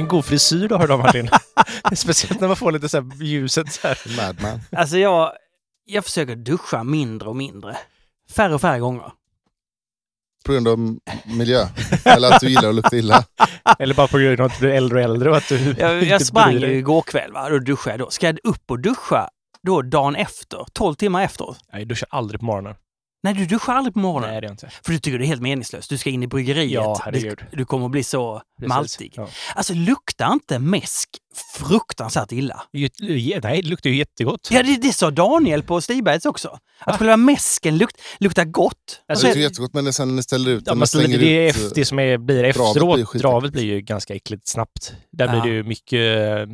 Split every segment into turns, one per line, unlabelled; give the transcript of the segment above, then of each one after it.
vilken god frisyr du har idag, Martin. Speciellt när man får lite så här ljuset så här.
Madman.
Alltså jag försöker duscha mindre och mindre. Färre och färre gånger.
På grund av miljö. Eller att du gillar att lukta illa.
Eller bara på grund av att du blir äldre och äldre. Och att du
Jag sprang ju igår kväll, va? Då duschade jag då. Ska jag upp och duscha då dagen efter? 12 timmar efteråt?
Nej, jag duschar aldrig på morgonen.
Nej, du duschar aldrig på morgonen.
Nej, det är inte.
För du tycker det är helt meningslöst. Du ska in i bryggeriet.
Ja, herregud.
Du kommer att bli så maltig.
Ja.
Alltså, luktar inte mäsk fruktansvärt illa?
Nej, det luktar ju jättegott.
Ja, det sa Daniel på Stibergs också. Att själva mäsken luktar gott.
Alltså, det är jättegott, men sen när ni ställer ut den,
det som blir efteråt.
Blir
dravet blir ju ganska äckligt snabbt. Där blir det ju mycket...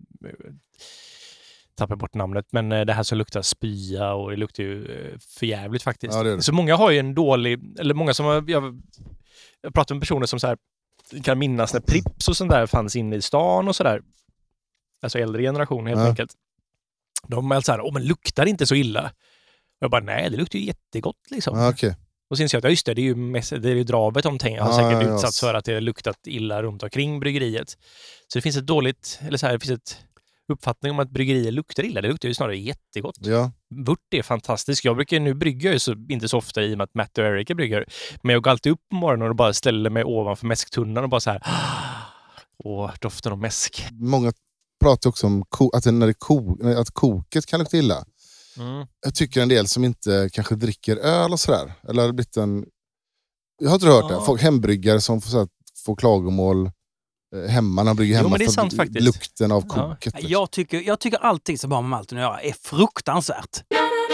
tappar bort namnet, men det här som luktar spya och det luktar ju för jävligt faktiskt.
Ja, det.
Så många har ju en dålig, eller många som jag pratar med personer som så här kan minnas när Prips och sånt där fanns inne i stan och sådär. Alltså äldre generation helt enkelt. De är så här, men luktar inte så illa? Och jag bara, nej, det luktar ju jättegott liksom.
Ja, okay.
Och sen säger jag att just det är ju dravet de tänker. Har säkert utsatts för att det har luktat illa runt omkring bryggeriet. Så det finns ett dåligt, eller så här, det finns ett uppfattning om att bryggerier luktar illa. Det luktar ju snarare jättegott.
Ja.
Vört är fantastiskt. Nu brygger jag ju inte så ofta i och med att Matt och Eric brygger. Men jag går alltid upp på morgonen och bara ställer mig ovanför mäsktunnan och bara så här. Doften av mäsk.
Många pratar också om att koket kan lukta illa. Mm. Jag tycker en del som inte kanske dricker öl och sådär. Eller har det blivit jag har inte hört det. Folk, hembryggare som får klagomål hemma när man brygger hemma.
Jo, men det är sant, faktiskt.
Lukten av koket.
Ja. Jag tycker allting som har med malten att göra är fruktansvärt.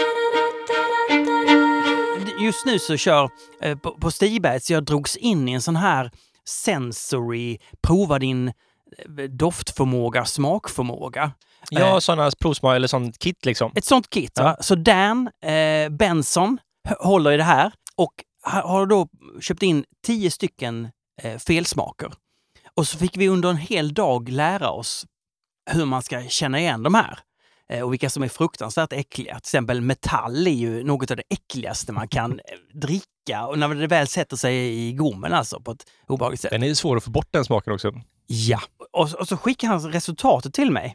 Just nu så kör på Stibergs, jag drogs in i en sån här sensory, prova din doftförmåga, smakförmåga.
Ja, sådana provsmak eller sånt kit liksom.
Ett sånt kit, va? Så Dan Benson håller i det här och har då köpt in 10 stycken felsmaker. Och så fick vi under en hel dag lära oss hur man ska känna igen de här. Och vilka som är fruktansvärt äckliga. Till exempel metall är ju något av det äckligaste man kan dricka. Och när det väl sätter sig i gommen alltså på ett obehagligt sätt.
Den är svår att få bort den smaken också.
Ja. Och så skickar han resultatet till mig.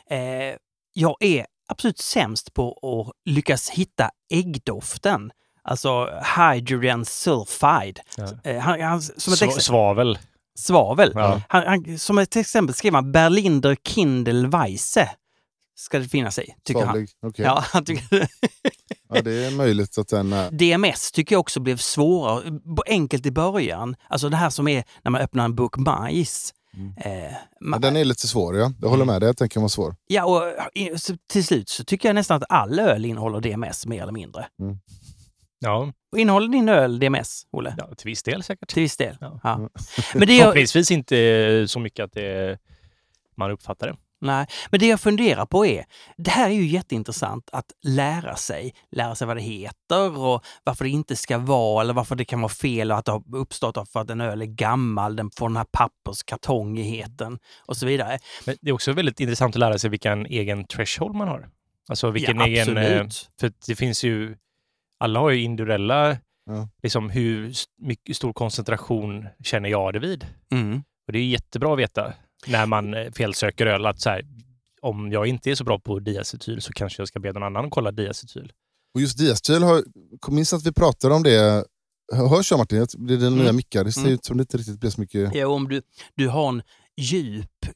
Jag är absolut sämst på att lyckas hitta äggdoften. Alltså hydrogen sulfide. Ja.
Svavel.
Svavel. Ja. Han, som ett exempel skrev han Berliner Kindelweisse. Ska det finnas i, tycker
Svavlig.
han.
Okay.
Ja, han tycker
ja, det är möjligt att den är...
DMS tycker jag också blev svårare. Enkelt i början. Alltså det här som är när man öppnar en burk majs.
Den är lite svår, ja. Jag håller med dig, jag tänker den var svår.
Ja, och till slut så tycker jag nästan att all öl innehåller DMS mer eller mindre.
Mm.
Ja.
Och innehåller din öl DMS, Olle?
Ja, till viss del säkert.
Till viss del,
ja.
Ja. Men det
förhoppningsvis inte så mycket att man uppfattar det.
Nej, men det jag funderar på är, det här är ju jätteintressant att lära sig vad det heter och varför det inte ska vara eller varför det kan vara fel och att det har uppstått för att en öl är gammal, den får den här papperskartongigheten och så vidare.
Men det är också väldigt intressant att lära sig vilken egen threshold man har. Alltså vilken
egen...
För det finns ju, alla har ju individuella, liksom hur mycket stor koncentration känner jag det vid.
Mm.
Och det är jättebra att veta när man felsöker öl att så här, om jag inte är så bra på diacetyl så kanske jag ska be någon annan kolla diacetyl.
Och just diacetyl, minns att vi pratade om det. Hörs jag, Martin? Det är den nya mickar. Det ser ut som det inte riktigt blir så mycket...
Ja, om du har en djup,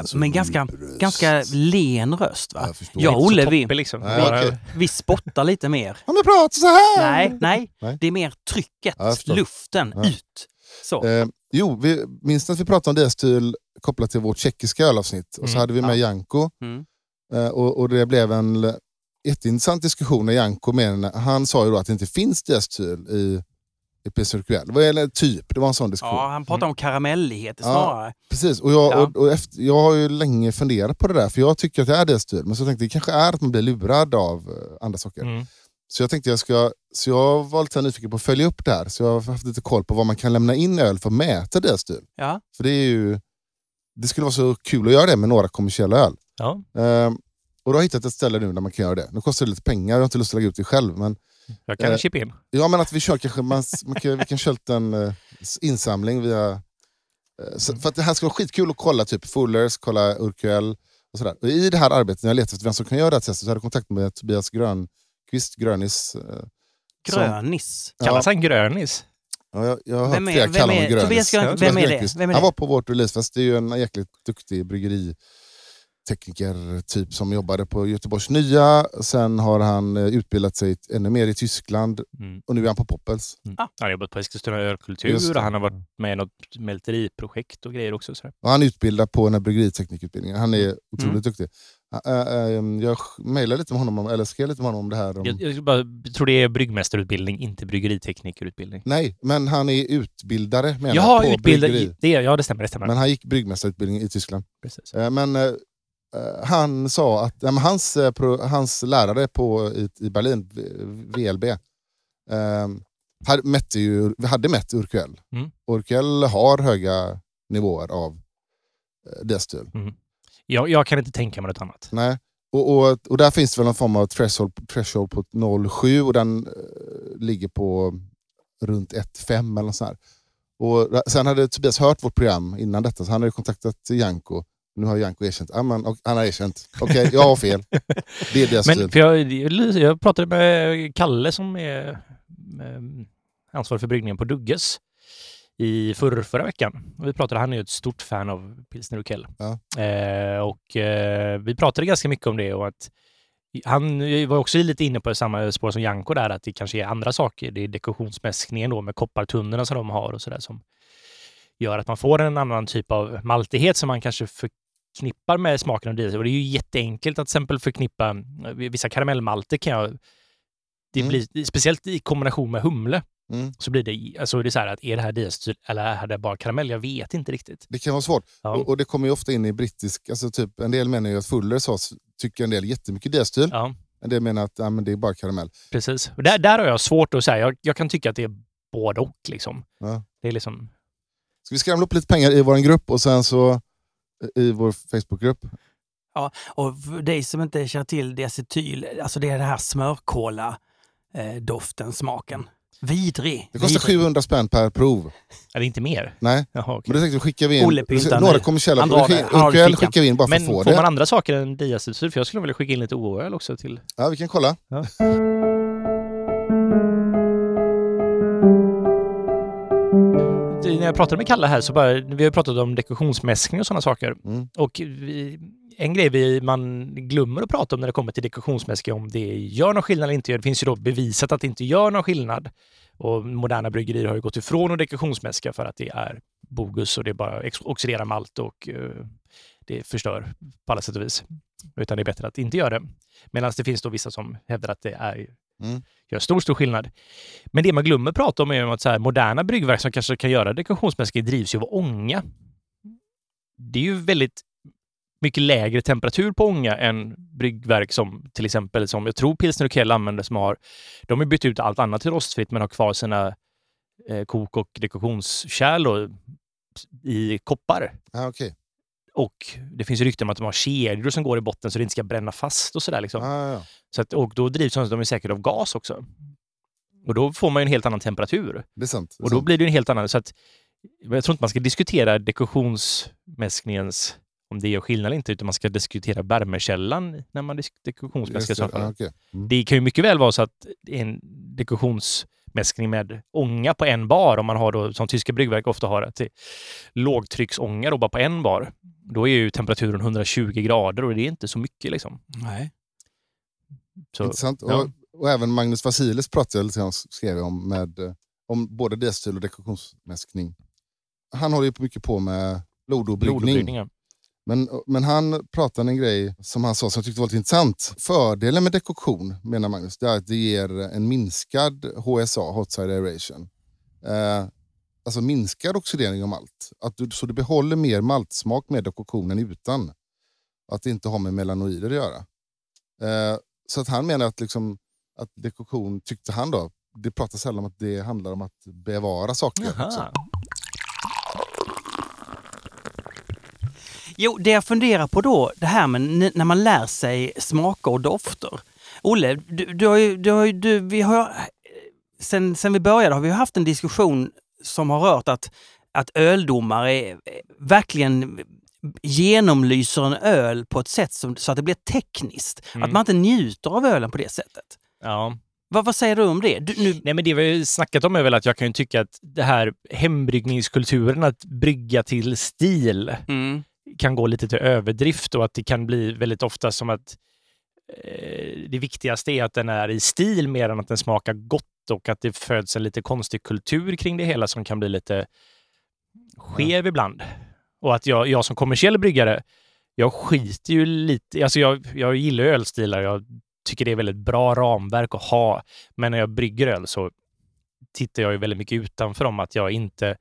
ganska len röst, va? Jag och Olle, vi spottar lite mer.
Om jag pratar så här!
Nej. Det är mer trycket, luften, ut. Så.
Minns att vi pratade om diacetyl kopplat till vårt tjeckiska ölavsnitt. Och så hade vi med Janko. Och det blev en jätteintressant diskussion när Janko han sa ju då att det inte finns diacetyl i PCRQL. Det var det var en sån diskussion.
Ja, han pratade om karamellighet snarare.
Ja, precis. Och jag har ju länge funderat på det där. För jag tycker att det är diacetyl. Men så tänkte jag det kanske är att man blir lurad av andra saker. Så jag tänkte så jag var lite nyfiken på att följa upp det här. Så jag har haft lite koll på vad man kan lämna in i öl för att mäta diacetyl.
Ja.
För det skulle vara så kul att göra det med några kommersiella öl.
Ja.
Och då har jag hittat ett ställe nu där man kan göra det. Nu kostar det lite pengar, jag har inte lust att lägga ut det själv. Men,
jag kan chippa in.
Ja, men att vi kör kanske, vi kan köra en insamling via För att det här ska vara skitkul att kolla typ Fullers, kolla Urquell och sådär. Och i det här arbetet, när jag letade efter vem som kan göra det här testet, så hade jag kontakt med Tobias Grönis.
Kallas han Grönis?
Ja, jag har hört flera kalla honom Grönis.
Vem är det?
Han var på vårt releasefest. Det är ju en jäkligt duktig bryggeritekniker typ som jobbade på Göteborgs Nya. Sen har han utbildat sig ännu mer i Tyskland. Och nu är han på Poppels.
Han har jobbat på Eskilstuna ölkultur och han har varit med i något mälteriprojekt och grejer också.
Och han är utbildad på den här bryggeriteknikutbildningen. Han är otroligt duktig. Jag mejlade lite med honom eller skrev lite med honom om det här.
Jag tror det är bryggmästarutbildning, inte bryggeriteknikerutbildning.
Nej, men han är utbildare på
utbildare. Det stämmer.
Men han gick bryggmästarutbildning i Tyskland.
Precis.
Men han sa att hans lärare i Berlin, VLB, hade mätt Urquell. Urquell har höga nivåer av diacetyl.
Jag kan inte tänka mig något annat.
Nej. Och där finns det väl en form av threshold på 0,7 och den ligger på runt 1,5 eller så här. Och sen hade Tobias hört vårt program innan detta, så han hade kontaktat Janko. Nu har Janko erkänt. Han har erkänt. Okej, jag har fel. Det är deras stil.
Jag pratade med Kalle som är ansvarig för bryggningen på Dugges i förra veckan. Och han är ju ett stort fan av Pilsner Urquell.
Ja.
Vi pratade ganska mycket om det och att han var också lite inne på samma spår som Janko där, att det kanske är andra saker. Det är dekoktionsmäskningen då med koppartunnorna som de har och sådär som gör att man får en annan typ av maltighet som man kanske förknippar med smaken av diesel. Och det är ju jätteenkelt att till exempel förknippa vissa karamellmalter blir, speciellt i kombination med humle. Så blir det, alltså det är så här att är det här diesel eller är det bara karamell? Jag vet inte riktigt.
Det kan vara svårt. Ja. Och det kommer ju ofta in i brittisk, alltså typ en del menar ju att Fullers tycker en del jättemycket diesel. Ja. En del menar att men det är bara karamell.
Precis. Och där har jag svårt att säga. Jag kan tycka att det är både och liksom. Ja. Det är liksom...
Ska vi skramla upp lite pengar i vår grupp och sen så i vår Facebookgrupp?
Ja, och för dig som inte känner till diacetyl, alltså det är det här smörkola doften, smaken. Vidrig.
Det kostar 700 spänn per prov.
Är det inte mer?
Nej.
Jaha, okay.
Men det skickar vi in. Några kommersiella Urquell skickar vi in bara för att få det.
Får man andra saker än diacetyl? För jag skulle vilja skicka in lite OÖl också till...
Ja, vi kan kolla. Ja.
När jag pratade med Kalle här så vi har pratat om dekoktionsmäskning och sådana saker. Och en grej man glömmer att prata om när det kommer till dekoktionsmäskning, om det gör någon skillnad eller inte. Det finns ju då bevisat att det inte gör någon skillnad. Och moderna bryggerier har ju gått ifrån att dekoktionsmäska för att det är bogus och det bara oxiderar malt och det förstör på alla sätt och vis. Utan det är bättre att inte göra det. Medan det finns då vissa som hävdar att det gör stor skillnad. Men det man glömmer prata om är att så här, moderna bryggverk som kanske kan göra dekoktionsmäskning drivs ju av ånga. Det är ju väldigt mycket lägre temperatur på ånga än bryggverk som till exempel som jag tror Pilsner Urquell använder de har bytt ut allt annat till rostfritt men har kvar sina kok- och dekoktionskärl i koppar.
Ah, okay.
Och det finns ju rykten om att de har kedjor som går i botten så det inte ska bränna fast och sådär liksom.
Ja.
Så att, och då drivs de är säkert av gas också. Och då får man ju en helt annan temperatur.
Det är sant.
Och då blir det en helt annan. Så att jag tror inte man ska diskutera dekoktionsmäskningens om det gör skillnad eller inte, utan man ska diskutera värmekällan när man dekoktionsmäskar saker.
Okay.
Det kan ju mycket väl vara så att en dekoktionsmäskning med ånga på en bar, om man har då, som tyska bryggverk ofta har, att lågtrycksånga då bara på en bar. Då är ju temperaturen 120 grader och det är inte så mycket liksom.
Nej.
Så, intressant. Ja. Och även Magnus Vasilis pratade lite grann, skrev om både diacetyl och dekoktionsmäskning. Han håller ju mycket på med lodobryggning. Ja. Men han pratade om en grej som han sa som jag tyckte var lite intressant. Fördelen med dekoktion, menar Magnus, det är att det ger en minskad HSA, hot side aeration. Alltså minskad oxidering av malt. Så du behåller mer maltsmak med dekoktionen utan. Att det inte har med melanoider att göra. Så att han menar att, att dekoktion, tyckte han då, det pratar sällan om att det handlar om att bevara saker.
Jo, det jag funderar på då, det här med när man lär sig smaker och dofter. Olle, sen vi började har vi haft en diskussion som har rört att att öldomare verkligen genomlyser en öl på ett sätt så att det blir tekniskt. Att man inte njuter av ölen på det sättet.
Ja.
Vad säger du om det?
Nej, men det vi har snackat om är väl att jag kan ju tycka att det här hembryggningskulturen, att brygga till stil, kan gå lite till överdrift, och att det kan bli väldigt ofta som att det viktigaste är att den är i stil mer än att den smakar gott, och att det föds en lite konstig kultur kring det hela som kan bli lite skev ibland. Och att jag som kommersiell bryggare, jag skiter ju lite, alltså jag gillar ölstilar, jag tycker det är väldigt bra ramverk att ha, men när jag brygger öl så tittar jag ju väldigt mycket utanför dem, att jag inte...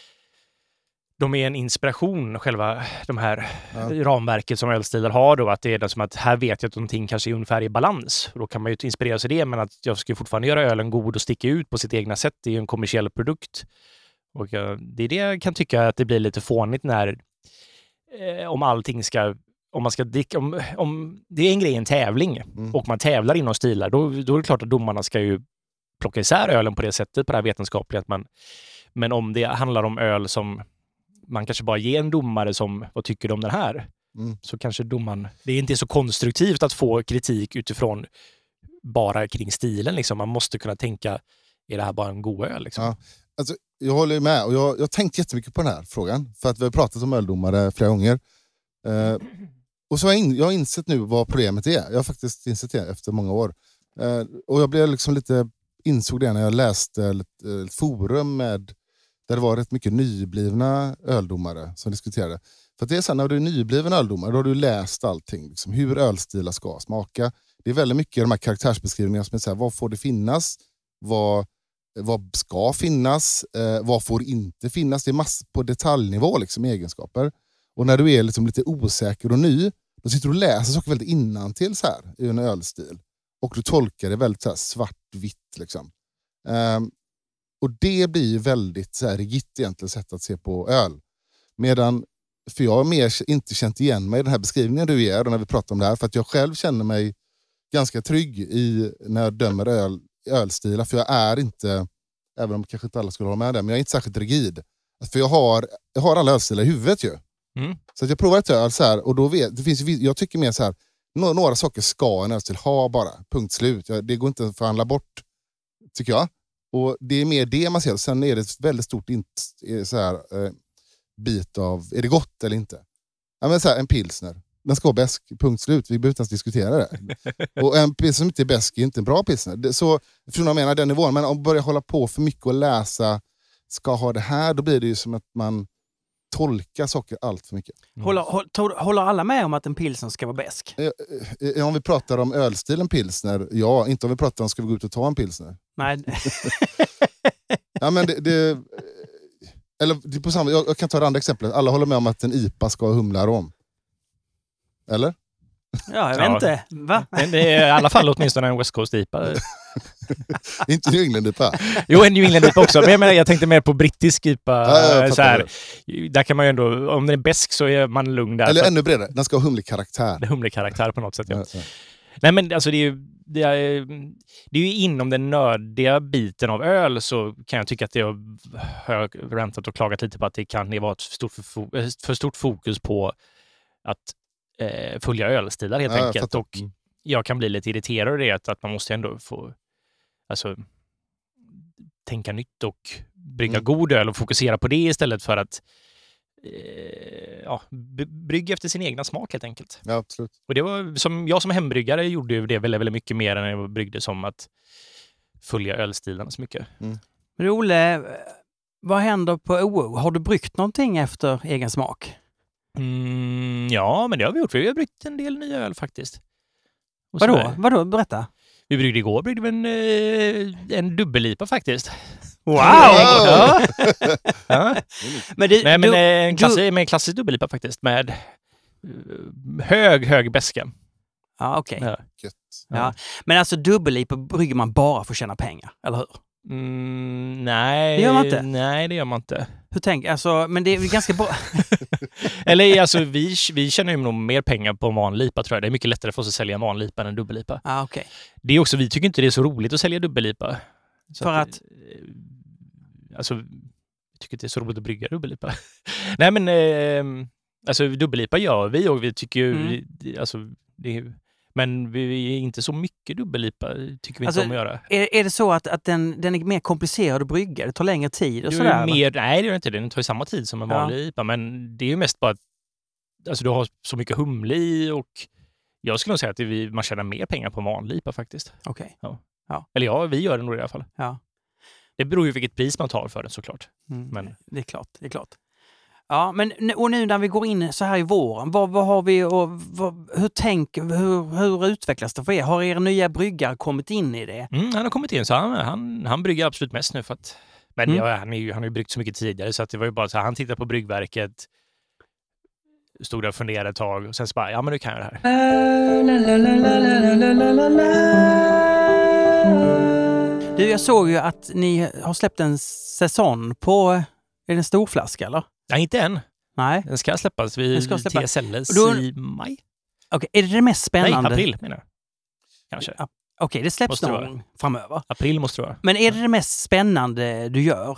De är en inspiration, själva de här ramverket som ölstilar har då, att det är som att här vet jag att någonting kanske är ungefär i balans. Och då kan man ju inspireras av det, men att jag ska fortfarande göra ölen god och sticka ut på sitt egna sätt. Det är ju en kommersiell produkt. Och det är det jag kan tycka att det blir lite fånigt när om allting ska... Om man ska dricka, om det är en grej, en tävling, och man tävlar inom stilar, då är det klart att domarna ska ju plocka isär ölen på det sättet, på det här vetenskapliga. Men om det handlar om öl som man kanske bara ger en domare som, vad tycker du om den här? Så kanske domaren, det är inte så konstruktivt att få kritik utifrån bara kring stilen. Liksom. Man måste kunna tänka, är det här bara en god öl? Liksom?
Ja, alltså, jag håller med, och jag har tänkt jättemycket på den här frågan, för att vi har pratat om öldomare flera gånger. Och så jag har insett nu vad problemet är. Jag har faktiskt insett det efter många år. Och jag blev liksom insåg det när jag läste ett forum där det var rätt mycket nyblivna öldomare som diskuterade. För att det är så här, när du är nybliven öldomare, då har du läst allting. Liksom, hur ölstilar ska smaka. Det är väldigt mycket de här karaktärsbeskrivningarna som är så här, vad får det finnas? Vad ska finnas? Vad får inte finnas? Det är massor på detaljnivå, liksom, egenskaper. Och när du är liksom lite osäker och ny, då sitter du och läser saker väldigt innantill så här i en ölstil. Och du tolkar det väldigt så här svartvitt. Liksom. Och det blir väldigt så här rigitt egentligen sätt att se på öl. Medan, för jag har mer inte känt igen mig i den här beskrivningen du ger när vi pratar om det här. För att jag själv känner mig ganska trygg när jag dömer ölstilar. För jag är inte, även om kanske inte alla skulle hålla med det, men jag är inte särskilt rigid. För jag har alla ölstilar i huvudet ju. Så att jag provar ett öl så här, och då det finns, jag tycker mer så här, några saker ska en ölstil ha bara, punkt slut. Det går inte att förhandla bort, tycker jag. Och det är mer det man ser. Sen är det ett väldigt stort så här, bit av, är det gott eller inte? Ja, men så här, en pilsner, den ska vara bäsk, punkt slut. Vi behöver inte ens diskutera det. Och en pilsner som inte är bäsk är inte en bra pilsner. Så, för jag menar den nivån, men om man börjar hålla på för mycket och läsa, ska ha det här, då blir det ju som att man tolka saker allt för mycket.
Håller alla med om att en pilsner ska vara bäsk?
Om vi pratar om ölstilen pilsner, ja. Inte om vi pratar om ska vi gå ut och ta en pilsner.
Nej.
Ja, men eller det är på samma, jag kan ta det andra exemplet. Alla håller med om att en IPA ska ha humlarom. Eller?
Ja, jag vet inte. Va?
Men det är i alla fall åtminstone en West Coast IPA.
Inte New England IPA.
Jo, en New England IPA också. Men jag tänkte mer på brittisk IPA. Så här, där kan man ju ändå, om den är bäsk så är man lugn där.
Eller ännu bredare, den ska ha humlig karaktär.
Det är humlig karaktär på något sätt, ja.
Ja.
Nej, men alltså det är ju inom den nördiga biten av öl, så kan jag tycka att jag har rantat och klagat lite på att det kan vara ett för stort fokus på att följa ölstilar helt enkelt. Och jag kan bli lite irriterad över det, att man måste ändå få tänka nytt och brygga god öl och fokusera på det istället för att brygga efter sin egna smak helt enkelt.
Ja, absolut.
Och det var jag som hembryggare gjorde ju det väldigt mycket mer än jag bryggde som att följa ölstilarna så mycket.
Men Olle, vad händer på OO? Har du bryggt någonting efter egen smak?
Ja, men det har vi gjort. Vi har bryggt en del nya öl faktiskt.
Vadå? Berätta.
Vi bryggde en dubbellipa faktiskt.
Wow!
Ja. Ja.
Men
en klassisk dubbellipa faktiskt med hög bäska.
Ja, okej.
Ja.
Ja. Men alltså dubbellipa brygger man bara för att tjäna pengar, eller hur?
Nej.
Det gör man inte?
Nej, det gör man inte.
Hur tänker alltså, men det är ganska bra.
Eller alltså vi tjänar ju nog mer pengar på en vanlig lipa, tror jag. Det är mycket lättare för oss att sälja en vanlig lipa än en dubbellipa.
Ah, okay.
Det är också, vi tycker inte det är så roligt att sälja dubbellipa.
För att?
Alltså, tycker det är så roligt att brygga dubbel-IPA. Nej men, alltså dubbel-IPA gör vi och vi tycker ju, alltså, det är, men vi är inte så mycket dubbel-IPA, tycker vi inte om att göra.
Är det så att den är mer komplicerad att brygga? Det tar längre tid och sådär?
Nej, det gör inte det. Den tar ju samma tid som en vanlig IPA, men det är ju mest bara att alltså, du har så mycket humle i och jag skulle nog säga att man tjänar mer pengar på en vanlig IPA faktiskt.
Okej.
Ja. Eller vi gör det nog i alla fall.
Ja.
Det beror ju vilket pris man tar för den såklart.
Men det är klart. Ja, men och nu när vi går in så här i våren, vad har vi och hur utvecklas det för er? Har er nya bryggare kommit in i det?
Han har kommit in, så han brygger absolut mest nu för att men han har ju bryggt så mycket tidigare så att det var ju bara så här, han tittade på bryggverket, stod där och funderade ett tag och sen så bara, ja men nu kan jag det här.
Du, jag såg ju att ni har släppt en säsong på, är det en stor flaska eller?
Ja, inte än.
Nej.
Den ska släppas vid TSLs i maj.
Okej, är det mest spännande?
Nej, april menar jag. Kanske.
Okej, det släpps någon gång framöver.
April måste det vara.
Men är det mest spännande du gör?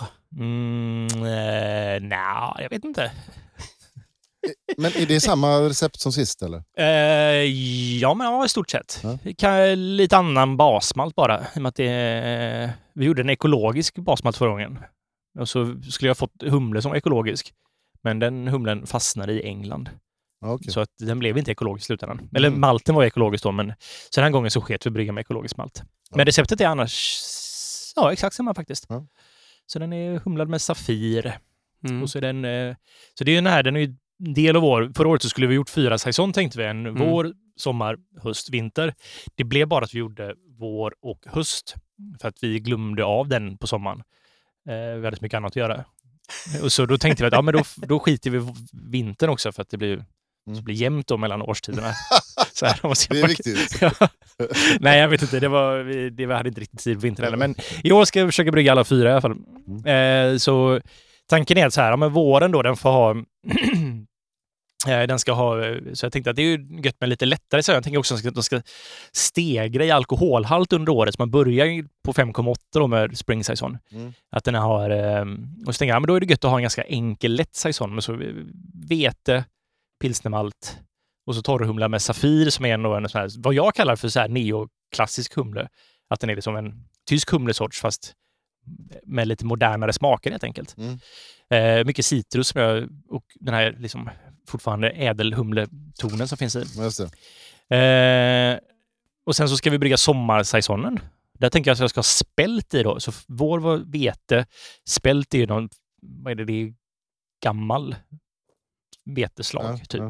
Nej, jag vet inte.
Men är det samma recept som sist eller?
Ja, i stort sett. Lite annan basmalt bara. I och med att vi gjorde en ekologisk basmalt förra gången. Och så skulle jag fått humle som ekologisk. Men den humlen fastnade i England.
Okay.
Så att den blev inte ekologisk i slutändan. Eller malten var ekologisk då, men så den här gången så sket vi brygga med ekologisk malt. Men receptet är annars exakt samma faktiskt. Så den är humlad med Safir. Och så är den... så det är ju den är ju del av förra året så skulle vi gjort 4 säsong tänkte vi. En vår, sommar, höst, vinter. Det blev bara att vi gjorde vår och höst. För att vi glömde av den på sommaren. Vi hade så mycket annat att göra. Och så då tänkte vi att men då skiter vi vintern också för att det blir jämnt då mellan årstiderna. Så här,
det är viktigt.
Nej, jag vet inte. Vi hade inte riktigt tid på vintern heller. Men i år ska jag försöka brygga alla 4 i alla fall. Så tanken är att så här, men våren då, den får ha... den ska ha... Så jag tänkte att det är ju gött med lite lättare. Så jag tänker också att de ska stegra i alkoholhalt under året. Så man börjar på 5,8 då med Spring Saison. Att den har... Och så tänker jag, men då är det gött att ha en ganska enkel lätt saison. Men så vete, pilsnermalt och så torrhumla med Safir som är en sån här, vad jag kallar för så här neoklassisk humle. Att den är liksom en tysk humlesorts fast med lite modernare smaker helt enkelt. Mycket citrus och den här liksom fortfarande ädelhumletonen som finns i.
Just det.
Och sen så ska vi brygga sommarsaisonen. Där tänker jag att jag ska ha spält i då. Så vår vete, spält är ju någon, vad är det? Det är gammal veteslag typ.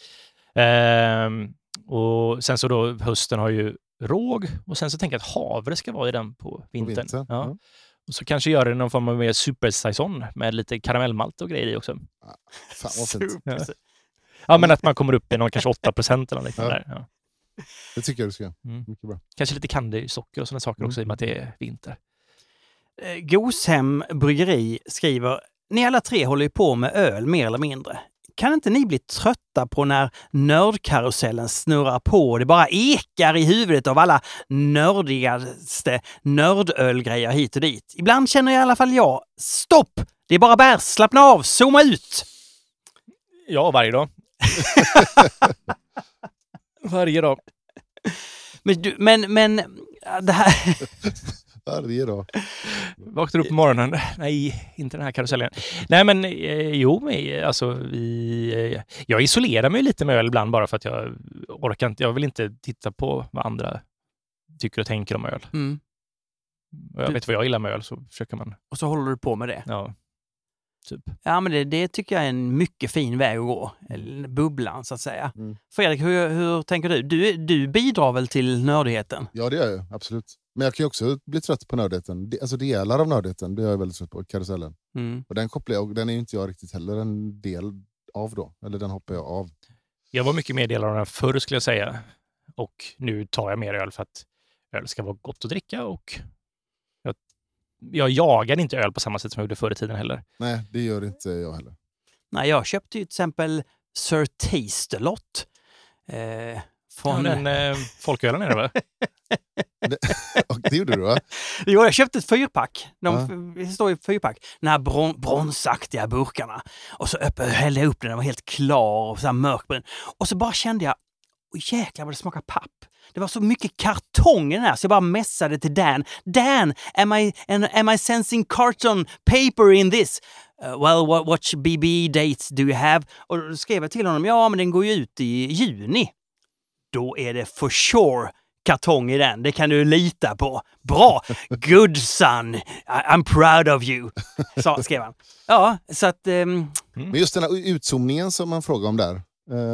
Och sen så då hösten har ju råg och sen så tänker jag att havre ska vara i den på vintern. Ja. Och så kanske göra det någon form av mer supersaison med lite karamellmalt och grejer i också.
Fan vad fint.
Ja, men att man kommer upp i någon kanske 8% eller något där. Ja.
Det tycker jag du ska göra. Mycket bra.
Kanske lite candysocker och sådana saker också i och med att det är vinter.
Goshem Bryggeri skriver: ni alla 3 håller ju på med öl mer eller mindre. Kan inte ni bli trötta på när nördkarusellen snurrar på och det bara ekar i huvudet av alla nördigaste nördölgrejer hit och dit? Ibland känner i alla fall jag, stopp! Det är bara bärs, slappna av, zooma ut!
Ja, varje dag. Varje dag.
Men det här...
Varje dag.
Vaknar upp på morgonen. Nej, inte den här karusellen. Nej, men alltså jag isolerar mig lite med öl ibland bara för att jag orkar inte. Jag vill inte titta på vad andra tycker och tänker om öl. Och jag vet vad jag gillar med öl så försöker man.
Och så håller du på med det?
Ja. Typ.
Ja, men det tycker jag är en mycket fin väg att gå. Bubblan, så att säga. Fredrik, hur tänker du? Du bidrar väl till nördigheten?
Ja, det gör jag. Absolut. Men jag kan ju också bli trött på nördigheten. Alltså delar av nördigheten blir jag väldigt trött på, karusellen. Och den kopplar jag, och den är ju inte jag riktigt heller en del av då. Eller den hoppar jag av. Jag
var mycket mer del av den förr skulle jag säga. Och nu tar jag mer öl för att öl ska vara gott att dricka och jag jagar inte öl på samma sätt som jag gjorde förr i tiden heller.
Nej, det gör inte jag heller.
Nej, jag köpte ju till exempel Sir Taste-A-Lot.
Från den folkölen är det va?
Det gjorde du, va?
Jo, jag köpte ett 4-pack. Det står i 4-pack. Den här bronsaktiga burkarna. Och så hällde jag upp den var helt klar och så här mörkbrun. Och så bara kände jag, jäklar vad det smakar papp. Det var så mycket kartong i den här så jag bara mässade till Dan. Dan, am I sensing carton paper in this? Well, what BB dates do you have? Och då skrev jag till honom, ja men den går ju ut i juni. Då är det for sure kartong i den. Det kan du lita på. Bra! Good son! I'm proud of you! Så skrev han. Ja, så att... Men
just den här utzoomningen som man frågar om där.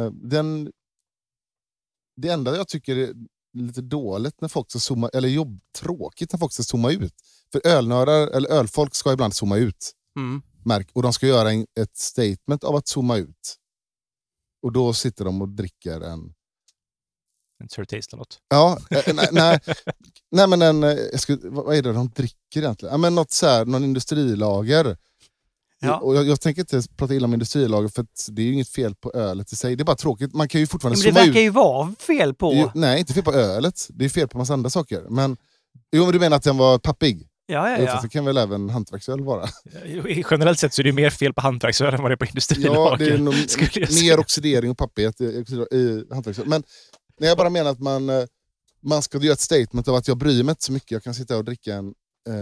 Det enda jag tycker är lite dåligt när folk ska zooma, eller tråkigt när folk ska zooma ut. För ölnördar eller ölfolk ska ibland zooma ut. Och de ska göra ett statement av att zooma ut. Och då sitter de och dricker en
Sir Taste eller något.
Ja, nej men vad är det de dricker egentligen? Ja, men något så här, någon industrilager. Ja. Och jag tänker inte prata illa om industrilager för att det är ju inget fel på ölet i sig. Det är bara tråkigt. Man kan ju fortfarande zooma ut.
Men det verkar ju vara fel på...
Nej, inte fel på ölet. Det är fel på massa andra saker. Men du menar att den var pappig?
Ja.
Det kan väl även hantverksöl vara.
Generellt sett så är det mer fel på hantverksöl än vad det är på industrilager.
Ja, det är nog mer oxidering och pappighet i hantverksöl. Men när jag bara menar att man ska göra ett statement av att jag bryr mig inte så mycket. Jag kan sitta och dricka en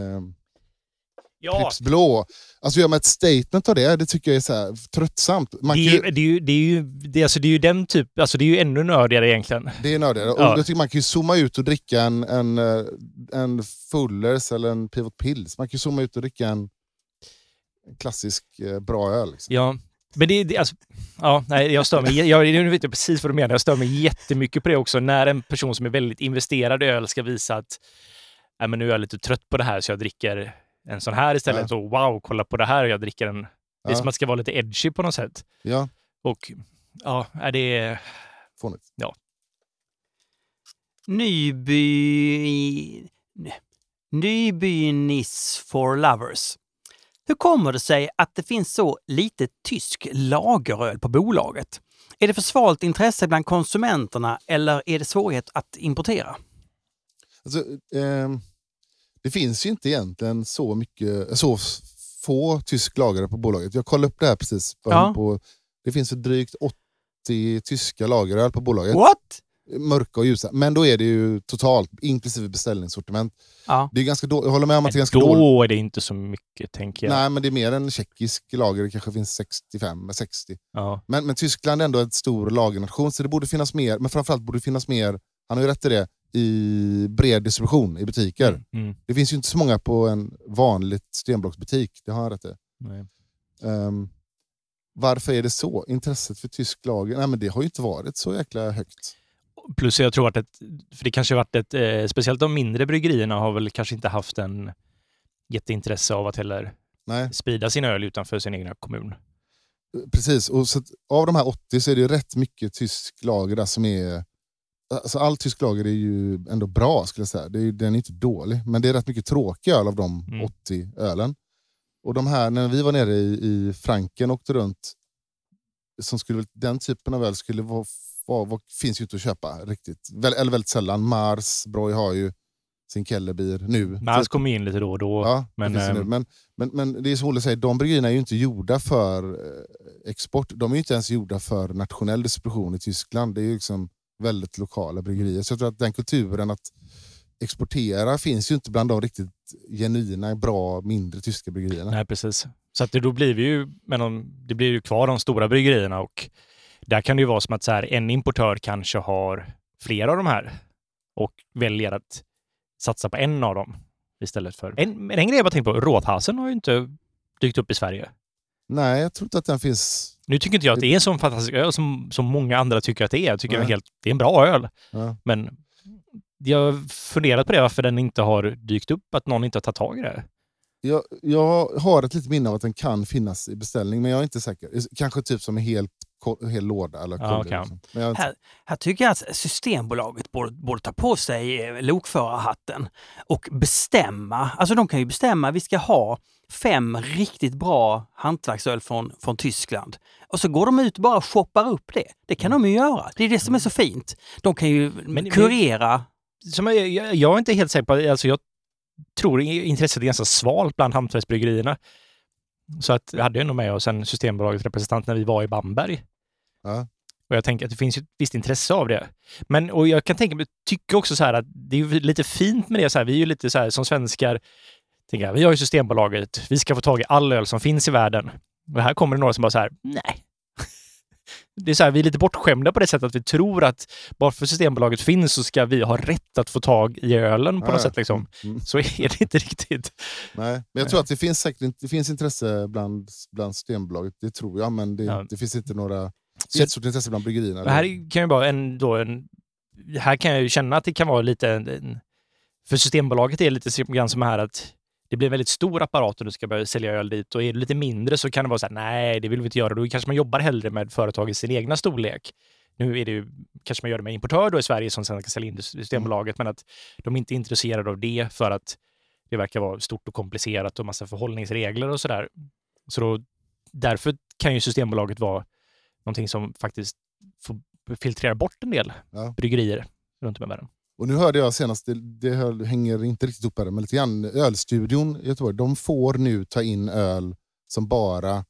Pripps blå. Alltså gör man ett statement av det tycker jag är så här tröttsamt.
Det är ju den typ, alltså det är ju ännu nördigare egentligen.
Det är nördigare. Och jag tycker man kan ju zooma ut och dricka en Fullers eller en Pivot Pils. Man kan ju zooma ut och dricka en klassisk bra öl. Liksom.
Ja. Men jag stör mig. Nu vet jag precis vad du menar. Jag stör mig jättemycket på det också. När en person som är väldigt investerad i öl ska visa att men nu är jag lite trött på det här så jag dricker en sån här istället. Och wow, kolla på det här och jag dricker en. Det är som att man ska vara lite edgy på något sätt.
Ja.
Och det är...
Fånigt.
Ja.
Nybynis for lovers. Hur kommer det sig att det finns så lite tysk lageröl på bolaget? Är det för svalt intresse bland konsumenterna eller är det svårighet att importera?
Alltså, det finns ju inte egentligen så få tysk lageröl på bolaget. Jag kollade upp det här precis. Det finns ett drygt 80 tyska lageröl på bolaget.
What?
Mörka och ljusa. Men då är det ju totalt, inklusive beställningssortiment.
Ja.
Det är ganska dåligt. Jag håller med om att det är ganska
dåligt.
Då
är det inte så mycket, tänker jag.
Nej, men det är mer än tjeckisk lager. Det kanske finns 65-60.
Ja.
Men Tyskland är ändå en stor lagernation, så det borde finnas mer. Men framförallt borde det finnas mer, han har ju rätt i det, i bred distribution i butiker. Det finns ju inte så många på en vanligt Stenblocksbutik. Det har han rätt i.
Nej.
Varför är det så? Intresset för tysk lager? Nej, men det har ju inte varit så jäkla högt.
Plus jag tror att för det kanske har varit speciellt de mindre bryggerierna har väl kanske inte haft en jätteintresse av att heller sprida sin öl utanför sin egna kommun.
Precis, och så av de här 80 så är det rätt mycket tysk lager där som är... Alltså all tysk lager är ju ändå bra, skulle jag säga. Den är inte dålig, men det är rätt mycket tråkig öl av de 80 ölen. Och de här, när vi var nere i Franken och åkte runt, som skulle, den typen av öl skulle finns ju inte att köpa riktigt. Eller väldigt sällan. Mars, Broj har ju sin Kellerbier nu.
Mars kommer in lite då och då.
Ja, men det är så att säga, de bryggerierna är ju inte gjorda för export. De är ju inte ens gjorda för nationell distribution i Tyskland. Det är ju liksom väldigt lokala bryggerier. Så jag tror att den kulturen att exportera finns ju inte bland de riktigt genuina, bra, mindre tyska bryggerierna.
Nej, precis. Så att då blir vi ju, det blir ju kvar de stora bryggerierna och där kan det ju vara som att så här, en importör kanske har flera av de här och väljer att satsa på en av dem istället för... En grej jag bara tänkte på, Rådhasen har ju inte dykt upp i Sverige.
Nej, jag tror inte att den finns...
Nu tycker inte jag att det är en sån fantastisk öl som många andra tycker att det är. Jag tycker det är en bra öl. Ja. Men jag har funderat på det, varför den inte har dykt upp, att någon inte har tagit tag i det.
Jag har ett litet minne av att den kan finnas i beställning, men jag är inte säker. Kanske typ som en hel låda eller
okay.
Men
här tycker jag att Systembolaget borde ta på sig lokförarhatten och bestämma. Alltså de kan ju bestämma, vi ska ha 5 riktigt bra hantverksöl från Tyskland. Och så går de ut och bara shoppar upp det. Det kan de ju göra. Det är det som är så fint. De kan ju kurera
jag är inte helt säker på, alltså jag tror intresset är ganska svalt bland hantverksbryggerierna. Så att jag hade ändå med oss en Systembolagets representant när vi var i Bamberg.
Ja.
Och jag tänker att det finns ett visst intresse av det. Men, och jag kan tycka också så här att det är lite fint med det. Så här, vi är ju lite så här som svenskar. Tänker, vi har ju Systembolaget. Vi ska få tag i all öl som finns i världen. Och här kommer det några som bara så här, nej. Det är så här, vi är lite bortskämda på det sättet att vi tror att bara för Systembolaget finns så ska vi ha rätt att få tag i ölen på något sätt. Liksom. Så är det inte riktigt.
Nej, men jag tror att det finns säkert det finns intresse bland Systembolaget. Det tror jag, men det finns inte några stort intresse bland bryggerierna.
Det här kan ju vara här kan jag ju känna att det kan vara lite för Systembolaget är det lite grann som här att det blir en väldigt stor apparat och du ska börja sälja öl dit. Och är det lite mindre så kan det vara så här, nej, det vill vi inte göra. Då kanske man jobbar hellre med företag i sin egna storlek. Nu är det ju, kanske man gör det med importör då i Sverige som sen kan sälja in Systembolaget. Men att de inte är intresserade av det för att det verkar vara stort och komplicerat och massa förhållningsregler och sådär. Så då, därför kan ju Systembolaget vara någonting som faktiskt får filtrera bort en del bryggerier runt om i världen.
Och nu hörde jag senast, det hänger inte riktigt upp här, men lite grann, Ölstudion i Göteborg, de får nu ta in öl som bara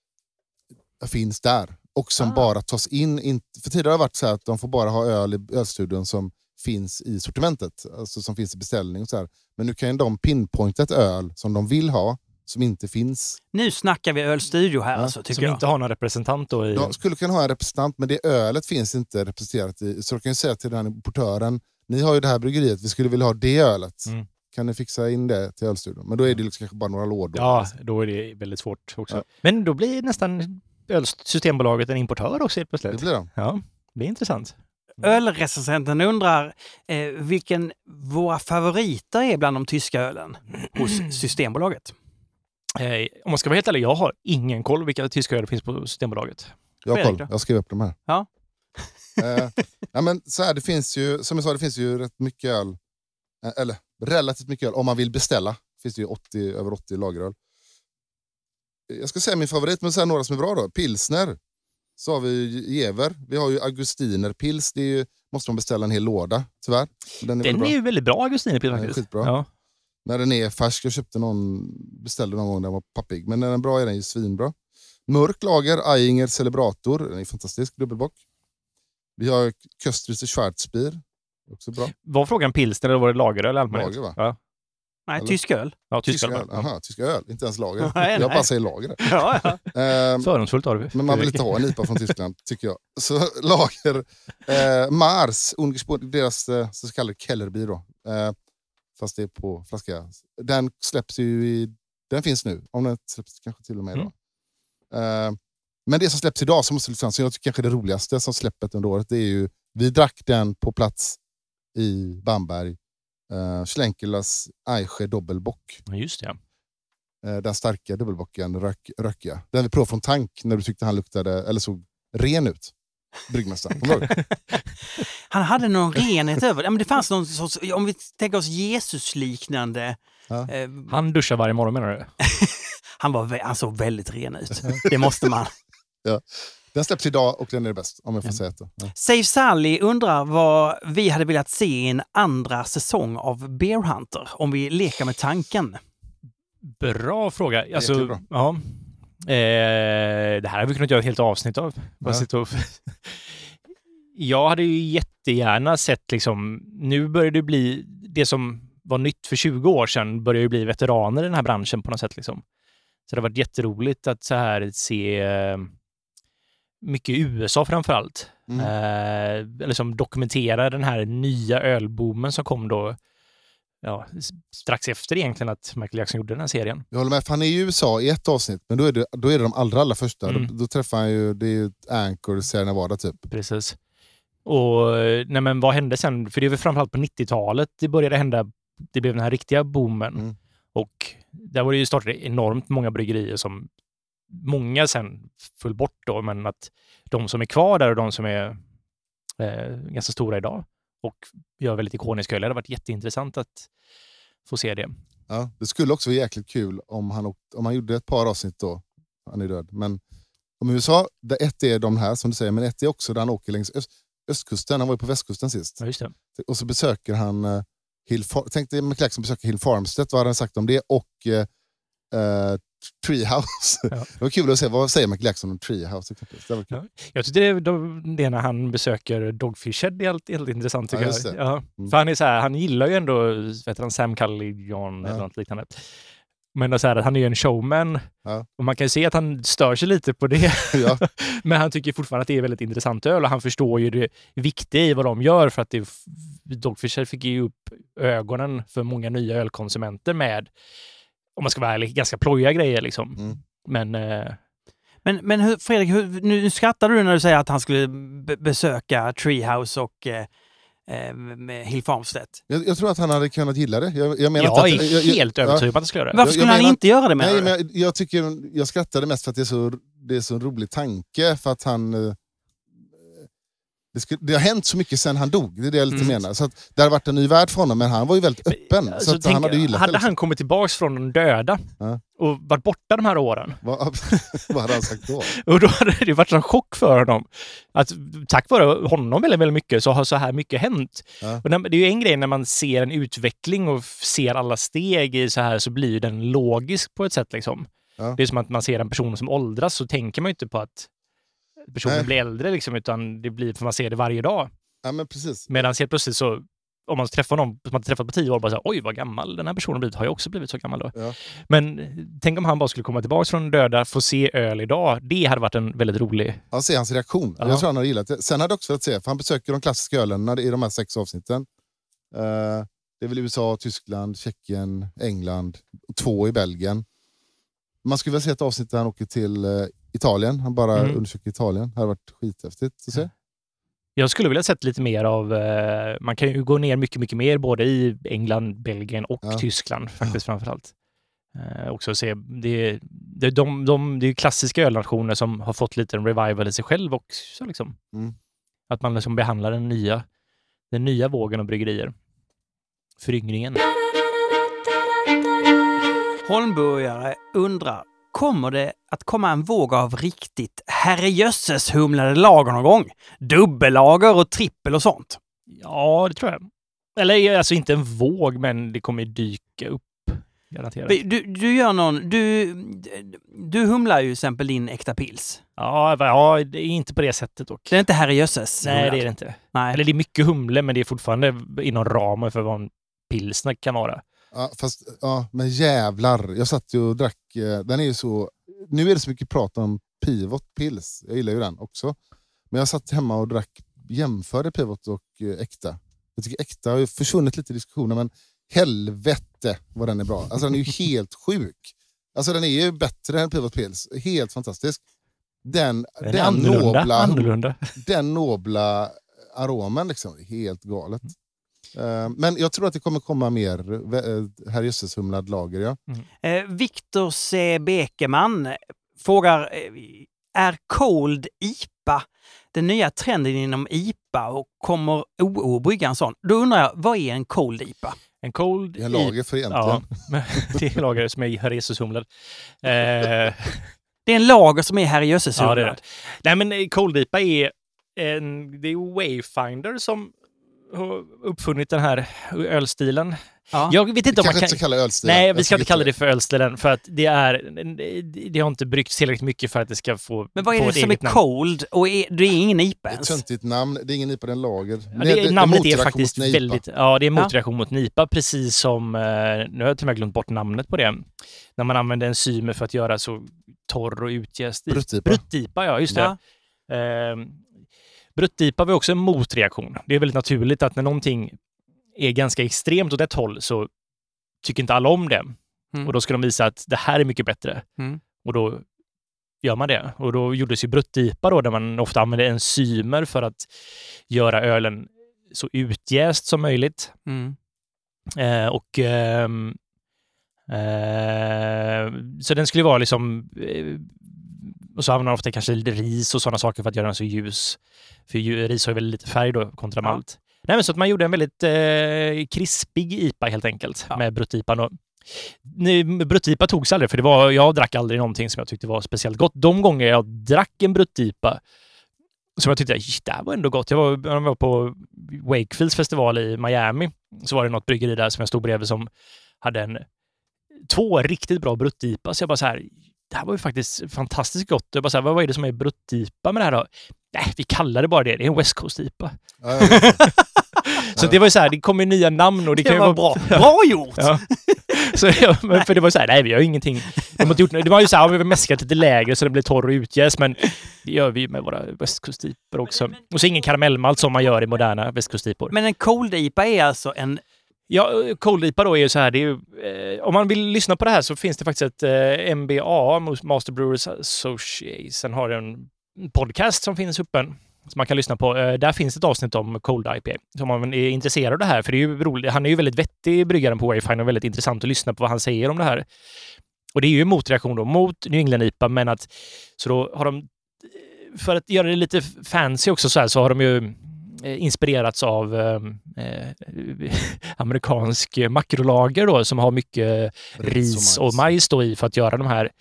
finns där. Och som bara tas in, för tidigare har det varit så här att de får bara ha öl i Ölstudion som finns i sortimentet, alltså som finns i beställning och så här. Men nu kan ju de pinpointa ett öl som de vill ha, som inte finns.
Nu snackar vi Ölstudio här alltså, tycker
som
jag.
Inte har någon representant då i...
De skulle kunna ha en representant, men det ölet finns inte representerat i. Så de kan ju säga till den importören, ni har ju det här bryggeriet, vi skulle vilja ha det ölet. Kan ni fixa in det till Ölstudion? Men då är det liksom kanske bara några lådor.
Ja, då är det väldigt svårt också. Ja. Men då blir nästan Systembolaget en importör också helt plötsligt.
Det blir de.
Ja, det är intressant.
Ölrecensenten undrar vilken våra favoriter är bland de tyska ölen hos Systembolaget.
Om man ska vara helt ärlig, jag har ingen koll vilka tyska öl finns på Systembolaget.
Jag har koll, jag skriver upp de här.
Ja.
Ja, men så här, det finns ju, som jag sa, det finns ju rätt mycket öl, eller relativt mycket öl, om man vill beställa. Finns det ju över 80 lageröl. Jag ska säga min favorit, men så här några som är bra då. Pilsner. Så har vi Jever. Vi har ju Augustiner Pils. Det är ju, måste man beställa en hel låda, tyvärr. Den
är ju väldigt bra, Augustiner Pils faktiskt.
Skitbra. Ja. När den är färsk, jag beställde någon gång när den var pappig. Men när den är bra är den ju svinbra. Mörk lager, Ainger Celebrator. Den är fantastisk, dubbelbock. Vi har Köstritzer Schwarzbier. Också bra.
Var frågan pilsner eller var det lageröl?
Lager, va?
Ja.
Nej, tysk öl.
Ja, tysk öl.
Aha, tysk öl. Inte ens lager.
Nej.
Jag bara säger lager.
Fördomsfullt har du.
Men man vill inte ha en IPA från Tyskland, tycker jag. Så lager. Mars, deras så kallade Kellerbier då. Fast det är på flaska. Den släpps ju den finns nu. Om den släpps kanske till och med idag. Men det som släpps idag som jag tycker kanske det roligaste som släppet under året, det är ju, vi drack den på plats i Bamberg. Schlenkelas Eiche Doppelbock.
Just det.
Den starka dubbelbocken rökiga. Den vi provade från tank när du tyckte han luktade eller såg ren ut. Bryggmästaren.
Han hade någon renhet över. Men det fanns någon sorts, om vi tänker oss Jesus-liknande.
Ja.
Han duschar varje morgon, menar du?
Han såg väldigt ren ut. Det måste man.
Ja. Den släpps idag och den är bäst, om jag får säga det. Ja.
Save Sally undrar vad vi hade velat se i en andra säsong av Beer Hunter, om vi leker med tanken.
Bra fråga. Alltså,
bra.
Ja. Det här har vi kunnat göra ett helt avsnitt av. Ja. Jag hade ju jättegärna sett, liksom, nu börjar det bli det som var nytt för 20 år sedan, börjar ju bli veteraner i den här branschen på något sätt. Liksom. Så det har varit jätteroligt att så här se mycket i USA framförallt. Eller som dokumenterar den här nya ölboomen som kom då strax efter egentligen att Michael Jackson gjorde den här serien.
Jag håller med, för han är i USA i ett avsnitt, men då är det de allra första. Då träffar han ju, det är ju Anchor i Sierra Nevada typ.
Precis. Och men vad hände sen? För det är väl framförallt på 90-talet det började hända, det blev den här riktiga boomen. Och där var det ju startade enormt många bryggerier som många sen föll bort då, men att de som är kvar där och de som är ganska stora idag och gör väldigt ikoniska öl, det hade varit jätteintressant att få se det.
Ja, det skulle också vara jäkligt kul om han gjorde ett par avsnitt då. Han är död. Men om USA, där ett är de här som du säger, men ett är också där han åker längs östkusten. Han var ju på västkusten sist.
Ja, just det.
Och så besöker han tänk dig McLachlan besöker Hill Farmstead, vad hade han sagt om det? Och Treehouse. Ja. Det var kul att se, vad säger McLachlan om Treehouse? Det var kul.
Ja. Jag tyckte det när han besöker Dogfish Head är helt intressant tycker jag. Ja. För han är så här, han gillar ju ändå Sam Calligan eller något liknande. Men så här, han är ju en showman och man kan ju se att han stör sig lite på det. Ja. Men han tycker fortfarande att det är väldigt intressant öl och han förstår ju det viktiga i vad de gör för att Dogfish Head fick ju upp ögonen för många nya ölkonsumenter med, om man ska vara ärlig, ganska plojiga grejer liksom. Men
Fredrik, nu skrattar du när du säger att han skulle besöka Treehouse och med Hill Farmstead.
Jag tror att han hade kunnat gilla det. Jag
är helt övertygad att han skulle göra det.
Varför skulle han inte göra det med det?
Men jag skrattade mest för att det är så en rolig tanke, för att han det har hänt så mycket sen han dog, det är det jag lite menar. Så att det har varit en ny värld för honom, men han var ju väldigt öppen. Så att han hade gillat
hade
det.
Han kommit tillbaks från de döda och varit borta de här åren.
Vad hade han sagt då?
Och då hade det varit en chock för honom. Att tack vare honom väldigt, väldigt mycket så har så här mycket hänt. Ja. Och det är ju en grej när man ser en utveckling och ser alla steg i så här, så blir den logisk på ett sätt liksom. Ja. Det är som att man ser en person som åldras, så tänker man ju inte på att personen blir äldre liksom, utan det blir för man ser det varje dag.
Ja, men precis.
Medan helt plötsligt så, om man träffar någon som man träffat på 10 år, bara så här, oj vad gammal den här personen blivit, har jag också blivit så gammal då. Ja. Men tänk om han bara skulle komma tillbaka från döda, få se öl idag, det hade varit en väldigt rolig...
Ja, se hans reaktion. Ja. Jag tror han hade gillat det. Sen hade jag också velat se, för han besöker de klassiska ölen i de här 6 avsnitten. Det är väl USA, Tyskland, Tjeckien, England, 2 i Belgien. Man skulle väl se ett avsnitt där han åker till Italien. Han bara undersöker Italien. Det hade varit skithäftigt att se.
Jag skulle vilja sett lite mer av... man kan ju gå ner mycket, mycket mer både i England, Belgien och Tyskland faktiskt framförallt. Också se... Det är klassiska ölnationer som har fått lite en revival i sig själv också. Liksom. Att man liksom behandlar den nya vågen av bryggerier. Föryngringen.
Holmburgare undrar, kommer det att komma en våg av riktigt herrejösses humlade lager någon gång? Dubbellager och trippel och sånt?
Ja, det tror jag. Eller alltså inte en våg, men det kommer dyka upp. Garanterat.
Du gör någon... Du humlar ju exempel din äkta pils.
Ja, det är inte på det sättet dock.
Det är inte herrejösses.
Nej, det är det inte.
Nej.
Eller det är mycket humle, men det är fortfarande inom ramen för vad en pilsner kan vara.
Ja, men jävlar. Jag satt ju och drack, den är ju så, nu är det så mycket prat om Pivot Pils. Jag gillar ju den också. Men jag satt hemma och jämförde Pivot och äkta. Jag tycker äkta har ju försvunnit lite i diskussionen, men helvete vad den är bra. Alltså den är ju helt sjuk. Alltså den är ju bättre än Pivot Pils. Helt fantastisk. Den
annorlunda.
Den nobla aromen liksom, är helt galet. Men jag tror att det kommer komma mer herrejösses-humlad lager, ja.
Viktor C. Bekeman frågar, är Cold IPA den nya trenden inom IPA och kommer OO brygga en sån? Då undrar jag, vad är en Cold IPA?
En Cold
det är en lager för egentligen.
Ja, det är en lager som är herrejösses-humlad.
Det är en lager som är herrejösses-humlad?
Ja, det är det. Nej, men Cold IPA är det är Wayfinder som har uppfunnit den här ölstilen. Ja. Jag vet inte om man kan
kalla ölstilen.
Nej, vi ska inte kalla det för ölstilen för att det har inte bryggts tillräckligt mycket för att det ska få.
Men vad är det som är cold och det är ingen IPA ens?
Det är ett töntigt namn, det är ingen IPA, det är en lager.
Ja, namnet är faktiskt väldigt, det är en motreaktion mot NIPA, precis som, nu har jag till och med glömt bort namnet på det, när man använder enzymer för att göra så torr och utjäst. Brut-IPA, ja just det. Ja. Brut-IPA var också en motreaktion. Det är väldigt naturligt att när någonting är ganska extremt åt ett håll så tycker inte alla om det. Och då ska de visa att det här är mycket bättre. Och då gör man det. Och då gjordes ju Brut-IPA då, där man ofta använde enzymer för att göra ölen så utjäst som möjligt. Så den skulle vara liksom... Och så använder man ofta kanske ris och sådana saker för att göra den så ljus. För ris har ju väldigt lite färg då kontra malt. Nej, men så att man gjorde en väldigt krispig IPA helt enkelt med Brut-IPA då. Brut-IPA togs aldrig, för jag drack aldrig någonting som jag tyckte var speciellt gott. De gånger jag drack en Brut-IPA som jag tyckte, det här var ändå gott. Jag var på Wakefields festival i Miami. Så var det något bryggeri där som jag stod bredvid som hade 2 riktigt bra brutt-IPA. Så jag bara så här, det här var ju faktiskt fantastiskt gott. Jag bara så här, vad är det som är brutt-IPA med det här då? Nej, vi kallar det bara det. Det är en West Coast-IPA. Så det var ju så här, det kommer nya namn och det kan ju vara
bra. Bra gjort!
Ja. Så, men för det var så här, nej, vi har ju ingenting. Det var ju så här, vi har mäskat lite lägre så det blir torr och utjäst, men det gör vi med våra västkustipor också. Och så ingen karamellmalt som man gör i moderna västkustipor.
Men en cold IPA är alltså en...
Ja, cold IPA då är ju så här, det är ju, om man vill lyssna på det här så finns det faktiskt ett MBA, Master Brewers Association, har en podcast som finns uppen som man kan lyssna på. Där finns ett avsnitt om Cold IPA. Så om man är intresserad av det här, för det är ju roligt. Han är ju väldigt vettig, bryggaren på Wayfinder, och väldigt intressant att lyssna på vad han säger om det här. Och det är ju en motreaktion då mot New England IPA, men att så då har de, för att göra det lite fancy också så här, så har de ju inspirerats av amerikansk makrolager då, som har mycket ris och majs då i för att göra de här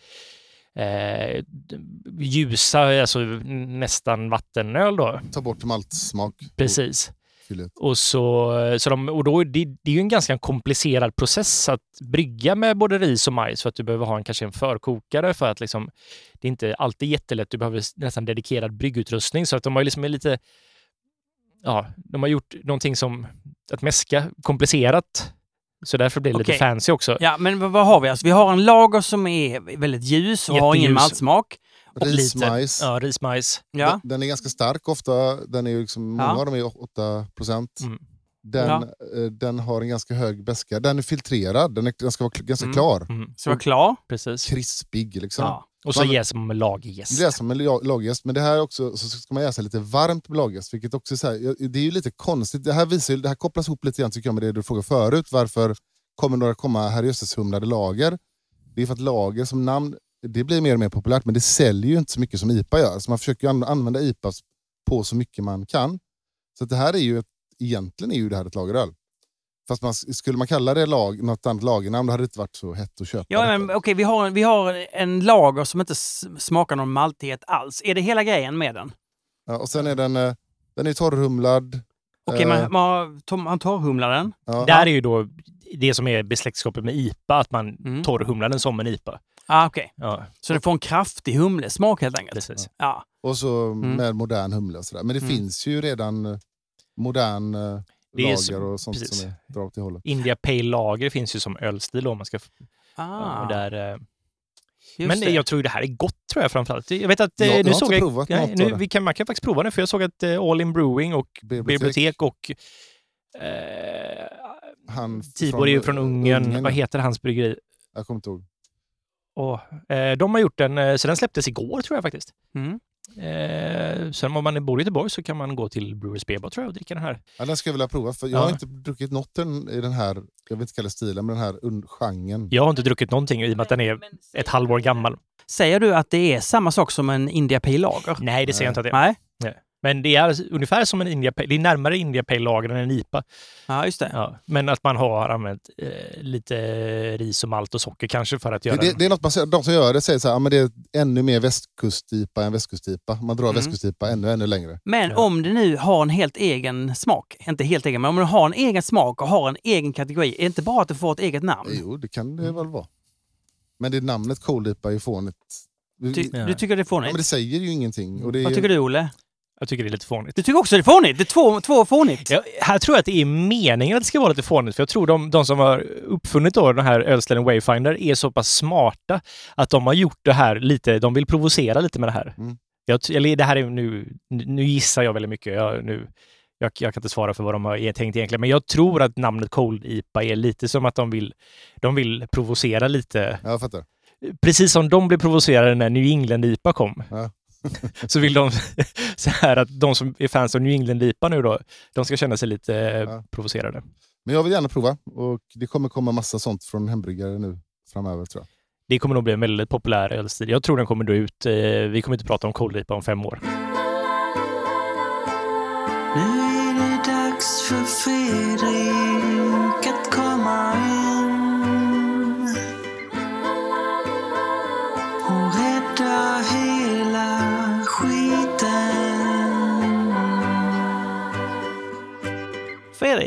ljusa, alltså nästan vattenöl då.
Ta bort maltsmak.
Precis. Och och då det är ju en ganska komplicerad process att brygga med både ris och majs, för att du behöver ha kanske en förkokare, för att liksom, det är inte alltid jättelätt. Du behöver nästan dedikerad bryggutrustning, så att de har liksom lite, ja, de har gjort någonting som att mäska komplicerat. Så därför blir det lite fancy också.
Ja, men vad har vi? Alltså, vi har en lager som är väldigt ljus och har ingen maltsmak.
Rismajs.
Ja, rismajs.
Ja.
Den är ganska stark ofta. Den är ju liksom, många av dem är 8%. Den har en ganska hög beska. Den är filtrerad. Den ska vara ganska klar.
Så vara klar.
Precis.
Krispig liksom.
Ja.
Och så jäser man med lagerjäst.
Det är som en lagerjäst, men det här också, så ska man jäsa lite varmt med lagerjäst, vilket också är så här, det är ju lite konstigt. Det här kopplas ihop lite grann, tycker jag, med det du frågade förut. Varför kommer några komma herrejösses humlade lager? Det är för att lager som namn, det blir mer och mer populärt, men det säljer ju inte så mycket som IPA gör. Så man försöker ju använda IPA på så mycket man kan. Så att det här är ju egentligen är ju det här ett lageröl. Fast skulle man kalla det något annat lagernamn, då hade det inte varit så hett att köpa.
Ja, men okej, vi har en lager som inte smakar någon maltighet alls. Är det hela grejen med den?
Ja, och sen är den är torrhumlad.
Okej, man torrhumlar den.
Ja. Där är ju då det som är besläktskapet med IPA, att man torrhumlar den som en IPA.
Okej. Ja. Så det får en kraftig humlesmak helt enkelt.
Precis.
Ja.
Och så med modern humle och sådär. Men det finns ju redan modern lager och sånt som är bra till hållet.
India Pale Lager finns ju som ölstil om man ska... Men jag tror det här är gott, tror jag, framförallt. Jag vet att nu såg jag provat man kan faktiskt prova det, för jag såg att All In Brewing och Bibliotek och Tibor är ju från Ungern. Vad heter hans bryggeri?
Jag kommer inte ihåg.
De har gjort den, så den släpptes igår, tror jag faktiskt. Sen om man bor i Göteborg så kan man gå till Brewers Bebo, tror jag, och dricka den här.
Ja, den ska jag vilja prova, för jag har inte druckit något i den här, jag vet inte kalla stilen, men den här genren.
Jag har inte druckit någonting i och med att den är ett halvår gammal.
Säger du att det är samma sak som en India Pale Lager?
Nej, det säger jag inte att det
är.
Nej. Men det är ungefär som en India Pale, det är närmare India Pale Lager än en IPA.
Ja, just det.
Ja, men att man har använt lite ris och malt och socker kanske för att göra
det är något man säger, de som gör det säger så här, men det är ännu mer västkust-IPA än västkust-IPA. Man drar västkust-IPA ännu längre.
Men om det nu har en helt egen smak, inte helt egen, men om det har en egen smak och har en egen kategori, är det inte bara att det får ett eget namn?
Jo, det kan det väl vara. Men det namnet Cold IPA är fånigt.
Du tycker det är fånigt?
Ja, men det säger ju ingenting. Och
vad tycker du, Olle?
Jag tycker det är lite fånigt.
Du tycker också det är fånigt? Det är två fånigt.
Här tror jag att det är meningen att det ska vara lite fånigt. För jag tror de som har uppfunnit då den här ölställen Wayfinder är så pass smarta att de har gjort det här lite, de vill provocera lite med det här. Det här är nu gissar jag väldigt mycket. Jag kan inte svara för vad de har tänkt egentligen. Men jag tror att namnet Cold IPA är lite som att de vill provocera lite.
Jag fattar.
Precis som de blev provocerade när New England IPA kom. Ja. Så vill de så här att de som är fans av New England IPA nu då, de ska känna sig lite provocerade.
Men jag vill gärna prova, och det kommer komma massa sånt från hembryggare nu framöver, tror jag.
Det kommer nog bli en väldigt populär ölstil. Jag tror den kommer då ut, vi kommer inte prata om Cold IPA om 5 år.
Nu är det dags för Fredrik att komma in och rädda hela skiten.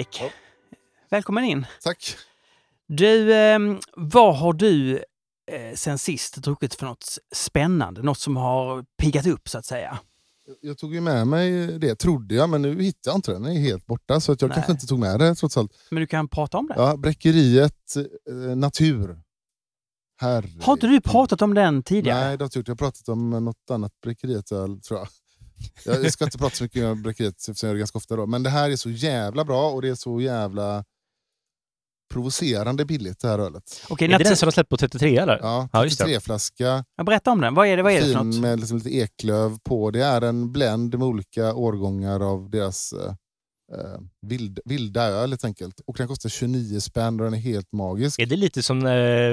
Erik.
Ja.
Välkommen in.
Tack.
Du, vad har du sen sist druckit för något spännande? Något som har piggat upp så att säga?
Jag tog ju med mig det, trodde jag, men nu hittar jag inte den. Den är helt borta, så att jag kanske inte tog med det trots allt.
Men du kan prata om det.
Ja, Bräckeriet Natur. Herregud.
Har inte du pratat om den tidigare?
Nej, det har jag gjort. Jag har pratat om något annat Bräckeriet, tror jag. Jag ska inte prata så mycket om Bräckeriet, eftersom jag gör det ganska ofta då. Men det här är så jävla bra och det är så jävla provocerande billigt, det här ölet.
Okej,
är det den som har släppt på 33 eller?
Ja,
just det.
33-flaska.
Jag berättar om den. Vad är det för
Fin
något?
med liksom lite eklöv på. Det är en blend med olika årgångar av deras vilda öl helt enkelt. Och den kostar 29 spänn och den är helt magisk.
Är det lite som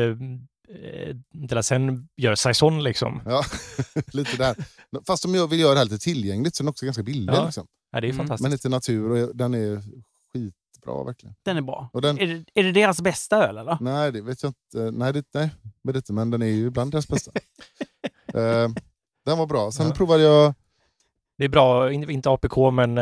sen gör Saison liksom?
Ja, lite där. Fast om jag vill göra det här lite tillgängligt så är den också ganska billig.
Ja.
Liksom.
Ja, det är fantastiskt.
Men lite natur och den är skitbra verkligen.
Den är bra.
Och den,
Är det deras bästa öl eller?
nej, det vet jag inte. Men den är ju bland deras bästa. Den var bra. Sen provade jag...
Det är bra, inte APK men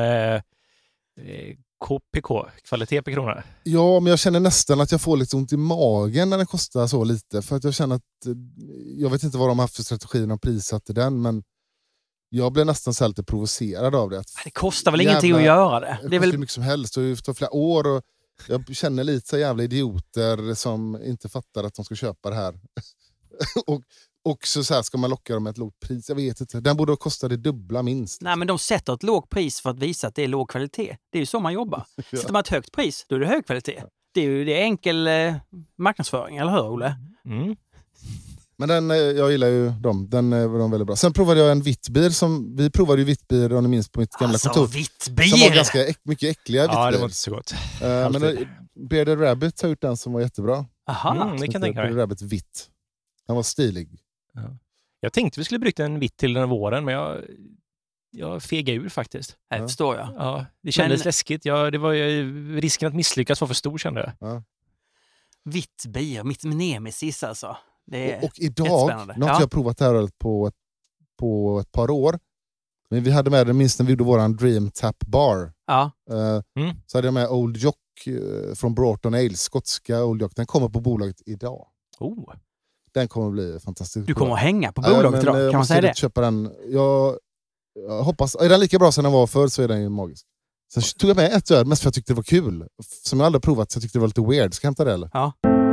KPK, kvalitet per krona.
Ja, men jag känner nästan att jag får lite ont i magen när den kostar så lite. För att jag känner att... Jag vet inte vad de har haft för strategi och prissatte den, men jag blev nästan så här lite provocerad av det.
Det kostar väl ingenting att göra det?
Det
Det är
kostar
väl...
mycket som helst och det tar flera år. Och jag känner lite så jävla idioter som inte fattar att de ska köpa det här. Och också så här ska man locka dem med ett lågt pris. Jag vet inte. Den borde kosta det dubbla minst.
Nej, men de sätter ett lågt pris för att visa att det är låg kvalitet. Det är ju så man jobbar. Sätter man ett högt pris, då är det hög kvalitet. Det är enkel marknadsföring, eller hur Olle?
Mm.
Men jag gillar ju dem. Den var de väldigt bra. Sen provade jag en vittbier som... Vi provade ju vittbier om ni minns på mitt gamla kontor.
Vittbier!
Som var ganska mycket äckliga vittbier.
Ja, det var inte så gott.
Men Bearded Rabbit har gjort den som var jättebra.
Aha.
Det kan jag tänka
Bearded
mig.
Rabbit vitt. Den var stilig.
Ja. Jag tänkte vi skulle brygga en vitt till den här våren, men jag fegade ur faktiskt.
Det förstår jag.
Ja, det kändes läskigt. Det var risken att misslyckas var för stor, kände jag.
Ja.
Vittbier, mitt nemesis alltså. Det är
Och idag,
jättespännande.
nu har inte jag provat det här på ett par år. Men vi hade med det minst när vi gjorde våran Dream Tap Bar.
Ja.
Så hade jag med Old Jock från Broughton Ales, skotska Old Jock. Den kommer på bolaget idag.
Oh.
Den kommer bli fantastisk.
Du kommer att hänga på bolaget idag, kan man säga det?
Köpa den. Jag hoppas, är den lika bra som den var förr så är den ju magisk. Sen tog jag med ett öl mest för att jag tyckte det var kul. Som jag aldrig provat så jag tyckte det var lite weird. Ska jag hämta det eller?
Ja.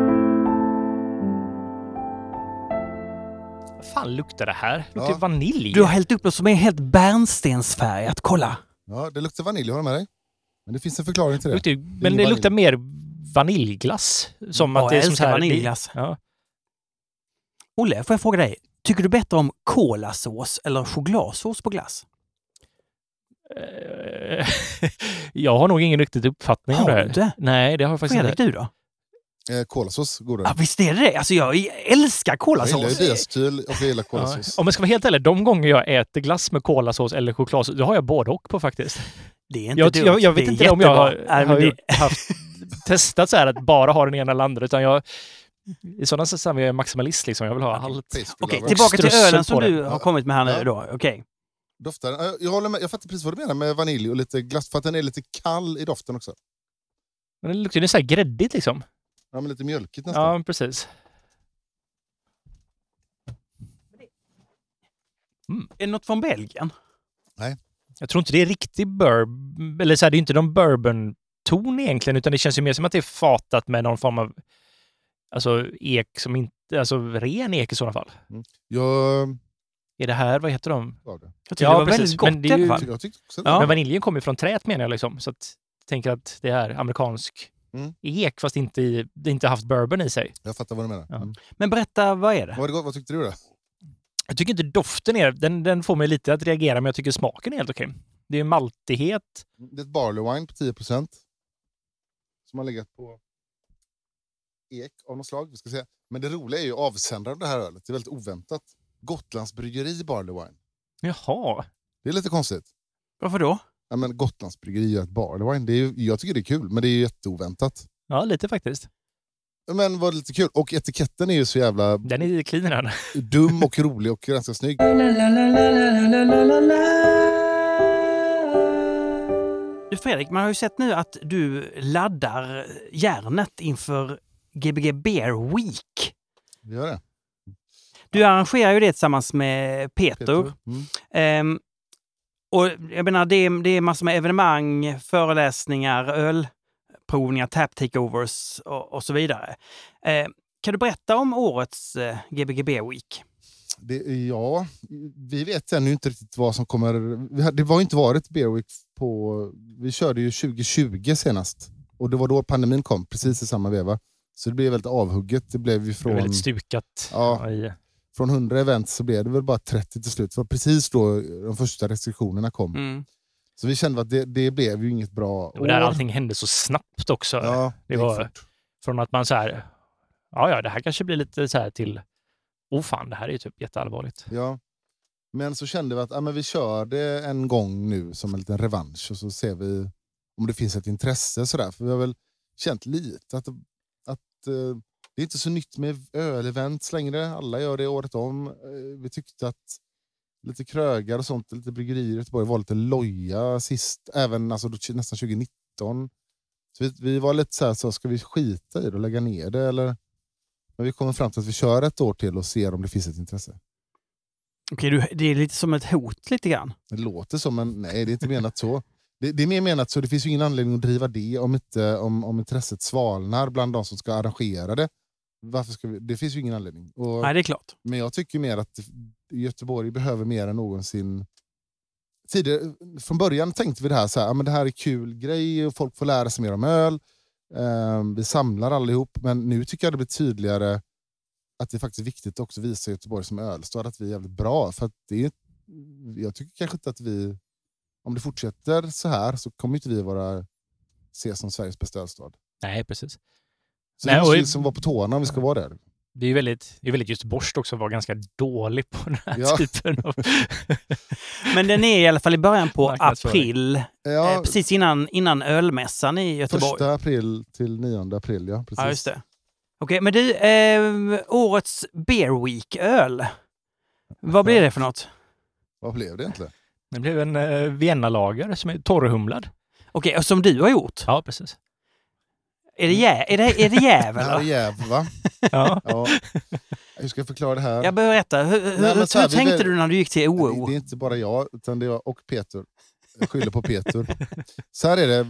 Vad fan luktar det här? Det luktar
Ja.
vanilj.
Du har hällt upp något som är helt bärnstensfärgat. Kolla!
Ja, det luktar vanilj, har du med dig? Men det finns en förklaring till det.
Men det luktar mer vaniljglass. Som att det är
jag
som
älskar
så här,
vaniljglass.
Ja.
Olle, får jag fråga dig? Tycker du bättre om kolasås eller chokladsås på glass?
Jag har nog ingen riktigt uppfattning om det
Har
här.
du inte?
Nej, det har jag faktiskt
Fredrik,
inte.
du då?
Kolasås, godare.
Ja, visst är det det. Alltså jag älskar
Jag
kolasås.
gillar ju diastyl och jag gillar kolasås.
Om jag ska vara helt ärlig, de gånger jag äter glass med kolasås eller chokladsås, då har jag både och på faktiskt.
Det är inte dumt.
Jag vet
Det är
inte om jag har
jättebra.
haft testat så här att bara ha den ena eller andra, utan i sådana sammanhang är jag maximalist liksom. Jag vill ha allt.
Okej, tillbaka till
Strössel
ölen som
på det.
du har kommit med här nu då. Okej.
Doftar. Jag håller med. Jag fattar precis vad du menar med vanilj och lite glass, för att den är lite kall i doften också.
Men det luktar ju så här gräddigt liksom.
Ja, men lite mjölkigt nästan.
Ja, precis.
Är det något från Belgien?
Jag tror inte det är riktig bourbon, eller så här, det är inte någon bourbon-ton egentligen, utan det känns ju mer som att det är fatat med någon form av ek som inte, ren ek i sådana fall.
Jag
Är det här, vad heter de?
gav det.
Jag tycker det var väldigt gott
Men det
i
är
alla
ju-
fall.
Jag tyckte också det.
Ja.
Men vaniljen kommer ju från träet menar jag liksom, så att jag tänker att det är amerikansk ek fast det inte haft bourbon i sig.
Jag fattar vad du menar.
Ja.
Men berätta, vad är det?
Var det gott? Vad tyckte du då?
Jag tycker inte doften är, den får mig lite att reagera, men jag tycker smaken är helt okej. Det är maltighet.
Det är ett barley wine på 10%. Som har legat på ek av något slag. Vi ska se. Men det roliga är ju avsändaren av det här ölet. Det är väldigt oväntat. Gotlands bryggeri barley wine.
Jaha.
Det är lite konstigt.
Varför då?
Ja, men Gotlands bryggeri gör ett barley wine. Det är ju, jag tycker det är kul, men det är ju jätteoväntat.
Ja, lite faktiskt.
Men var det lite kul. Och etiketten är ju så jävla
Den är clean den.
dum och rolig och ganska snygg.
Du Fredrik, man har ju sett nu att du laddar järnet inför Gbg Beer Week.
Vi gör det.
Du arrangerar ju det tillsammans med Peter. Och jag menar, det är massor med evenemang, föreläsningar, ölprovningar, tap takeovers och så vidare. Kan du berätta om årets Gbg Beer Week?
Ja, vi vet ännu inte riktigt vad som kommer. Det var inte varit Beer Week vi körde ju 2020 senast. Och det var då pandemin kom, precis i samma veva. Så det blev väldigt avhugget. Det blev ju från...
väldigt stukat.
Ja, från 100 event så blev det väl bara 30 till slut. För precis då de första restriktionerna kom. Så vi kände att det blev ju inget bra år.
Och där allting hände så snabbt också.
Ja,
det var från att man så här, ja, det här kanske blir lite så här till, fan, det här är ju typ jätteallvarligt.
Ja, men så kände vi att men vi kör det en gång nu som en liten revansch och så ser vi om det finns ett intresse sådär. För vi har väl känt lite att det är inte så nytt med ölevents längre. Alla gör det året om. Vi tyckte att lite krögar och sånt, lite bryggerier i Göteborg var lite loja sist, även alltså nästan 2019. Så vi var lite så ska vi skita i det och lägga ner det eller? Men vi kommer fram till att vi kör ett år till och ser om det finns ett intresse.
Okej, det är lite som ett hot lite grann.
Det låter som nej, det är inte menat så. Det är mer menat så, det finns ju ingen anledning att driva det om intresset svalnar bland de som ska arrangera det. Varför ska det finns ju ingen anledning.
Nej, det är klart.
Men jag tycker mer att Göteborg behöver mer än någonsin. Tidigare, från början tänkte vi det här så här, men det här är kul grej och folk får lära sig mer om öl. Vi samlar allihop, men nu tycker jag det blir tydligare att det är faktiskt viktigt också att visa Göteborg som ölstad att vi är jävligt bra. För att jag tycker kanske inte att vi, om det fortsätter så här så kommer inte vi ses som Sveriges bästa ölstad.
Nej, precis.
Så det måste vi som var på tårna om vi ska vara där.
Det är väldigt Göteborgs också att vara ganska dålig på den här typen av...
Men den är i alla fall i början på april. Ja, precis innan ölmässan i Göteborg.
1 april till 9 april, ja. Precis.
Ja, just det. Okej, men du, årets Beer Week-öl. Vad blir det för något?
Vad blev det egentligen?
Det blev en Vienna-lager som är torrhumlad.
Okej, och som du har gjort?
Ja, precis.
Är det jäv, eller?
Det är jäv, va?
Ja.
Hur ska jag förklara det här?
Jag behöver berätta. Hur tänkte du när du gick till OO?
Det är inte bara jag, utan det är jag och Peter. Jag skyller på Peter. Så här är det.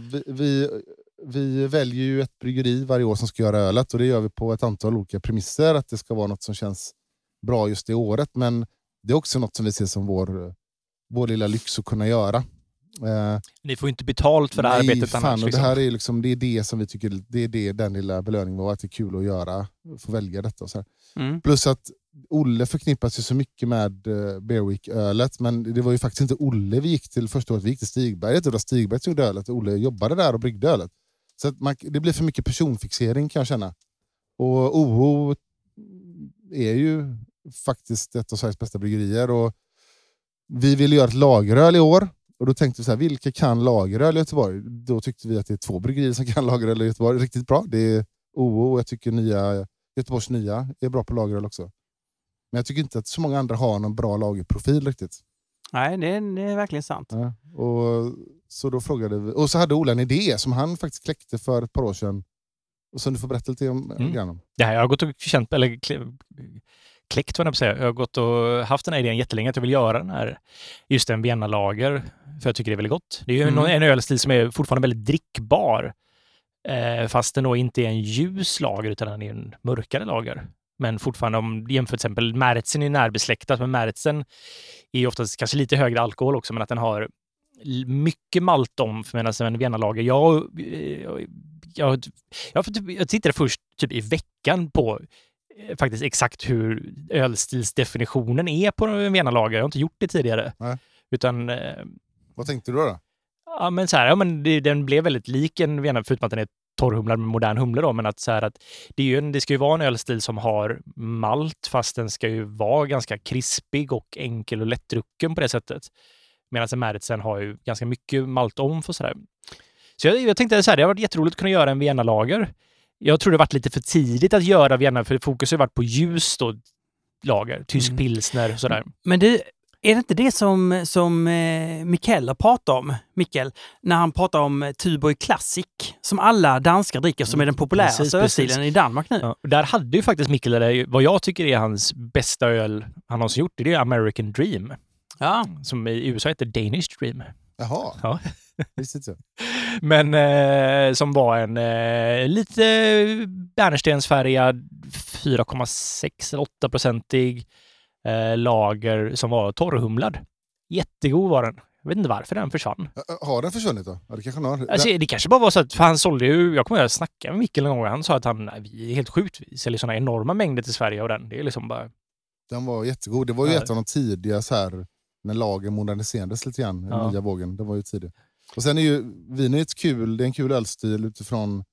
Vi väljer ju ett bryggeri varje år som ska göra ölet. Och det gör vi på ett antal olika premisser. Att det ska vara något som känns bra just det året. Men det är också något som vi ser som vår lilla lyx att kunna göra.
Ni får inte betalt för det arbetet
fan,
annars.
Och det här är liksom, det är det som vi tycker, det är den lilla belöningen var att det är kul att göra, få välja detta och så här. Plus att Olle förknippas ju så mycket med Beer Week-ölet, men det var ju faktiskt inte Olle vi gick till första året, vi gick till Stigberget och då Stigberget gjorde ölet och Olle jobbade där och bryggde ölet. Så att det blir för mycket personfixering kan jag känna. Och OO är ju faktiskt ett av Sveriges bästa bryggerier och vi ville göra ett lageröl i år. Och då tänkte vi så här, vilka kan lageröl i Göteborg? Då tyckte vi att det är 2 bryggerier som kan lageröl i Göteborg riktigt bra. Det är OO och jag tycker Göteborgs nya är bra på lageröl också. Men jag tycker inte att så många andra har någon bra lagerprofil riktigt.
Nej, det är verkligen sant.
Ja, och så då frågade vi, och så hade Ola en idé som han faktiskt kläckte för ett par år sedan. Och som du får berätta lite om.
Det här, jag har gått och känt, eller kläckt vad jag säga. Jag har gått och haft den här idén jättelänge att jag vill göra den här, just en Vienna-lager, för jag tycker det är väldigt gott. Det är ju en ölstil som är fortfarande väldigt drickbar, fast den då inte är en ljus lager utan den är en mörkare lager. Men fortfarande om jämfört till exempel Märzen är närbesläktat, men Märzen är oftast kanske lite högre alkohol också, men att den har mycket malt om medan en Vienna-lager. Jag tittade först typ i veckan på faktiskt exakt hur ölstilsdefinitionen är på en Vienna-lager. Jag har inte gjort det tidigare.
Nej.
Utan,
vad tänkte du då?
Ja, men så här, den blev väldigt lik en Vienna, förutom att den är torrhumlad med modern humle då, men att så här att det ska ju vara en ölstil som har malt, fast den ska ju vara ganska krispig och enkel och lättdrucken på det sättet. Medan en Märzen har ju ganska mycket malt om för sådär. Så jag tänkte så här, det har varit jätteroligt att kunna göra en Vienna-lager. Jag tror det har varit lite för tidigt att göra Vienna, för fokus har varit på ljus då, lager, tysk pilsner och sådär.
Men du, Är det inte det som Mikael pratar om, Mikael, när han pratar om Tuborg Classic, som alla danskar dricker, som är den populäraste ölstilen i Danmark nu?
Ja. Där hade ju faktiskt Mikael, vad jag tycker är hans bästa öl han någonsin gjort, det är American Dream.
Ja.
Som i USA heter Danish Dream.
Jaha,
Ja.
visst inte.
Men som var en lite bärnstensfärgad 4,6 eller 8-procentig lager som var torrhumlad. Jättegod var den. Jag vet inte varför den försvann.
Har den försvunnit då? Ja, det kanske har.
Alltså, det kanske bara var så att, för han sålde ju, jag kommer att snacka med Mikael en gång, han sa att vi är helt sjukt, vi säljer sådana enorma mängder till Sverige och den. Det är liksom bara...
Den var jättegod. Det var ju ett av de tidiga så här, när lagen moderniserades lite grann, den nya vågen. Det var ju tidigt. Och sen är ju vin är det är en kul ölstil utifrån,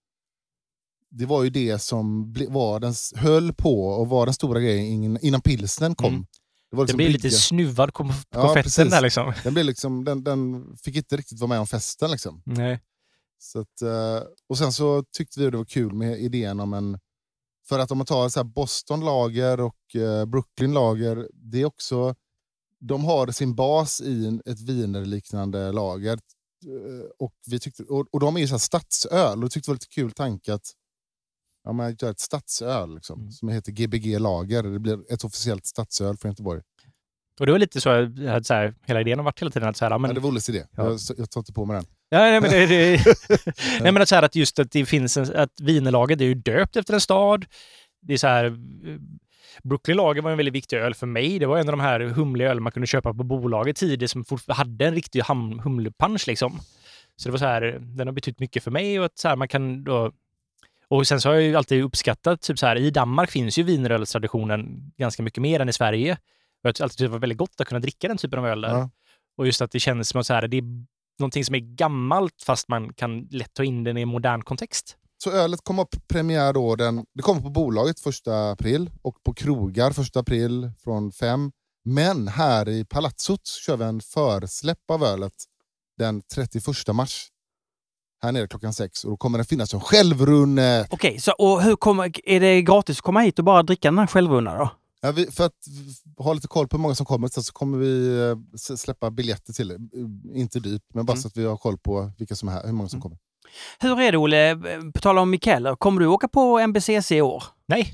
det var ju det som höll på och var den stora grejen innan pilsnen kom.
Mm.
Det var liksom
blev lite snuvad på fetten där liksom.
Den blev liksom, den fick inte riktigt vara med om festen liksom.
Nej.
Så att, och sen så tyckte vi det var kul med idén om för att om man tar så här Boston lager och Brooklyn lager, det är också, de har sin bas i ett vinerliknande lager. Och vi tyckte, och de är ju så här stadsöl, och det tyckte det var lite kul tanke att man gör ett stadsöl liksom, som heter GBG lager. Det blir ett officiellt stadsöl för Göteborg. Och
det var lite så här, hela idén har varit hela tiden att så här, men...
Ja, det var Olles idé. Ja. Jag tar inte på mig den.
Ja, nej, men nej, men att så här, att just att det finns att vinerlaget är ju döpt efter en stad. Det är så här, Brooklyn lager var en väldigt viktig öl för mig. Det var en av de här humliga öl man kunde köpa på bolaget tidigt som hade en riktig humlepunch liksom. Så det var så här, den har betytt mycket för mig, och att så här, man kan då. Och sen så har jag ju alltid uppskattat, typ så här, i Danmark finns ju vinerölstraditionen ganska mycket mer än i Sverige. Och jag har alltid tyckt det var väldigt gott att kunna dricka den typen av öl där. Ja. Och just att det känns som att så här, det är någonting som är gammalt fast man kan lätt ta in den i en modern kontext.
Så ölet kommer upp premiär då, det kommer på bolaget 1 april och på krogar 1 april från 5. Men här i Palazzot kör vi en försläpp av ölet den 31 mars. Här nere klockan 6, och då kommer den finnas som självrunnet.
Okej, så och är det gratis att komma hit och bara dricka den här självrunna då?
Ja, för att ha lite koll på hur många som kommer så kommer vi släppa biljetter till det. Inte dyrt, men bara så att vi har koll på vilka som är här, hur många som kommer.
Hur är det, Olle? På tal om Mikael, kommer du åka på MBCC i år?
Nej.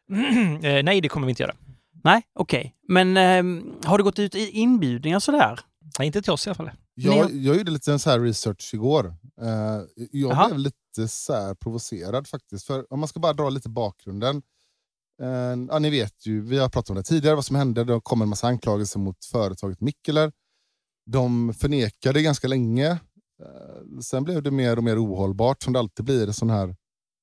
Nej, det kommer vi inte göra.
Nej, okej. Men har det gått ut inbjudningar sådär?
Nej, inte till oss i alla fall.
Jag gjorde lite så här research igår. Jag blev lite så här provocerad faktiskt. För om man ska bara dra lite bakgrunden. Ni vet ju, vi har pratat om det tidigare, vad som hände. Det kom en massa anklagelser mot företaget Mikkeler. De förnekade ganska länge. Sen blev det mer och mer ohållbart, som det alltid blir. Sån här,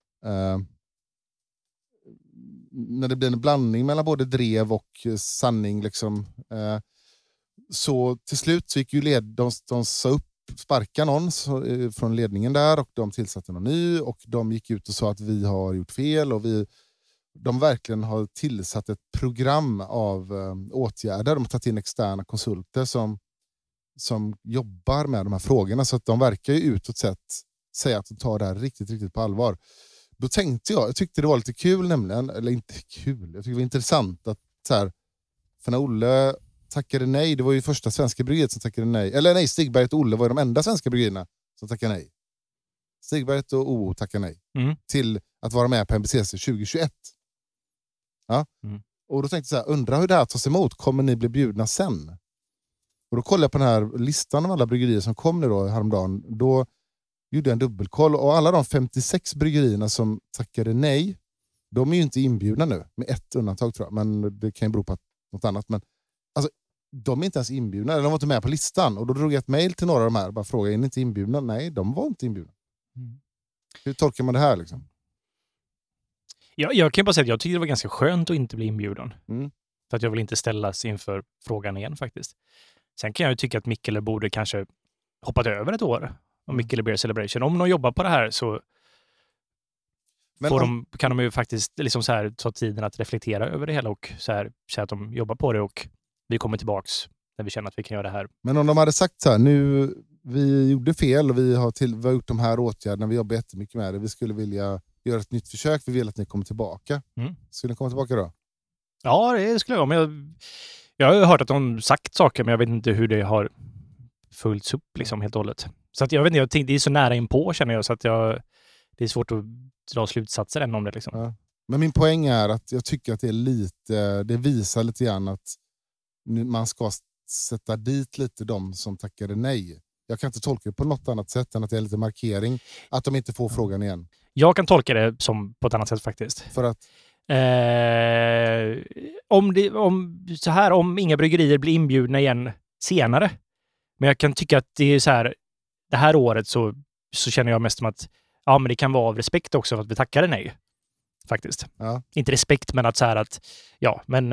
när det blir en blandning mellan både drev och sanning. Liksom, så till slut så gick ju de sa upp, sparka någon från ledningen där, och de tillsatte någon ny, och de gick ut och sa att vi har gjort fel, och de verkligen har tillsatt ett program av åtgärder. De har tagit in externa konsulter som jobbar med de här frågorna, så att de verkar ju utåt sett säga att de tar det här riktigt, riktigt på allvar. Då tänkte jag tyckte det var lite kul nämligen, eller inte kul, jag tyckte det var intressant att så här, för när Olle tackade nej, det var ju första svenska bryggeriet som tackade nej, eller nej, Stigberget och Olle var ju de enda svenska bryggerierna som tackade nej. Stigberget och OO tackade nej till att vara med på MBCC 2021. Ja. Och då tänkte jag så här, undrar hur det här tas emot, kommer ni bli bjudna sen? Och då kollade jag på den här listan av alla bryggerier som kom nu då häromdagen. Då gjorde jag en dubbelkoll, och alla de 56 bryggerierna som tackade nej, de är ju inte inbjudna nu, med ett undantag tror jag, men det kan ju bero på något annat. Men alltså, de är inte ens inbjudna, de var inte med på listan. Och då drog jag ett mejl till några av de här, bara frågade, är ni inte inbjudna? Nej, de var inte inbjudna. Hur tolkar man det här liksom?
Jag kan bara säga att jag tycker det var ganska skönt att inte bli inbjuden. För att jag vill inte ställas inför frågan igen faktiskt. Sen kan jag ju tycka att Mikkeler borde kanske hoppat över ett år om Mikkeler Beer Celebration. Om de jobbar på det här så kan de ju faktiskt liksom så här, ta tiden att reflektera över det hela och så här, säga att de jobbar på det, och vi kommer tillbaks när vi känner att vi kan göra det här. Men
om de hade sagt så här, nu vi gjorde fel och vi har gjort de här åtgärderna, vi jobbar jättemycket med det, vi skulle vilja göra ett nytt försök, vi vill att ni kommer tillbaka. Skulle ni komma tillbaka då?
Ja, det skulle jag. Men Jag har hört att de sagt saker, men jag vet inte hur det har följts upp liksom helt och hållet. Så att jag vet inte, jag tänkte det är så nära inpå känner jag, så att det är svårt att dra slutsatser än om det liksom.
Ja. Men min poäng är att jag tycker att det visar lite grann att man ska sätta dit lite de som tackade nej. Jag kan inte tolka det på något annat sätt än att det är lite markering att de inte får frågan igen.
Jag kan tolka det som på ett annat sätt faktiskt.
För att
om inga bryggerier blir inbjudna igen senare. Men jag kan tycka att det är så här, det här året så känner jag mest som att ja, men det kan vara av respekt också för att vi tackade nej. Faktiskt.
Ja.
Inte respekt, men att så här att ja, men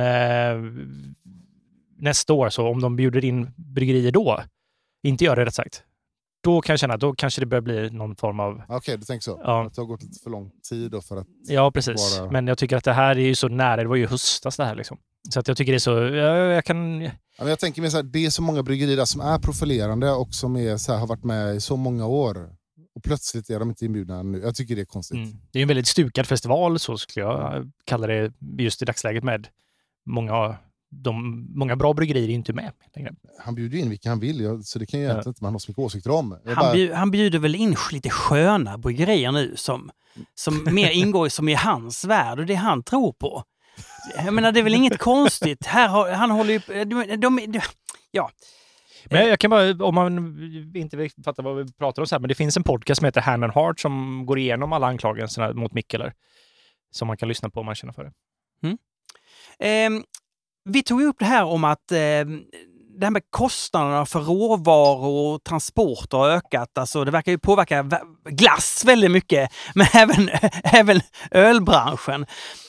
nästa år så om de bjuder in bryggerier då, inte gör det rätt sagt. Då kan jag känna att då kanske det börjar bli någon form av...
Okej, du tänker så.
Ja.
Att det har gått lite för lång tid då för att...
Ja, precis. Men jag tycker att det här är ju så nära. Det var ju höstas det här liksom. Så att jag tycker det är så... Jag kan...
Ja, men jag tänker mig så här, det är så många bryggerier där som är profilerande och som är så här, har varit med i så många år. Och plötsligt är de inte inbjudna nu. Jag tycker det är konstigt.
Det är en väldigt stukad festival, så skulle jag kalla det just i dagsläget, med många bra bryggerier är inte med längre.
Han bjuder in vilka han vill, så det kan ju egentligen inte man ha så mycket åsikter om.
Han bjuder väl in lite sköna bryggerier nu som mer ingår som i hans värld och det han tror på. Jag menar, det är väl inget konstigt. Han håller ju... Ja.
Men jag kan bara, om man inte fattar vad vi pratar om så här, men det finns en podcast som heter Hand and Heart som går igenom alla anklagelserna mot Mikkeler. Som man kan lyssna på om man känner för det.
Vi tog upp det här om att det här med kostnaderna för råvaror och transporter har ökat. Alltså det verkar ju påverka glass väldigt mycket, men även ölbranschen.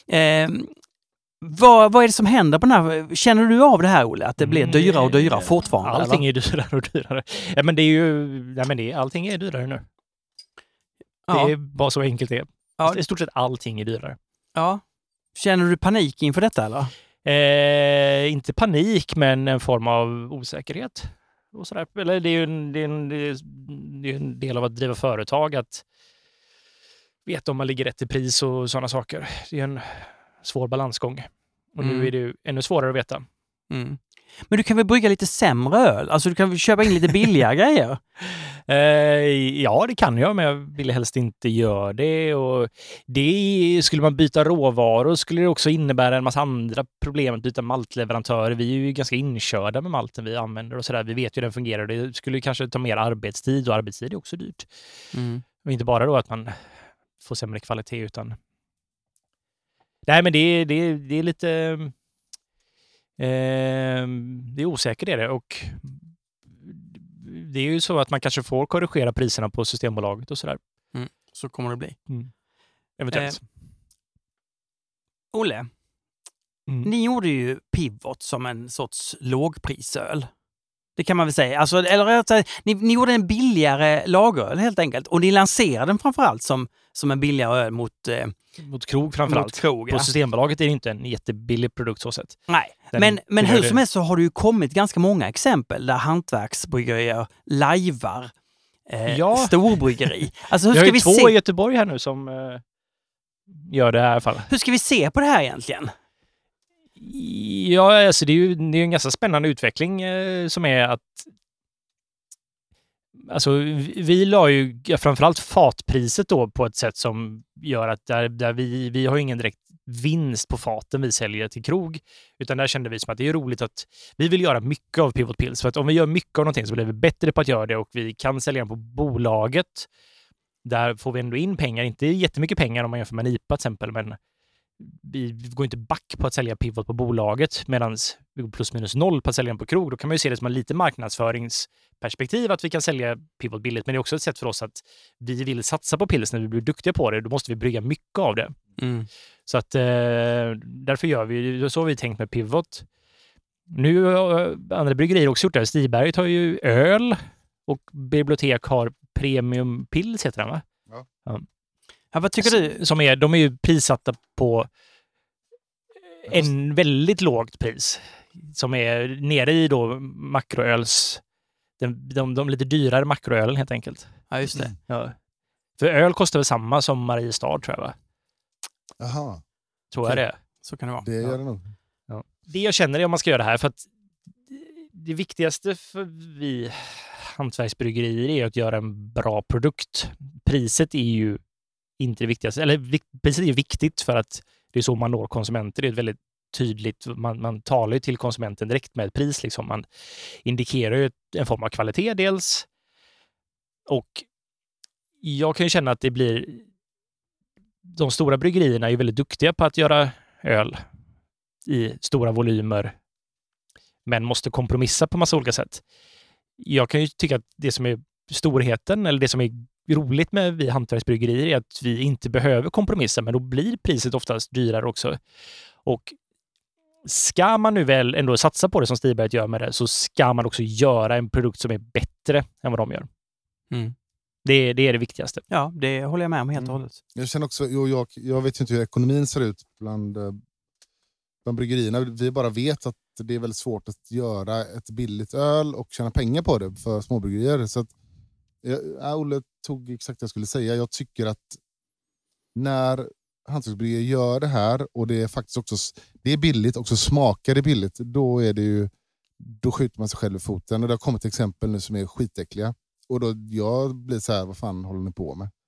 Vad är det som händer på den här? Känner du av det här, Olle? Att det blir dyrare och dyrare fortfarande?
Allting är dyrare och dyrare. Ja, men det är ju... allting är dyrare nu.
Ja.
Det är bara så enkelt det är.
Ja.
I stort sett allting är dyrare.
Ja. Känner du panik inför detta, eller?
Inte panik, men en form av osäkerhet. Och sådär. Eller det är ju en del av att driva företag, att veta om man ligger rätt i pris och sådana saker. Det är en svår balansgång. Och nu är det ju ännu svårare att veta.
Mm. Men du kan väl brygga lite sämre öl? Alltså du kan väl köpa in lite billiga grejer?
Ja, det kan jag, men jag vill helst inte göra det. Och skulle man byta råvaror skulle det också innebära en massa andra problem att byta maltleverantörer. Vi är ju ganska inkörda med malten vi använder och sådär. Vi vet ju hur den fungerar. Det skulle kanske ta mer arbetstid, och arbetstid är också dyrt. Och inte bara då att man får sämre kvalitet, utan... Nej, men det är lite... det är osäkert det, och det är ju så att man kanske får korrigera priserna på Systembolaget och sådär.
Så kommer det bli.
Eventuellt.
Olle, ni gjorde ju Pivot som en sorts lågprisöl. Det kan man väl säga. Alltså, ni gjorde en billigare lageröl helt enkelt. Och ni lanserade den framförallt som en billigare öl mot
krog framförallt.
Mot krog, ja.
På Systembolaget är det inte en jättebillig produkt så sett.
Nej, men hur som helst så har det ju kommit ganska många exempel där hantverksbryggerier lajvar storbryggeri. Alltså, hur ska vi
två i Göteborg här nu som gör det här i alla fall.
Hur ska vi se på det här egentligen?
Ja, alltså det är ju en ganska spännande utveckling som är att alltså vi la ju framförallt fatpriset då på ett sätt som gör att där vi har ingen direkt vinst på faten vi säljer till krog, utan där kände vi som att det är roligt att vi vill göra mycket av Pivot Pils, för att om vi gör mycket av någonting så blir vi bättre på att göra det, och vi kan sälja den på bolaget. Där får vi ändå in pengar, inte jättemycket pengar om man jämför med en IPA till exempel, men vi går inte back på att sälja Pivot på bolaget, medan vi går plus minus noll på att sälja den på krog. Då kan man ju se det som en lite marknadsföringsperspektiv att vi kan sälja Pivot billigt, men det är också ett sätt för oss att vi vill satsa på pils när vi blir duktiga på det. Då måste vi brygga mycket av det. Så att därför gör vi, så har vi tänkt med Pivot. Nu har andra bryggerier också gjort det. Stiberget har ju öl och Bibliotek har premiumpils, heter den, va? Ja.
Ja, vad tycker du?
De är ju prissatta på en väldigt lågt pris. Som är nere i då makroöls... De lite dyrare makroölen helt enkelt.
Ja, just det.
Ja. För öl kostar väl samma som Mariestad, tror jag, va?
Jaha.
Tror jag det.
Så kan det vara.
Det gör det nog.
Ja. Det jag känner är om man ska göra det här, för att det viktigaste för vi hantverksbryggerier är att göra en bra produkt. Priset är ju inte det viktigaste. Eller priset är viktigt för att det är så man når konsumenter. Det är ett väldigt tydligt, man talar ju till konsumenten direkt med ett pris. Liksom. Man indikerar ju en form av kvalitet dels. Och jag kan ju känna att det blir... De stora bryggerierna är ju väldigt duktiga på att göra öl i stora volymer, men måste kompromissa på massa olika sätt. Jag kan ju tycka att det som är storheten, eller det som är roligt med vi hantverksbryggerier, är att vi inte behöver kompromissa, men då blir priset oftast dyrare också. Och ska man nu väl ändå satsa på det som Stiberg gör med det, så ska man också göra en produkt som är bättre än vad de gör.
Mm.
Det är det viktigaste.
Ja, det håller jag med om helt och hållet.
Jag känner också, jag vet inte hur ekonomin ser ut bland bryggerierna. Vi bara vet att det är väldigt svårt att göra ett billigt öl och tjäna pengar på det för småbryggerier. Så att, Olle tog exakt det jag skulle säga. Jag tycker att när hantverksbryggerier gör det här och det är faktiskt också det är billigt och så smakar det billigt, då är det ju, då skjuter man sig själv i foten. Och det har kommit exempel nu som är skitäckliga. Och då jag blir så här, vad fan håller ni på med?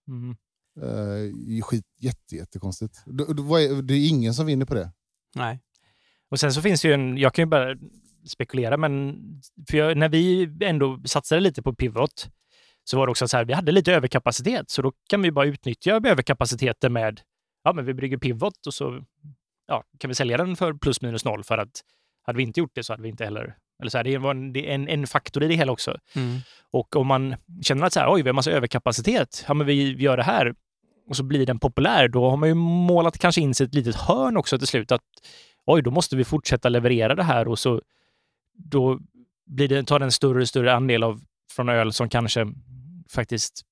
Jättekonstigt. Det är ingen som vinner på det.
Nej.
Och sen så finns det ju jag kan ju bara spekulera, men när vi ändå satsade lite på Pivot, så var det också så här, vi hade lite överkapacitet, så då kan vi bara utnyttja överkapaciteten med, men vi brygger Pivot och så kan vi sälja den för plus minus noll, för att hade vi inte gjort det så hade vi inte heller, eller så här, det var en faktor i det hela också. Och om man känner att så här, vi har massa överkapacitet, men vi gör det här och så blir den populär, då har man ju målat kanske in sig ett litet hörn också till slut, att då måste vi fortsätta leverera det här, och så då tar det en större och större andel från öl som kanske faktiskt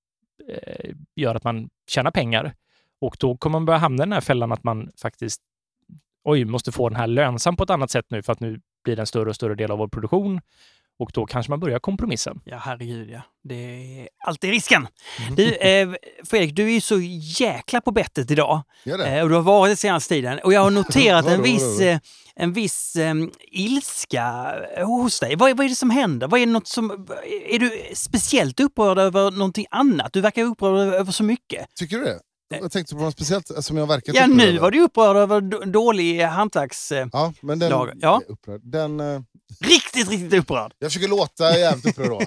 gör att man tjänar pengar. Och då kommer man börja hamna i den här fällan att man faktiskt måste få den här lönsam på ett annat sätt nu, för att nu blir det en större och större del av vår produktion. Och då kanske man börjar kompromissa.
Ja, herregud ja. Det är alltid risken. Du, Fredrik, du är ju så jäkla på bettet idag. Och du har varit det senaste tiden. Och jag har noterat en viss ilska hos dig. Vad är det som händer? Vad är det något som... Är du speciellt upprörd över någonting annat? Du verkar upprörd över så mycket.
Tycker du det? Jag tänkte på något speciellt som jag verkat
upprörd över. Ja, nu var du upprörd över dålig hantverks...
Ja, men den är upprörd.
Riktigt upprörd.
Jag försöker låta jävligt upprörd då.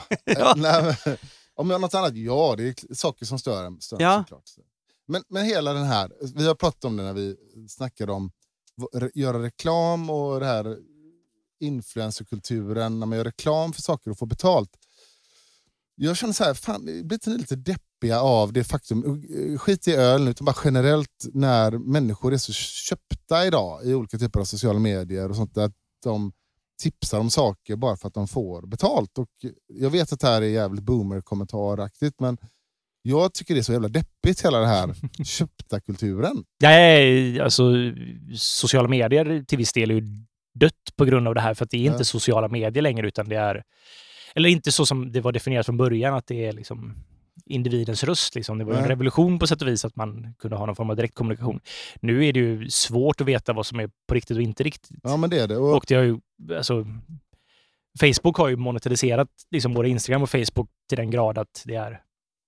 Om jag har något annat, det är saker som stör såklart. Men hela den här, vi har pratat om det när vi snackade om göra reklam och det här influencerkulturen, när man gör reklam för saker och får betalt. Jag känner så här, fan, blir inte lite deppiga av det faktum, skit i öl nu, utan bara generellt när människor är så köpta idag i olika typer av sociala medier och sånt, att de tipsar om saker bara för att de får betalt. Och jag vet att det här är jävligt boomer-kommentaraktigt, men jag tycker det är så jävla deppigt, hela det här köpta kulturen.
Nej, alltså sociala medier till viss del är ju dött på grund av det här, för att det är inte sociala medier längre, utan det är, eller inte så som det var definierat från början, att det är liksom individens röst. Liksom. Det var en revolution på sätt och vis att man kunde ha någon form av direktkommunikation. Nu är det ju svårt att veta vad som är på riktigt och inte riktigt. Ja, men det är det. Och det har ju, alltså, Facebook har ju monetariserat liksom både Instagram och Facebook till den grad att det är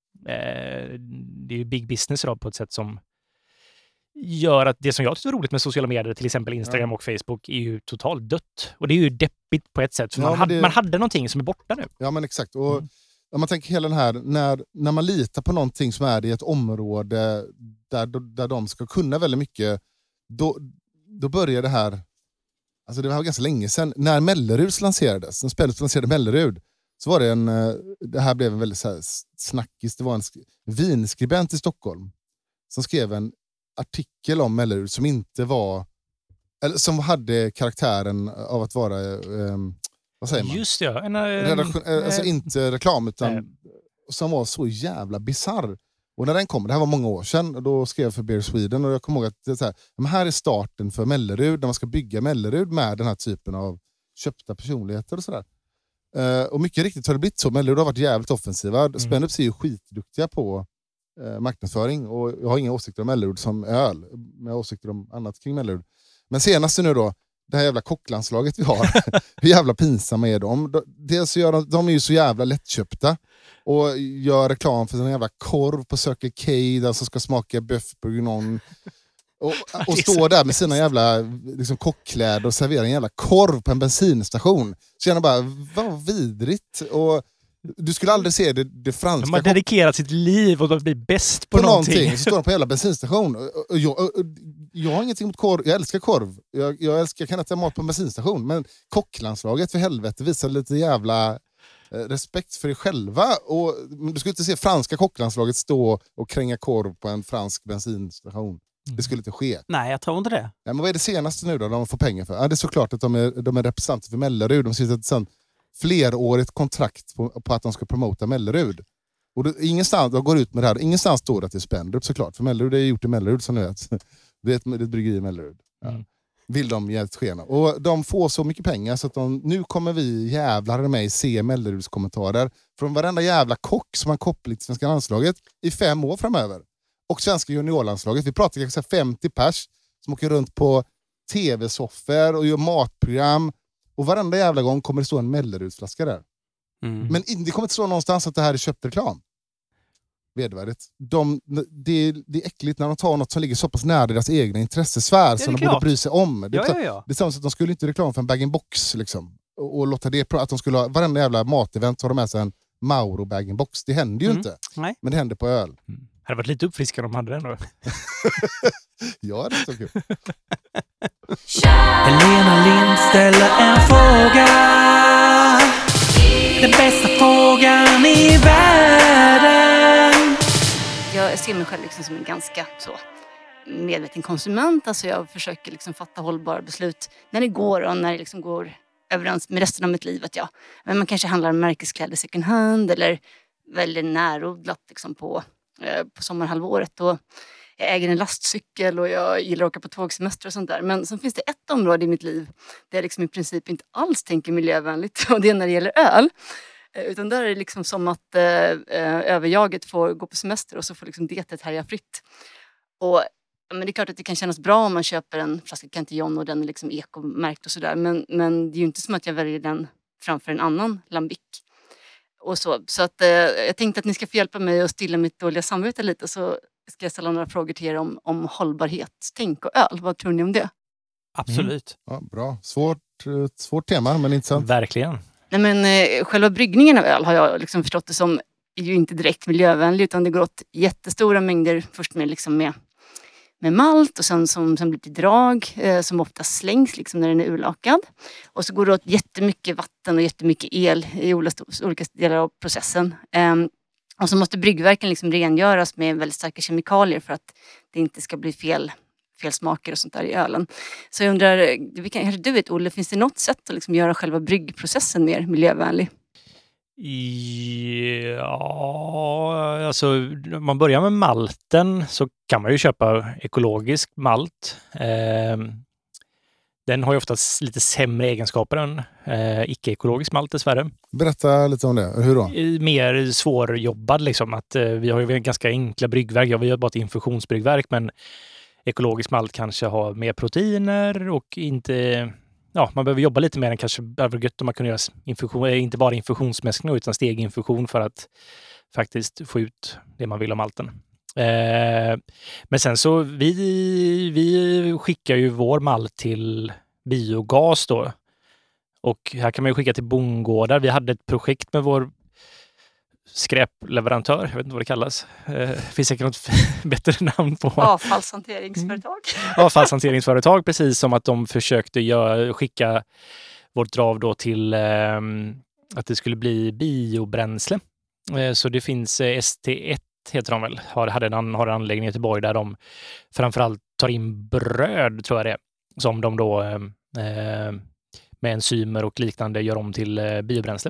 ju big business idag på ett sätt som gör att det som jag tycker är roligt med sociala medier, till exempel Instagram och Facebook, är ju totalt dött. Och det är ju deppigt på ett sätt, för man hade någonting som är borta nu. Ja, men exakt. Och om man tänker hela den här, när man litar på någonting som är i ett område där de ska kunna väldigt mycket, då börjar det här, alltså det var ganska länge sedan, när Melleruds lanserades, när spelet lanserade Mellerud, så var det det här blev en väldigt så här snackis. Det var en vinskribent i Stockholm som skrev en artikel om Mellerud som inte var, eller som hade karaktären av att vara vad säger man? Just det. Alltså inte reklam, utan som var så jävla bizarr. Och när den kom, det här var många år sedan, och då skrev jag för Beer Sweden, och jag kommer ihåg att det är så här, men här är starten för Mellerud, där man ska bygga Mellerud med den här typen av köpta personligheter och sådär. Och mycket riktigt har det blivit så. Mellerud har varit jävligt offensiva. Spendrups är ju skitduktiga på marknadsföring, och jag har inga åsikter om Mellerud som öl, men jag har åsikter om annat kring Mellerud. Men senaste nu då,
det här jävla kocklandslaget vi har. Hur jävla pinsamma är de? Dels gör de är ju så jävla lättköpta. Och gör reklam för en jävla korv på Circle K där som ska smaka bœuf bourguignon. Och står där med sina jävla liksom, kockkläder och serverar en jävla korv på en bensinstation. Så jag bara, vad vidrigt. Och du skulle aldrig se det franska...
De har dedikerat sitt liv och de blir bäst på någonting.
Så står de på hela bensinstation. Och jag har ingenting mot korv. Jag älskar korv. Jag kan äta mat på en bensinstation. Men kocklandslaget för helvete visar lite jävla respekt för er själva. Och du skulle inte se franska kocklandslaget stå och kränga korv på en fransk bensinstation. Det skulle inte ske.
Nej, jag tror inte det.
Ja, men vad är det senaste nu då de får pengar för? Ja, det är såklart att de är representanter för Mellerud. De sitter ett flerårigt kontrakt på att de ska promota Mellerud. Och ingenstans, de går ut med det här. Ingenstans står det att det är Spendrup såklart. För Mellerud är gjort i Mellerud som ni vet. Det är ett bryggeri i Mellerud. Ja. Vill de hjälpt skena. Och de får så mycket pengar så att nu kommer vi jävlar med se Melleruds kommentarer från varenda jävla kock som har kopplat till svenska landslaget i 5 år framöver. Och svenska juniorlandslaget. Vi pratar kanske 50 pers som åker runt på tv-soffor och gör matprogram. Och varenda jävla gång kommer det stå en Mellerudsflaska där. Men det kommer inte stå någonstans att det här är köpt reklam. Vedervärdigt. Det är äckligt när de tar något som ligger så pass nära deras egna intressesfär som de borde bry sig om. Det är som att de skulle inte reklam för en bag-in-box liksom. Och låta det att de skulle ha varenda jävla matevent har de med sig en Mauro bag-in-box. Det händer ju inte.
Nej.
Men det händer på öl.
Det hade varit lite uppfriskande om de hade den då.
Ja, det är så kul.
Helena Lind ställer en fråga. Den bästa frågan i världen.
Jag ser mig själv liksom som en ganska så medveten konsument. Alltså jag försöker liksom fatta hållbara beslut när det går och när det liksom går överens med resten av mitt liv. Att men man kanske handlar märkeskläder second hand eller väljer närodlat liksom på sommarhalvåret. Och jag äger en lastcykel och jag gillar att åka på tågsemester och sånt där. Men sen finns det ett område i mitt liv där jag liksom i princip inte alls tänker miljövänligt. Och det är när det gäller öl. Utan där är det liksom som att överjaget får gå på semester och så får liksom det härja fritt. Och men det är klart att det kan kännas bra om man köper en flaska Cantillon och den är liksom ekomärkt och sådär. Men det är ju inte som att jag väljer den framför en annan Lambic. Och så att jag tänkte att ni ska få hjälpa mig att stilla mitt dåliga samvete lite. Så ska jag ställa några frågor till er om hållbarhet, tänk och öl. Vad tror ni om det?
Absolut.
Ja, bra. Svårt tema, men intressant.
Verkligen.
Nej, men själva bryggningen av öl har jag liksom förstått det som är ju inte direkt miljövänlig. Utan det går åt jättestora mängder först med malt och sen blir det drag som ofta slängs liksom när den är urlakad. Och så går det åt jättemycket vatten och jättemycket el i olika delar av processen. Och så måste bryggverken liksom rengöras med väldigt starka kemikalier för att det inte ska bli fel smaker och sånt där i ölen. Så jag undrar, kanske du vet Olle, finns det något sätt att liksom göra själva bryggprocessen mer miljövänlig?
Ja, alltså om man börjar med malten så kan man ju köpa ekologisk malt. Den har ju oftast lite sämre egenskaper än icke-ekologisk malt dessvärre.
Berätta lite om det. Hur då?
Mer svårjobbad liksom. Att, vi har ju ganska enkla bryggverk. Vi har bara ett infusionsbryggverk men ekologisk malt kanske har mer proteiner och inte... Ja, man behöver jobba lite mer än kanske övergött om man kunde göra inte bara infusionsmäskning utan steginfusion för att faktiskt få ut det man vill om malten. Men sen så vi skickar ju vår malt till biogas då. Och här kan man ju skicka till bondgårdar. Vi hade ett projekt med vår skräpleverantör, jag vet inte vad det kallas. Finns säkert något bättre namn på.
Avfallshanteringsföretag.
Avfallshanteringsföretag, precis som att de försökte skicka vårt drav då till att det skulle bli biobränsle. Så det finns ST1 heter de väl, har en anläggning i Göteborg där de framförallt tar in bröd, tror jag det, som de då med enzymer och liknande gör om till biobränsle.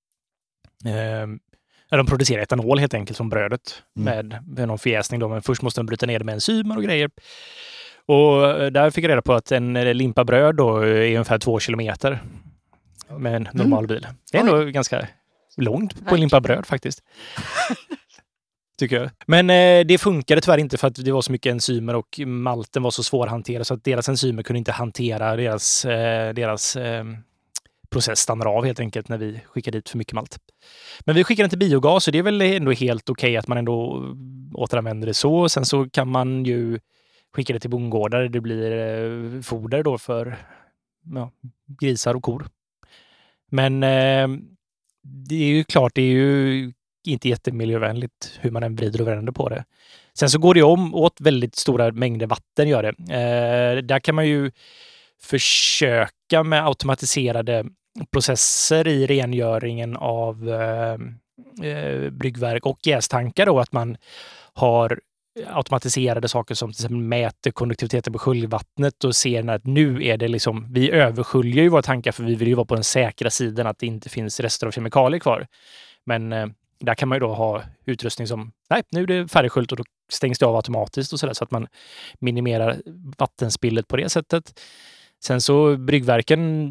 De producerar etanol helt enkelt från brödet med någon förjäsning då, men först måste de bryta ner det med enzymer och grejer. Och där fick jag reda på att en limpa bröd då är ungefär 2 kilometer med en normal bil. Det är ändå ganska långt på en limpa bröd faktiskt. tycker jag. Men det funkade tyvärr inte för att det var så mycket enzymer och malten var så svårhanterad så att deras enzymer kunde inte hantera deras process stannar av helt enkelt när vi skickar dit för mycket malt. Men vi skickar den till biogas och det är väl ändå helt okej att man ändå återanvänder det så. Sen så kan man ju skicka det till bondgårdar där det blir foder då för grisar och kor. Men det är ju klart, det är ju inte jättemiljövänligt hur man än vrider och vänder på det. Sen så går det åt väldigt stora mängder vatten gör det. Där kan man ju försöka med automatiserade processer i rengöringen av bryggverk och jästankar då, att man har automatiserade saker som till exempel mäter konduktiviteten på sköljvattnet och ser att nu är det liksom, vi översköljer ju våra tankar för vi vill ju vara på den säkra sidan att det inte finns rester av kemikalier kvar. Men där kan man ju då ha utrustning som, nej, nu är det färdigsköljt och då stängs det av automatiskt och sådär så att man minimerar vattenspillet på det sättet. Sen så bryggverken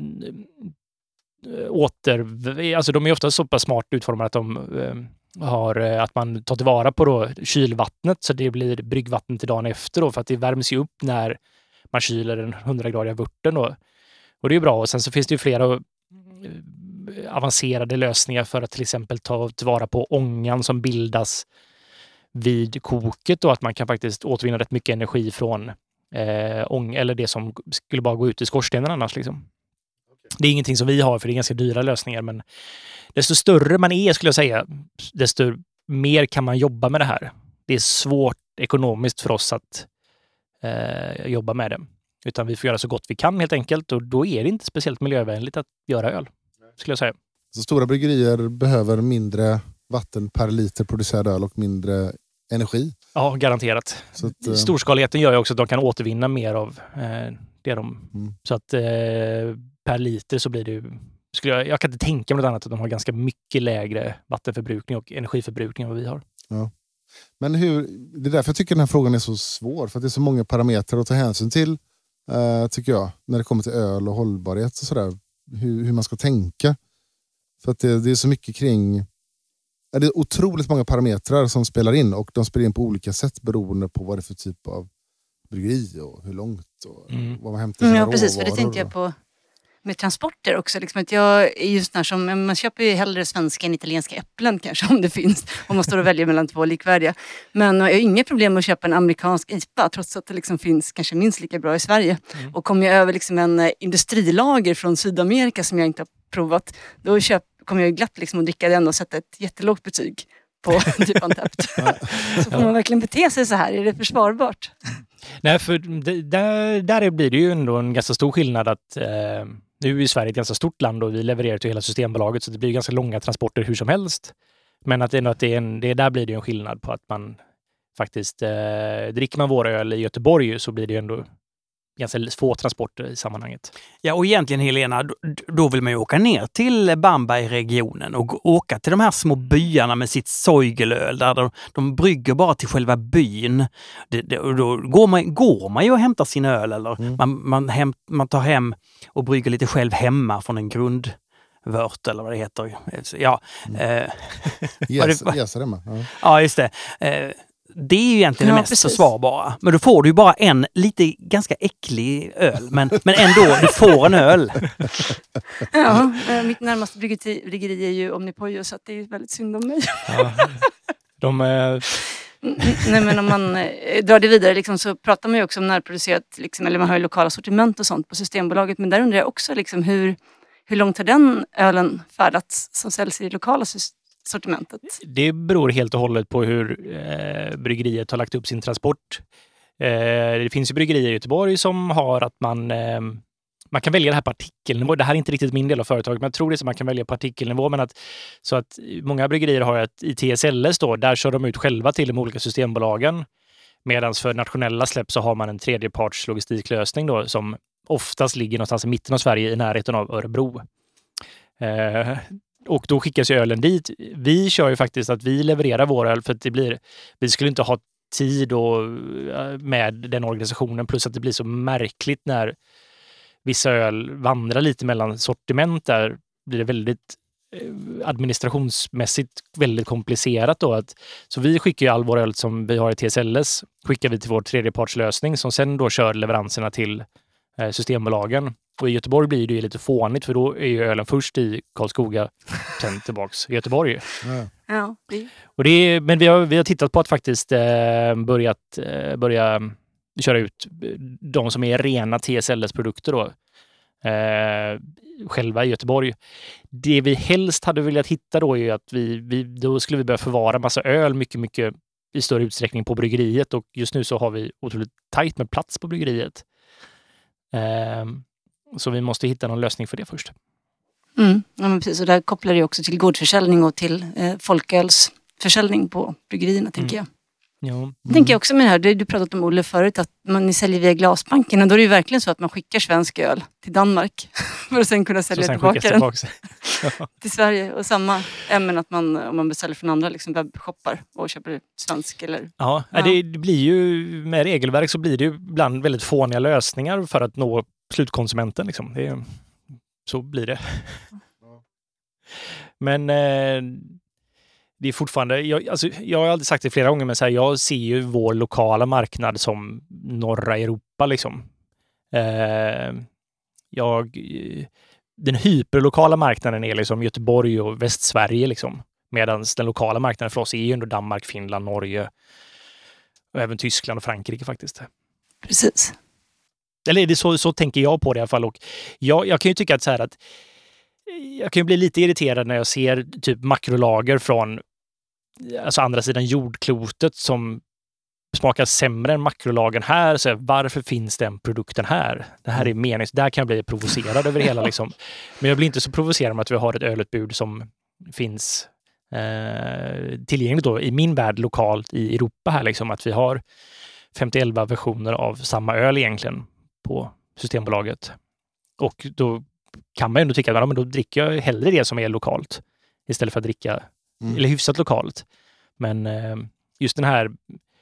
alltså de är ofta så pass smart utformade att de att man tar tillvara på då kylvattnet så det blir bryggvatten till dagen efter då, för att det värms ju upp när man kyler den 100-gradiga vörten då. Och det är ju bra. Och sen så finns det ju flera avancerade lösningar för att till exempel ta tillvara på ångan som bildas vid koket och att man kan faktiskt återvinna rätt mycket energi från eller det som skulle bara gå ut i skorstenen annars liksom. Det är ingenting som vi har för det är ganska dyra lösningar, men desto större man är skulle jag säga, desto mer kan man jobba med det här. Det är svårt ekonomiskt för oss att jobba med det. Utan vi får göra så gott vi kan helt enkelt och då är det inte speciellt miljövänligt att göra öl, skulle jag säga.
Så stora bryggerier behöver mindre vatten per liter producerad öl och mindre energi?
Ja, garanterat.
Så att,
storskaligheten gör ju också att de kan återvinna mer av det de... Så att per liter så blir det ju... Jag kan inte tänka mig något annat att de har ganska mycket lägre vattenförbrukning och energiförbrukning än vad vi har.
Ja. Men det är därför jag tycker den här frågan är så svår. För att det är så många parametrar att ta hänsyn till, tycker jag. När det kommer till öl och hållbarhet och sådär. Hur man ska tänka. För att det är så mycket kring... Det är otroligt många parametrar som spelar in. Och de spelar in på olika sätt beroende på vad det är för typ av bryggeri och hur långt och vad man hämtar sina
Ja, precis.
råvaror.
För det tänkte jag på med transporter också. Liksom att jag är just där som, man köper ju hellre svenska än italienska äpplen kanske om det finns. Om man står och väljer mellan två likvärdiga. Men jag har inga problem med att köpa en amerikansk IPA trots att det liksom finns kanske minst lika bra i Sverige. Och kommer jag över liksom en industrilager från Sydamerika som jag inte har provat, då kommer jag glatt liksom att dricka den och sätta ett jättelågt betyg på typ Untapped. Så får man verkligen bete sig så här? Är det försvarbart?
Nej, för där blir det ju ändå en ganska stor skillnad att nu är Sverige ett ganska stort land och vi levererar till hela Systembolaget så det blir ganska långa transporter hur som helst. Men att där blir det en skillnad på att man faktiskt dricker man vår öl i Göteborg så blir det ändå ganska få transporter i sammanhanget.
Ja, och egentligen Helena, då vill man ju åka ner till Bamberg-regionen och åka till de här små byarna med sitt sojgelöl där de brygger bara till själva byn. Då går man ju och hämtar sin öl eller man tar hem och brygger lite själv hemma från en grundvört eller vad det heter. Ja.
Jäser hemma.
Ja, just det. Det är ju egentligen det mest försvarbara. Men då får du ju bara en lite ganska äcklig öl. Men ändå, du får en öl.
Ja, mitt närmaste bryggeri är ju Omnipollo så att det är ju väldigt synd om mig.
Ja,
Nej, men om man drar det vidare liksom, så pratar man ju också om närproducerat, liksom, eller man har ju lokala sortiment och sånt på Systembolaget. Men där undrar jag också liksom, hur långt har den ölen färdats som säljs i det lokala sortimentet?
Det beror helt och hållet på hur bryggeriet har lagt upp sin transport. Det finns ju bryggerier i Göteborg som har att man kan välja det här på artikelnivå. Det här är inte riktigt min del av företaget, men jag tror det är så man kan välja på artikelnivå. Men så att många bryggerier har att i TSLS då, där kör de ut själva till de olika systembolagen. Medan för nationella släpp så har man en tredjeparts logistiklösning då, som oftast ligger någonstans i mitten av Sverige i närheten av Örebro. Och då skickas ju ölen dit. Vi kör ju faktiskt att vi levererar vår öl för att vi skulle inte ha tid med den organisationen, plus att det blir så märkligt när vissa öl vandrar lite mellan sortiment. Där blir det väldigt administrationsmässigt väldigt komplicerat då. Så vi skickar ju all vår öl som vi har i TSLS, skickar vi till vår tredjepartslösning som sen då kör leveranserna till systembolagen. Och i Göteborg blir det ju lite fånigt för då är ju ölen först i Karlskoga, sen tillbaks i Göteborg.
Ja.
Men vi har tittat på att faktiskt börja köra ut de som är rena TSLS-produkter då. Själva i Göteborg. Det vi helst hade velat hitta då är ju att då skulle vi börja förvara massa öl mycket i större utsträckning på bryggeriet, och just nu så har vi otroligt tajt med plats på bryggeriet. Så vi måste hitta någon lösning för det först.
Ja, men precis. Och där kopplar det också till gårdförsäljning och till folkölsförsäljning på bryggerierna, tänker jag.
Ja.
Tänker jag också med det här, du pratat om Olle förut, att ni säljer via Glasbanken, och då är det ju verkligen så att man skickar svensk öl till Danmark för att sen kunna sälja tillbaka den till Sverige. Och samma ämnen att om man beställer från andra liksom webbshoppar och köper svensk eller...
Ja. Det blir ju, med regelverk så blir det ju ibland väldigt fåniga lösningar för att nå slutkonsumenten liksom. Så blir det. Men det är fortfarande, jag har aldrig sagt det flera gånger, men så här, jag ser ju vår lokala marknad som norra Europa liksom. Den hyperlokala marknaden är liksom Göteborg och Västsverige liksom. Medan den lokala marknaden för oss är ju ändå Danmark, Finland, Norge och även Tyskland och Frankrike faktiskt.
Precis.
Eller det så tänker jag på det i alla fall. Och jag kan ju tycka att jag kan ju bli lite irriterad när jag ser typ makrolager från andra sidan jordklotet som smakar sämre än makrolagen här. Så varför finns den produkten här? Det här är menings. Där kan jag bli provocerad över hela liksom. Men jag blir inte så provocerad med att vi har ett ölutbud som finns tillgängligt då i min värld lokalt i Europa här liksom. Att vi har 51 versioner av samma öl egentligen på Systembolaget. Och då kan man ändå tycka att men då dricker jag hellre det som är lokalt istället för att dricka eller hyfsat lokalt. Men just den här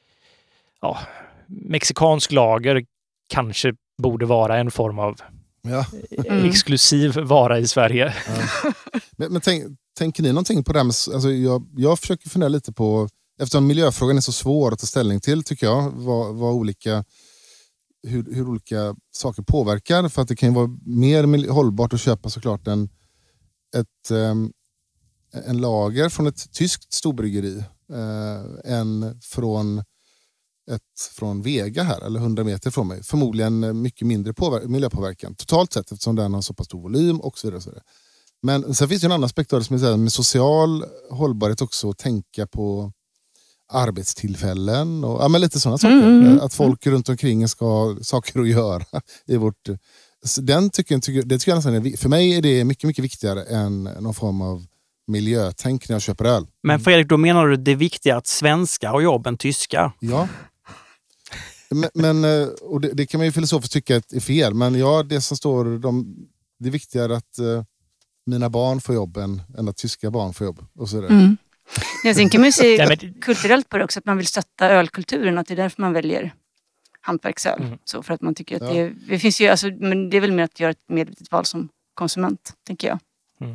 mexikansk lager kanske borde vara en form av exklusiv vara i Sverige.
Ja. Men tänker ni någonting på det här med, alltså jag försöker fundera lite på, eftersom miljöfrågan är så svår att ta ställning till tycker jag, hur olika saker påverkar, för att det kan ju vara mer hållbart att köpa såklart en lager från ett tyskt storbryggeri än från Vega här, eller 100 meter från mig. Förmodligen mycket mindre miljöpåverkan totalt sett, eftersom den har så pass stor volym och så vidare. Men sen finns det en annan aspekt av det som är med social hållbarhet också, att tänka på arbetstillfällen och lite sådana saker. Att folk runt omkring ska ha saker att göra i vårt... Det tycker jag nästan för mig är det mycket, mycket viktigare än någon form av miljötänk när jag köper öl.
Men Fredrik, då menar du att det är viktigare att svenskar har jobb än tyskar?
Ja. Men och det kan man ju filosofiskt tycka är fel, men det som står, det är viktigare att mina barn får jobb än att tyska barn får jobb och så där.
Jag tänker man se kulturellt på det också, att man vill stötta ölkulturen, att det är därför man väljer hantverksöl. Så för att man tycker att det finns ju, men det är väl mer att göra ett medvetet val som konsument, tänker jag.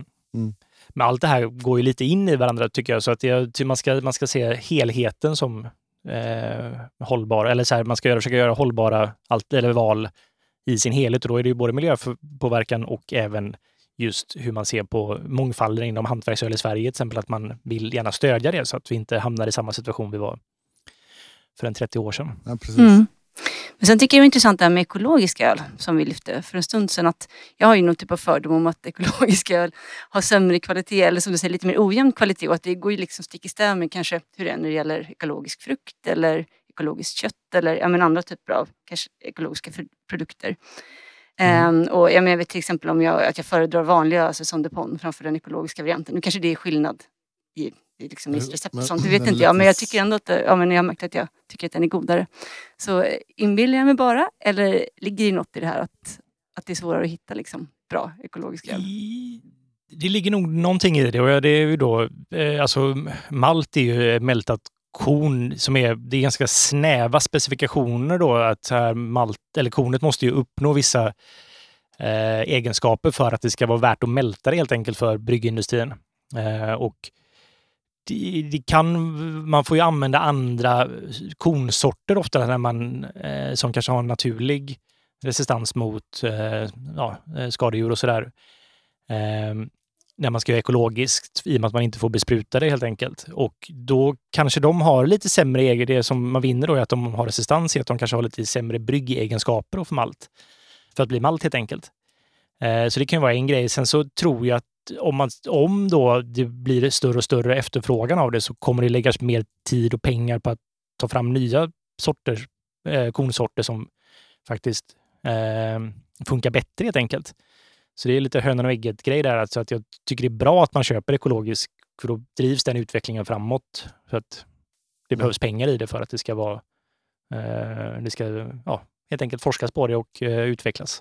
Men allt det här går ju lite in i varandra tycker jag, så att man ska se helheten som hållbar, eller så här, man ska försöka göra hållbara val i sin helhet, och då är det ju både miljöpåverkan och även just hur man ser på mångfalden inom hantverksöl i Sverige, till exempel att man vill gärna stödja det så att vi inte hamnar i samma situation vi var för 30 år sedan.
Ja, precis.
Men sen tycker jag det är intressant det här med ekologisk öl som vi lyfte för en stund sedan, att jag har ju någon typ av fördom om att ekologisk öl har sämre kvalitet, eller som du säger lite mer ojämn kvalitet, och att det går ju liksom stick i stäv med kanske hur det är när det gäller ekologisk frukt eller ekologiskt kött eller andra typer av kanske ekologiska produkter. Och jag vet till exempel att jag föredrar vanliga Saison de Pont framför den ekologiska varianten. Nu kanske det är skillnad i liksom recept och sånt, det vet inte jag. Men jag tycker ändå att jag har märkt att jag tycker att den är godare. Så inbillar jag mig bara, eller ligger det något i det här att det är svårare att hitta liksom bra ekologiska öl?
Det ligger nog någonting i det, och det är ju då malt är ju mältat korn det är ganska snäva specifikationer då, att kornet måste ju uppnå vissa egenskaper för att det ska vara värt att mälta det helt enkelt för bryggindustrin. Och man får ju använda andra kornsorter ofta när man, som kanske har en naturlig resistans mot skadedjur och sådär. När man ska göra ekologiskt, i och med att man inte får bespruta det helt enkelt. Och då kanske de har lite sämre det som man vinner då är att de har resistans i att de kanske har lite sämre bryggegenskaper för malt. För att bli malt helt enkelt. Så det kan ju vara en grej. Sen så tror jag att om då det blir större och större efterfrågan av det så kommer det läggas mer tid och pengar på att ta fram nya kornsorter som faktiskt funkar bättre helt enkelt. Så det är lite hönan och ägget grej där. Alltså att jag tycker det är bra att man köper ekologiskt för då drivs den utvecklingen framåt. För att det behövs pengar i det för att det ska vara helt enkelt forskas på det och utvecklas.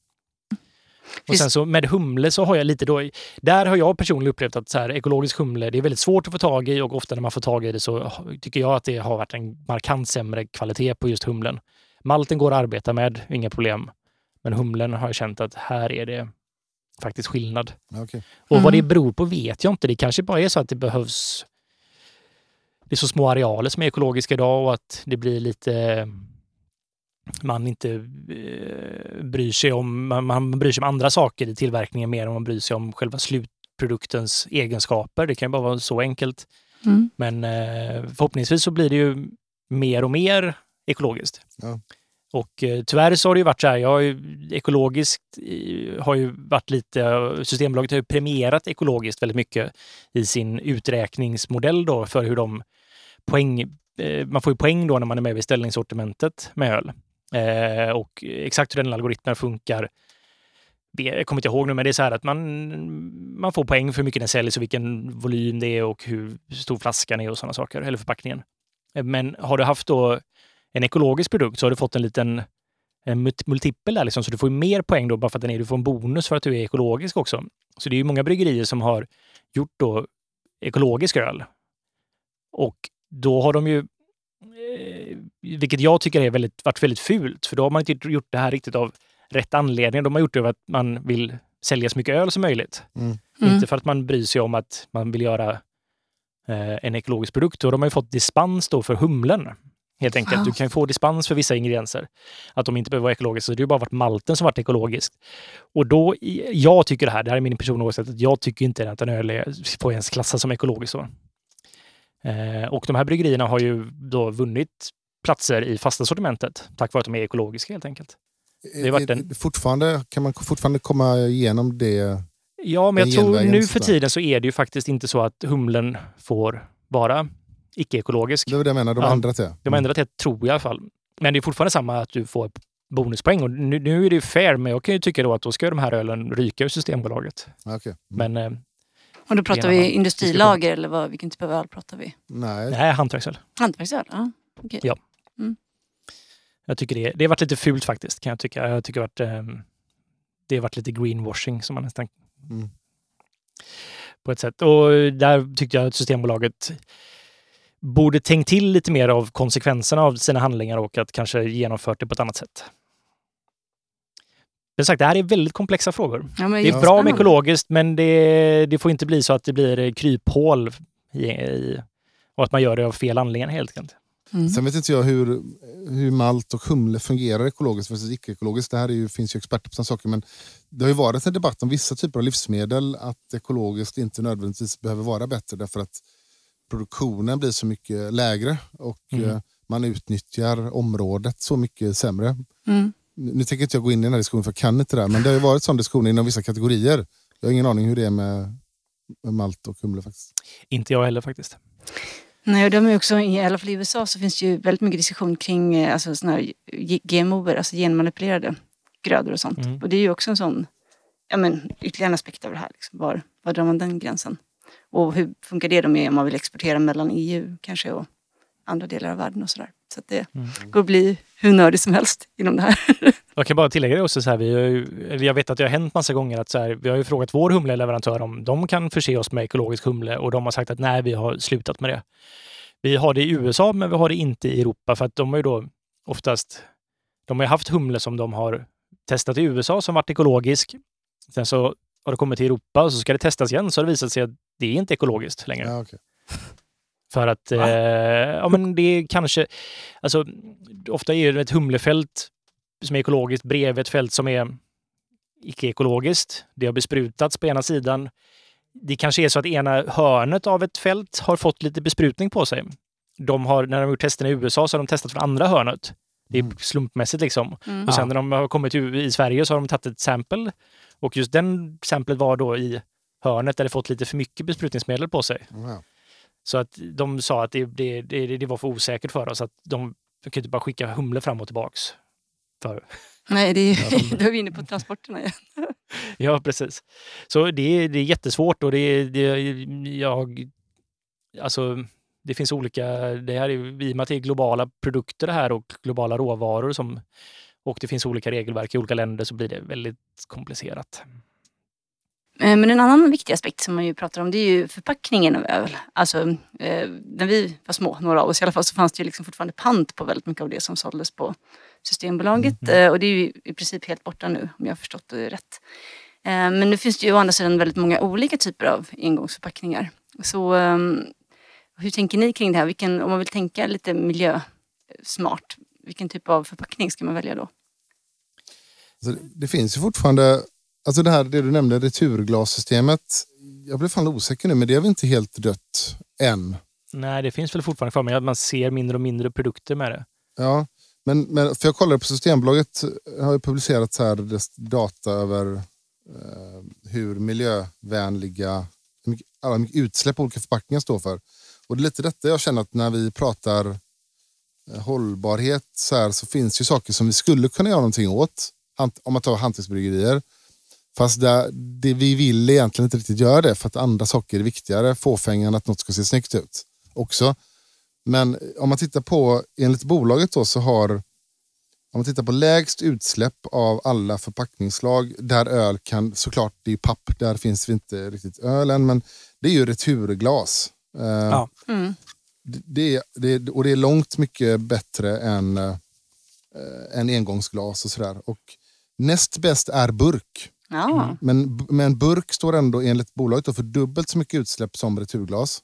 Och sen så med humle så har jag lite då, där har jag personligen upplevt att så här, ekologisk humle, det är väldigt svårt att få tag i och ofta när man får tag i det så tycker jag att det har varit en markant sämre kvalitet på just humlen. Malten går att arbeta med, inga problem. Men humlen har jag känt att här är det faktiskt skillnad.
Okay.
Och vad det beror på vet jag inte. Det kanske bara är så att det behövs, det är så små arealer som är ekologiska idag och att det blir lite, man inte bryr sig om, man bryr sig om andra saker i tillverkningen mer än man bryr sig om själva slutproduktens egenskaper. Det kan ju bara vara så enkelt. Men förhoppningsvis så blir det ju mer och mer ekologiskt.
Ja.
Och tyvärr så har det ju varit så här, ekologiskt har ju varit lite, Systembolaget har ju premierat ekologiskt väldigt mycket i sin uträkningsmodell då för hur de man får ju poäng då när man är med vid ställningssortimentet med öl. Och exakt hur den algoritmen funkar, jag kommer inte ihåg nu, men det är så här att man får poäng för hur mycket den säljs och vilken volym det är och hur stor flaskan är och sådana saker, eller förpackningen. Men har du haft då en ekologisk produkt så har du fått en multipel där liksom, så du får mer poäng då bara för att du får en bonus för att du är ekologisk också. Så det är ju många bryggerier som har gjort då ekologisk öl. Och då har de ju, vilket jag tycker är varit väldigt fult, för då har man inte gjort det här riktigt av rätt anledning. De har gjort det av att man vill sälja så mycket öl som möjligt. Inte för att man bryr sig om att man vill göra en ekologisk produkt. Och de har ju fått dispens då för humlen. Helt enkelt. Du kan ju få dispens för vissa ingredienser. Att de inte behöver vara ekologiska. Så det har ju bara varit malten som varit ekologisk. Och då, jag tycker det här är min personliga åsikt, att jag tycker inte att en öl får ens klassas som ekologisk så. Och de här bryggerierna har ju då vunnit platser i fasta sortimentet tack vare att de är ekologiska helt enkelt. Det har varit
kan man fortfarande komma igenom det?
Ja, men jag tror nu för tiden så är det ju faktiskt inte så att humlen får vara icke-ekologisk.
Det var det jag menar, de har ändrat det.
De har ändrat det, tror jag i alla fall. Men det är fortfarande samma att du får bonuspoäng. Och nu är det ju fair, men jag kan ju tycka då att då ska de här ölen ryka ur Systembolaget.
Okay.
Men
och då pratar vi industrilager eller vilken typ av öl pratar vi?
Nej, hantverksöl.
Hantverksöl, ja. Okay.
Ja. Jag tycker det har varit lite fult faktiskt, kan jag tycka. Jag tycker att det har varit lite greenwashing som man nästan på ett sätt. Och där tyckte jag att Systembolaget borde tänkt till lite mer av konsekvenserna av sina handlingar och att kanske genomfört det på ett annat sätt. Men sagt, det här är väldigt komplexa frågor. Ja, det är bra med ekologiskt, men det får inte bli så att det blir kryphål och att man gör det av fel anledning helt enkelt.
Sen vet inte jag hur malt och humle fungerar ekologiskt versus icke-ekologiskt. Det här finns ju experter på sådana saker, men det har ju varit en debatt om vissa typer av livsmedel att ekologiskt inte nödvändigtvis behöver vara bättre därför att produktionen blir så mycket lägre och man utnyttjar området så mycket sämre. Nu tänker inte jag gå in i den här diskussionen för jag kan inte det där, men det har ju varit sån diskussion inom vissa kategorier. Jag har ingen aning hur det är med malt och humle faktiskt.
Inte jag heller faktiskt.
Nej, de är också, i alla fall i USA så finns det ju väldigt mycket diskussion kring alltså såna här GMO:er, alltså genmanipulerade grödor och sånt. Och det är ju också en sån ytterligare en aspekt av det här. Liksom. Var drar man den gränsen? Och hur funkar det då med om man vill exportera mellan EU kanske och andra delar av världen och sådär. Så att det går att bli hur nördigt som helst inom det här.
Jag kan bara tillägga det också så här, jag vet att det har hänt massa gånger att så här, vi har ju frågat vår humleleverantör om de kan förse oss med ekologisk humle och de har sagt att nej, vi har slutat med det. Vi har det i USA men vi har det inte i Europa för att de har ju då oftast, de har ju haft humle som de har testat i USA som varit ekologisk. Sen så har det kommit till Europa och så ska det testas igen så har det visat sig att det är inte ekologiskt längre.
Ja, okay.
För att men det är kanske, alltså ofta är det ett humlefält som är ekologiskt bredvid ett fält som är icke-ekologiskt. Det har besprutats på ena sidan. Det kanske är så att ena hörnet av ett fält har fått lite besprutning på sig. När de har gjort testerna i USA så har de testat från andra hörnet. Det är slumpmässigt liksom. Och sen när de har kommit i Sverige så har de tagit ett sample. Och just den samplet var då i hörnet där det fått lite för mycket besprutningsmedel på sig.
Wow.
Så att de sa att det var för osäkert för oss. Att de kan inte bara skicka humle fram och tillbaks.
Nej, det är då är vi inne på transporterna igen.
Ja, precis. Så det är jättesvårt och det finns olika, det här är i och med att det är globala produkter det här och globala råvaror och det finns olika regelverk i olika länder så blir det väldigt komplicerat.
Men en annan viktig aspekt som man ju pratar om det är ju förpackningen av öl. Alltså när vi var små, några av oss i alla fall, så fanns det ju liksom fortfarande pant på väldigt mycket av det som såldes på Systembolaget. Och det är ju i princip helt borta nu om jag har förstått det rätt. Men nu finns det ju å andra sidan väldigt många olika typer av engångsförpackningar. Så hur tänker ni kring det här? Om man vill tänka lite miljösmart, vilken typ av förpackning ska man välja då?
Alltså, det finns ju fortfarande, alltså det du nämnde, returglassystemet. Jag blev fan osäker nu, men det är väl inte helt dött än?
Nej, det finns väl fortfarande kvar, men man ser mindre och mindre produkter med det.
Ja, men för jag kollade på Systembolaget, har ju publicerat så här data över hur miljövänliga alla mycket utsläpp på olika förpackningar står för. Och det är lite detta jag känner att när vi pratar hållbarhet så finns ju saker som vi skulle kunna göra någonting åt. Om man tar hantverksbryggerier. Fast det vi vill egentligen inte riktigt göra det för att andra saker är viktigare. Fåfängan att något ska se snyggt ut också. Men om man tittar på, enligt bolaget då så har, om man tittar på lägst utsläpp av alla förpackningsslag där öl kan, såklart det är papp, där finns det inte riktigt öl än, men det är ju returglas. Och det är långt mycket bättre än engångsglas och sådär. Och näst bäst är burk.
Ja.
Men burk står ändå enligt bolaget då för dubbelt så mycket utsläpp som returglas.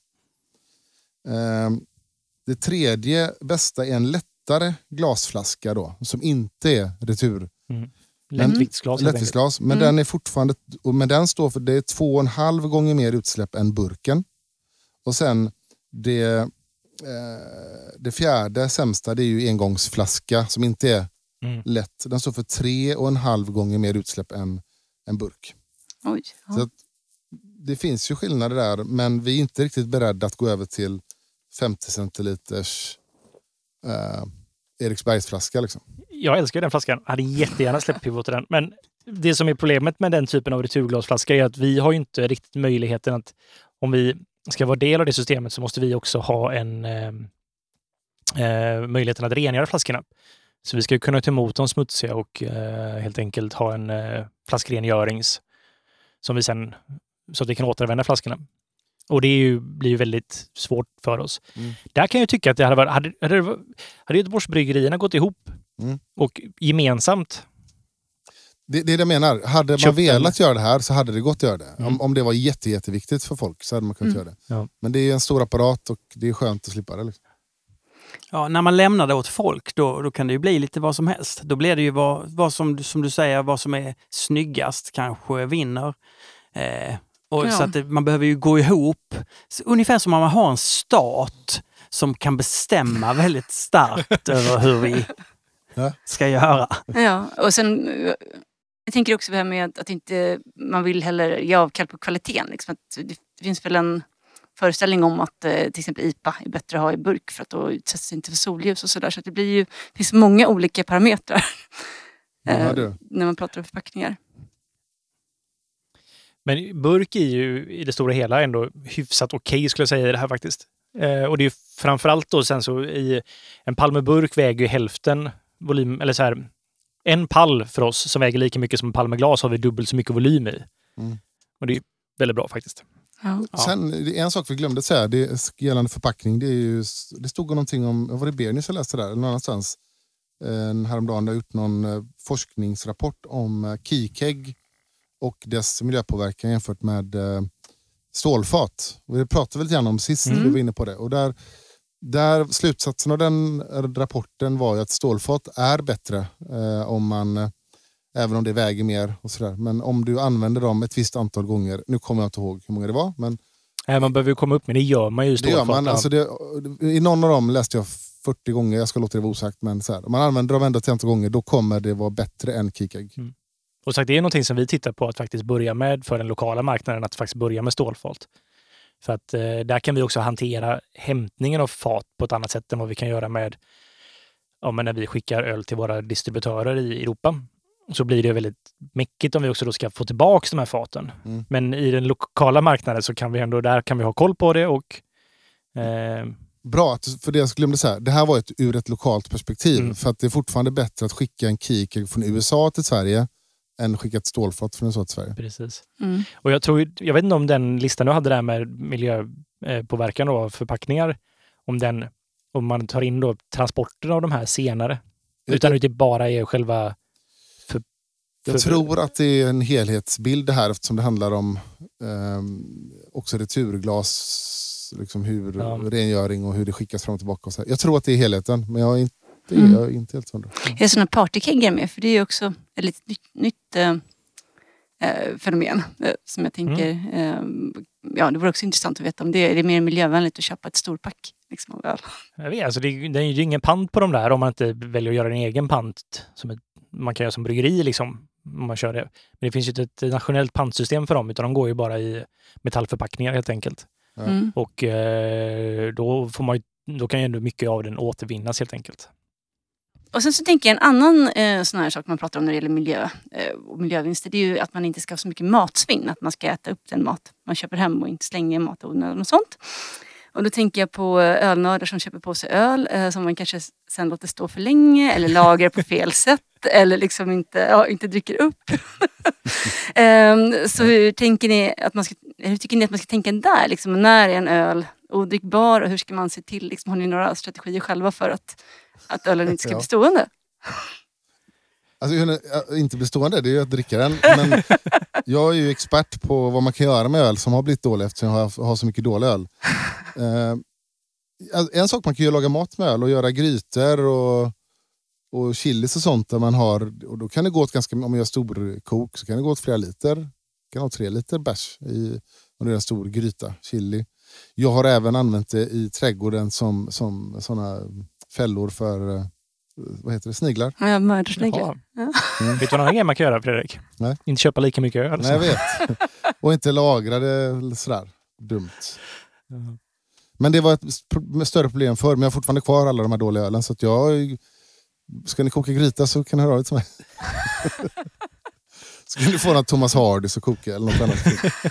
Det tredje bästa är en lättare glasflaska då, som inte är retur. Lättviktsglas. Men den är fortfarande, men den står för, det är 2,5 gånger mer utsläpp än burken. Och sen det fjärde sämsta, det är ju engångsflaska som inte är lätt. Den står för 3,5 gånger mer utsläpp än burk.
Oj, ja.
Så att det finns ju skillnader där, men vi är inte riktigt beredda att gå över till 50 centiliters Eriksbergsflaska liksom.
Jag älskar den flaskan. Jag hade jättegärna släppt pivot till den. Men det som är problemet med den typen av returglasflaska är att vi har ju inte riktigt möjligheten att, om vi ska vara del av det systemet så måste vi också ha en möjligheten att rengöra flaskorna. Så vi ska kunna ta emot de smutsiga och helt enkelt ha en flaskrengörings som vi sen, så att vi kan återanvända flaskorna. Och det blir ju väldigt svårt för oss. Där kan jag tycka att det hade varit, hade Göteborgsbryggerierna gått ihop och gemensamt.
Det är det jag menar. Hade man velat göra det här så hade det gått att göra det. Om det var jätteviktigt för folk så hade man kunnat göra det. Ja. Men det är en stor apparat och det är skönt att slippa det. Liksom.
Ja, när man lämnar det åt folk då kan det ju bli lite vad som helst. Då blir det ju vad som du säger, vad som är snyggast kanske vinner. Så att man behöver ju gå ihop. Så ungefär som om man har en stat som kan bestämma väldigt starkt över hur vi ska göra.
Ja, och sen jag tänker också det här med att inte man vill heller ge avkall på kvaliteten. Liksom att det finns väl en föreställning om att till exempel IPA är bättre att ha i burk för att då utsätts inte för solljus och sådär. Så att det finns många olika parametrar när man pratar om förpackningar.
Men burk är ju i det stora hela ändå hyfsat okej skulle jag säga i det här faktiskt. Och det är ju framförallt då sen så i en pall med burk väger ju hälften volym, eller så här, en pall för oss som väger lika mycket som en pall med glas har vi dubbelt så mycket volym i. Och det är ju väldigt bra faktiskt.
Ja.
Sen en sak vi glömde säga, det gällande förpackning, det stod någonting om, var det Bernis jag läste där eller någon annanstans häromdagen har gjort någon forskningsrapport om KeyKeg och dess miljöpåverkan jämfört med stålfat. Vi pratade väl gärna om sist, vi var inne på det. Och där slutsatsen av den rapporten var ju att stålfat är bättre om man, även om det väger mer och sådär. Men om du använder dem ett visst antal gånger, nu kommer jag inte ihåg hur många det var, men
Nej, man behöver ju komma upp, men det gör man ju i stålfat.
Det gör man. Alltså i någon av dem läste jag 40 gånger, jag ska låta det vara osagt, men så här, om man använder dem ändå 10 gånger, då kommer det vara bättre än kikegg.
Och sagt, det är någonting som vi tittar på att faktiskt börja med för den lokala marknaden, att faktiskt börja med stålfat. För att där kan vi också hantera hämtningen av fat på ett annat sätt än vad vi kan göra med men när vi skickar öl till våra distributörer i Europa. Så blir det väldigt mäckigt om vi också då ska få tillbaka de här faten. Men i den lokala marknaden så kan vi ändå, där kan vi ha koll på det och
Bra, för det jag glömde säga, det här var ur ett lokalt perspektiv. För att det är fortfarande bättre att skicka en kikegg från USA till Sverige än skicka ett stålfat från USA till Sverige.
Precis. Och jag vet inte om den listan du hade där med miljöpåverkan av förpackningar, om man tar in då transporten av de här senare. Utan det bara är själva...
Jag tror att det är en helhetsbild det här, eftersom det handlar om också returglas, liksom rengöring och hur det skickas fram och tillbaka. Och så här. Jag tror att det är helheten, men jag är inte helt hundra.
Är det sådana partykeggar med? För det är ju också ett lite nytt fenomen som jag tänker... det vore också intressant att veta om det är mer miljövänligt att köpa ett storpack liksom, av öl.
Jag vet, alltså det är ju ingen pant på de där om man inte väljer att göra en egen pant som man kan göra som bryggeri liksom, om man kör det. Men det finns ju ett nationellt pantsystem för dem, utan de går ju bara i metallförpackningar helt enkelt. Och då kan ju ändå mycket av den återvinnas helt enkelt.
Och sen så tänker jag en annan sån här sak man pratar om när det gäller miljö och miljövinster, det är ju att man inte ska ha så mycket matsvinn, att man ska äta upp den mat man köper hem och inte slänga mat och sånt. Och då tänker jag på ölnördar som köper på sig öl som man kanske sen låter stå för länge eller lagrar på fel sätt eller liksom inte dricker upp. Så hur tycker ni att man ska tänka där? Liksom, när är en öl odrickbar och hur ska man se till? Liksom, har ni några strategier själva för att ölen inte ska bli stående?
Alltså, inte bli stående, det är ju att dricka den. Men jag är ju expert på vad man kan göra med öl som har blivit dålig eftersom jag har så mycket dålig öl. En sak man kan ju laga mat med öl och göra grytor och chilis och sånt där man har, och då kan det gå åt ganska, om man gör stor kok så kan det gå åt flera liter. Kan ha 3 liter bärs om det är en stor gryta, chili. Jag har även använt det i trädgården som såna fällor för vad heter det? Sniglar?
Ja, mördarsniglar. Ja.
Vet du vad annan grej man kan göra, Fredrik?
Nej.
Inte köpa lika mycket öl.
Nej, jag vet. Och inte lagra det sådär dumt. Men det var ett större problem förr. Men jag har fortfarande kvar alla de här dåliga ölen. Så att ska ni koka gryta så kan ni höra det till mig. Så kan du få något Thomas Hardys och koka eller något annat.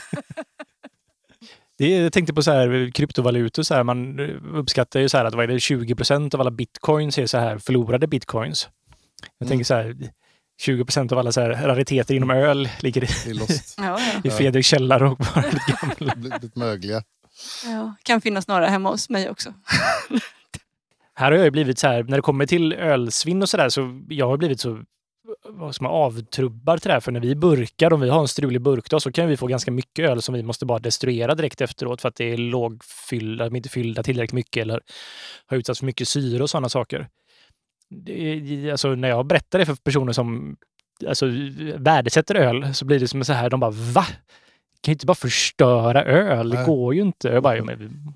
Jag tänkte på så här kryptovalutor så här, man uppskattar ju så här att 20% av alla bitcoins är så här förlorade bitcoins. Jag tänker så här 20% av alla så här rariteter inom öl ligger i Fredriks källare och bara gamla.
Lite mögliga.
Ja, kan finnas några hemma hos mig också.
Här har jag blivit så här, när det kommer till ölsvinn och sådär, så jag har blivit så som avtrubbar till det här. För när vi burkar, om vi har en strulig burk då, så kan vi få ganska mycket öl som vi måste bara destruera direkt efteråt för att det är lågfyllda, de inte fyllda tillräckligt mycket eller har utsatts för mycket syre och sådana saker. Alltså när jag berättar det för personer som värdesätter öl så blir det som så här, de bara, va? Kan inte bara förstöra öl? Det går ju inte. Jag bara,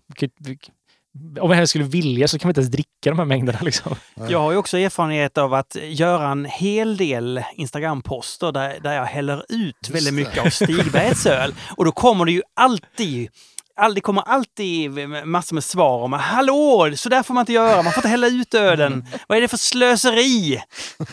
om jag skulle vilja så kan vi inte ens dricka de här mängderna. Liksom.
Jag har ju också erfarenhet av att göra en hel del Instagram-poster där jag häller ut väldigt mycket av Stigbergs öl. Och då kommer det ju alltid massor med svar om hallå, så där får man inte göra. Man får inte hälla ut ölen. Vad är det för slöseri?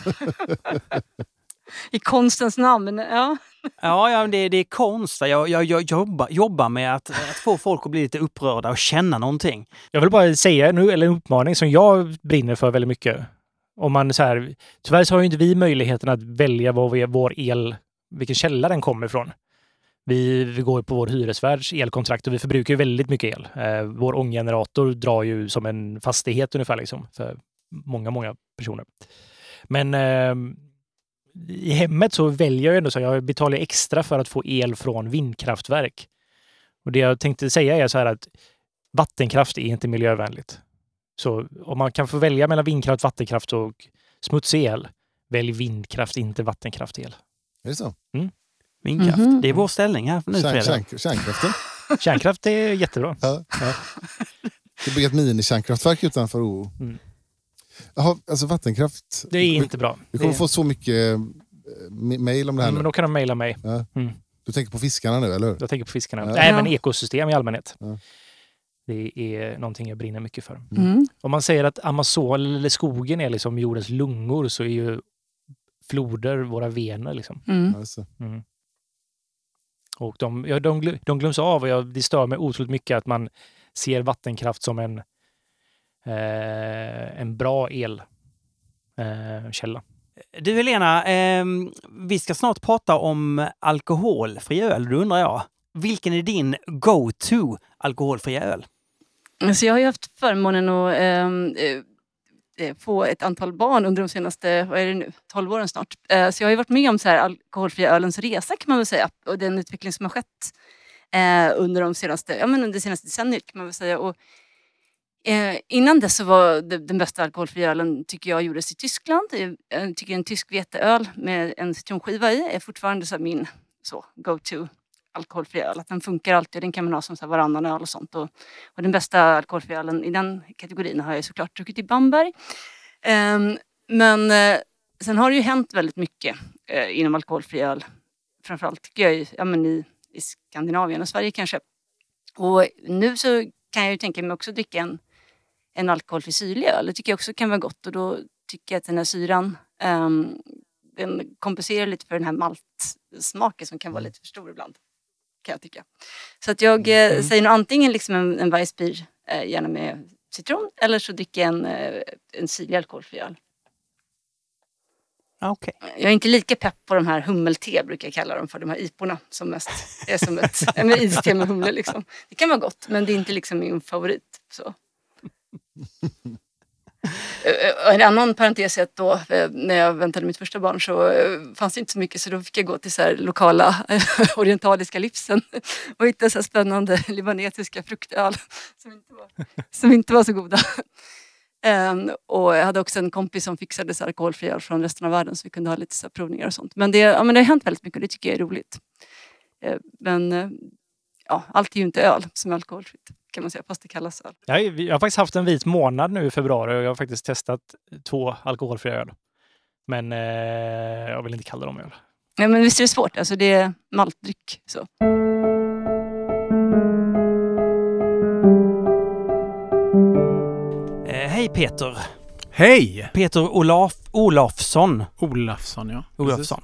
I konstens namn, ja.
Ja, det är konst. Jag jobbar med att få folk att bli lite upprörda och känna någonting.
Jag vill bara säga en uppmaning som jag brinner för väldigt mycket. Om man så här, tyvärr så har ju inte vi möjligheten att välja vår el, vilken källa den kommer ifrån. Vi går på vår hyresvärds elkontrakt och vi förbrukar ju väldigt mycket el. Vår ånggenerator drar ju som en fastighet ungefär liksom, för många personer. Men i hemmet så väljer jag ändå så jag betalar extra för att få el från vindkraftverk. Och det jag tänkte säga är så här att vattenkraft är inte miljövänligt. Så om man kan få välja mellan vindkraft, vattenkraft och smutsig el, välj vindkraft, inte vattenkraftel.
Är det så?
Vindkraft. Det är vår ställning här nu, Fredrik.
Kärnkraften?
Kärnkraft är jättebra.
Ja. Det bygger ett mini-kärnkraftverk utanför O. Jaha, alltså vattenkraft.
Det är inte bra.
Vi kommer få så mycket mejl om det här nu.
Men då kan de mejla mig.
Ja. Du tänker på fiskarna nu, eller hur?
Jag tänker på fiskarna.
Ja.
Nej, men ekosystem i allmänhet.
Ja.
Det är någonting jag brinner mycket för. Om man säger att Amazon eller skogen är liksom jordens lungor, så är ju floder våra vener. Liksom. Och de glöms av, och det stör mig otroligt mycket att man ser vattenkraft som en bra elkälla.
Du Helena, vi ska snart prata om alkoholfri öl. Då undrar jag, vilken är din go-to alkoholfria öl?
Så jag har ju haft förmånen att få ett antal barn under de senaste 12 åren snart. Så jag har ju varit med om så här alkoholfria ölens resa, kan man väl säga. Och den utveckling som har skett under det senaste decenniet, kan man väl säga. Och innan dess så var den bästa alkoholfria ölen, tycker jag, gjordes i Tyskland. Jag tycker en tysk veteöl med en citronskiva i är fortfarande så min go-to alkoholfri öl. Att den funkar alltid. Den kan man ha som så här varannan öl och sånt. Och den bästa alkoholfria ölen i den kategorin har jag såklart druckit i Bamberg. Men sen har det ju hänt väldigt mycket inom alkoholfri öl. Framförallt tycker jag i Skandinavien och Sverige kanske. Och nu så kan jag ju tänka mig också dricka en alkoholfri syrlig öl. Det tycker jag också kan vara gott. Och då tycker jag att den här syran den kompenserar lite för den här maltsmaken som kan vara lite för stor ibland, kan jag tycka. Så att jag säger nog antingen liksom en Weissbier, gärna med citron, eller så dricker jag en syrlig alkoholfri öl.
Okay.
Jag är inte lika pepp på de här hummelte, brukar jag kalla dem för, de här iporna som mest är som ett iste med humle liksom. Det kan vara gott, men det är inte liksom min favorit. Så. En annan parentes är att då, när jag väntade mitt första barn, så fanns det inte så mycket, så då fick jag gå till så här lokala orientaliska livsen och hitta så här spännande libanesiska fruktöl som inte var så goda. Och jag hade också en kompis som fixade så alkoholfri öl från resten av världen, så vi kunde ha lite så provningar och sånt. Men det har hänt väldigt mycket och det tycker jag är roligt. Men allt är ju inte öl som är alkoholfritt, kan man säga, fast det kallas öl.
Jag har faktiskt haft en vit månad nu i februari och jag har faktiskt testat 2 alkoholfria öl. Men jag vill inte kalla dem öl.
Nej, men visst är det svårt. Alltså det är maltdryck så.
Hej Peter.
Hej!
Peter Olafsson.
Olafsson, ja.
Olafsson.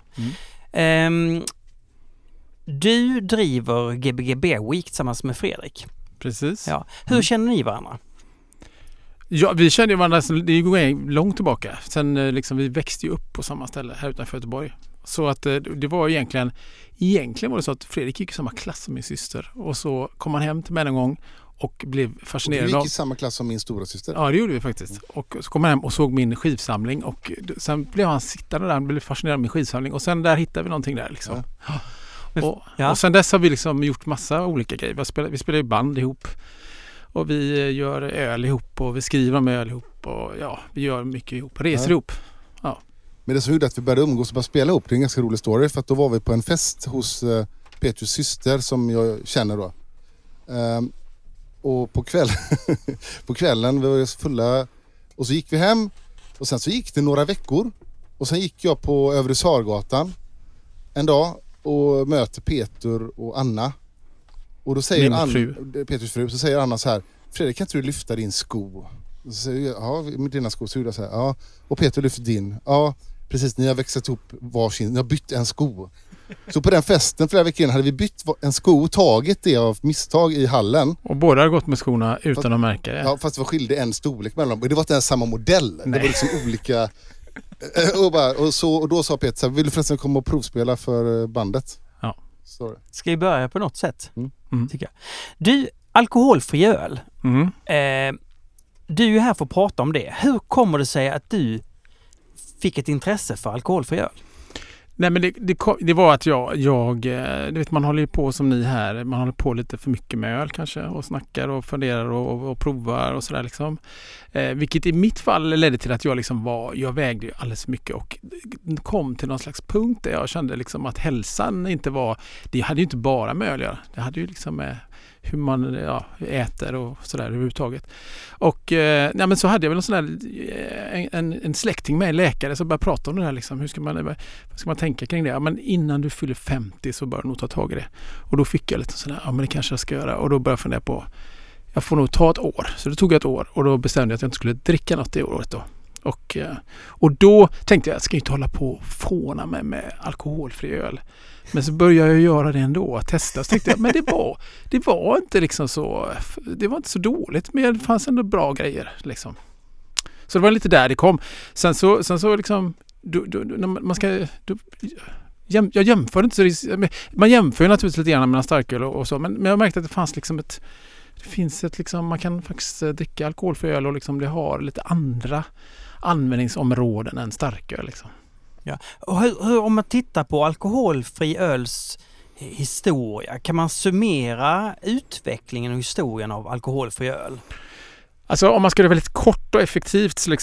Du driver GBGB Week tillsammans med Fredrik.
Precis.
Ja. Hur känner ni varandra?
Ja, vi kände varandra, det går långt tillbaka. Sen liksom, vi växte ju upp på samma ställe här utanför Göteborg. Så att det var egentligen var det så att Fredrik gick i samma klass som min syster. Och så kom han hem till mig en gång och blev fascinerad.
Och du gick i samma klass som min stora syster.
Ja, det gjorde vi faktiskt. Och så kom han hem och såg min skivsamling. Och sen blev han sittande där och blev fascinerad av min skivsamling. Och sen där hittade vi någonting där liksom. Ja. Och sen dess har vi liksom gjort massa olika grejer. Vi spelar ju band ihop. Och vi gör öl ihop och vi skriver om öl ihop. Och ja, vi gör mycket ihop. Reser ihop. Ja.
Men det som gjorde att vi började umgås och bara spela ihop, det är en ganska rolig story. För att då var vi på en fest hos Petrus syster som jag känner då. Och på kvällen vi var så fulla. Och så gick vi hem. Och sen så gick det några veckor. Och sen gick jag på Övre Sargatan en dag och möter Peter och Anna. Och då säger Petrus fru, så säger Anna så här: Fredrik, kan inte du lyfta din sko? Så säger jag, ja, med dina skor. Så gjorde jag så här, ja. Och Peter lyfter din. Ja, precis, ni har växlat ihop varsin, ni har bytt en sko. Så på den festen flera veckor hade vi bytt en sko, tagit det av misstag i hallen.
Och båda har gått med skorna utan att märka det.
Ja, fast det var skilde en storlek mellan dem. Och det var inte ens samma modell. Nej. Det var liksom olika. Och då sa Peter så här, vill du förresten komma och provspela för bandet?
Ja.
Sorry.
Ska vi börja på något sätt? Tycker jag. Du, alkoholfri öl. Du är här för att prata om det. Hur kommer det sig att du fick ett intresse för alkoholfri öl?
Nej, men det var att jag du vet, man håller ju på som ni här, man håller på lite för mycket med öl kanske och snackar och funderar och provar och sådär liksom. Vilket i mitt fall ledde till att jag vägde ju alldeles för mycket och kom till någon slags punkt där jag kände liksom att hälsan inte var, det hade ju inte bara med öl att göra, det hade ju liksom med hur man äter och sådär överhuvudtaget. Och men så hade jag väl en släkting med, en läkare, som började prata om det här liksom. Vad ska man tänka kring det? Ja, men innan du fyller 50 så bör du nog ta tag i det. Och då fick jag lite sådär, ja men det kanske jag ska göra. Och då började jag fundera på, jag får nog ta ett år. Så det tog ett år och då bestämde jag att jag inte skulle dricka något det året då. Och då tänkte jag ska inte hålla på och fåna med alkoholfri öl. Men så började jag göra det ändå, att testa. Så tänkte jag, men det var inte liksom så, det var inte så dåligt, men det fanns ändå bra grejer liksom. Så det var lite där det kom. Sen så liksom, jag jämför inte så, man jämför ju naturligtvis lite grann mellan starköl och så, men jag märkte att det fanns liksom liksom, man kan faktiskt dricka alkoholfri öl och liksom det har lite andra användningsområden än starköl liksom.
Ja. Och om man tittar på alkoholfri öls historia, kan man summera utvecklingen och historien av alkoholfri öl?
Alltså om man ska göra väldigt kort och effektivt så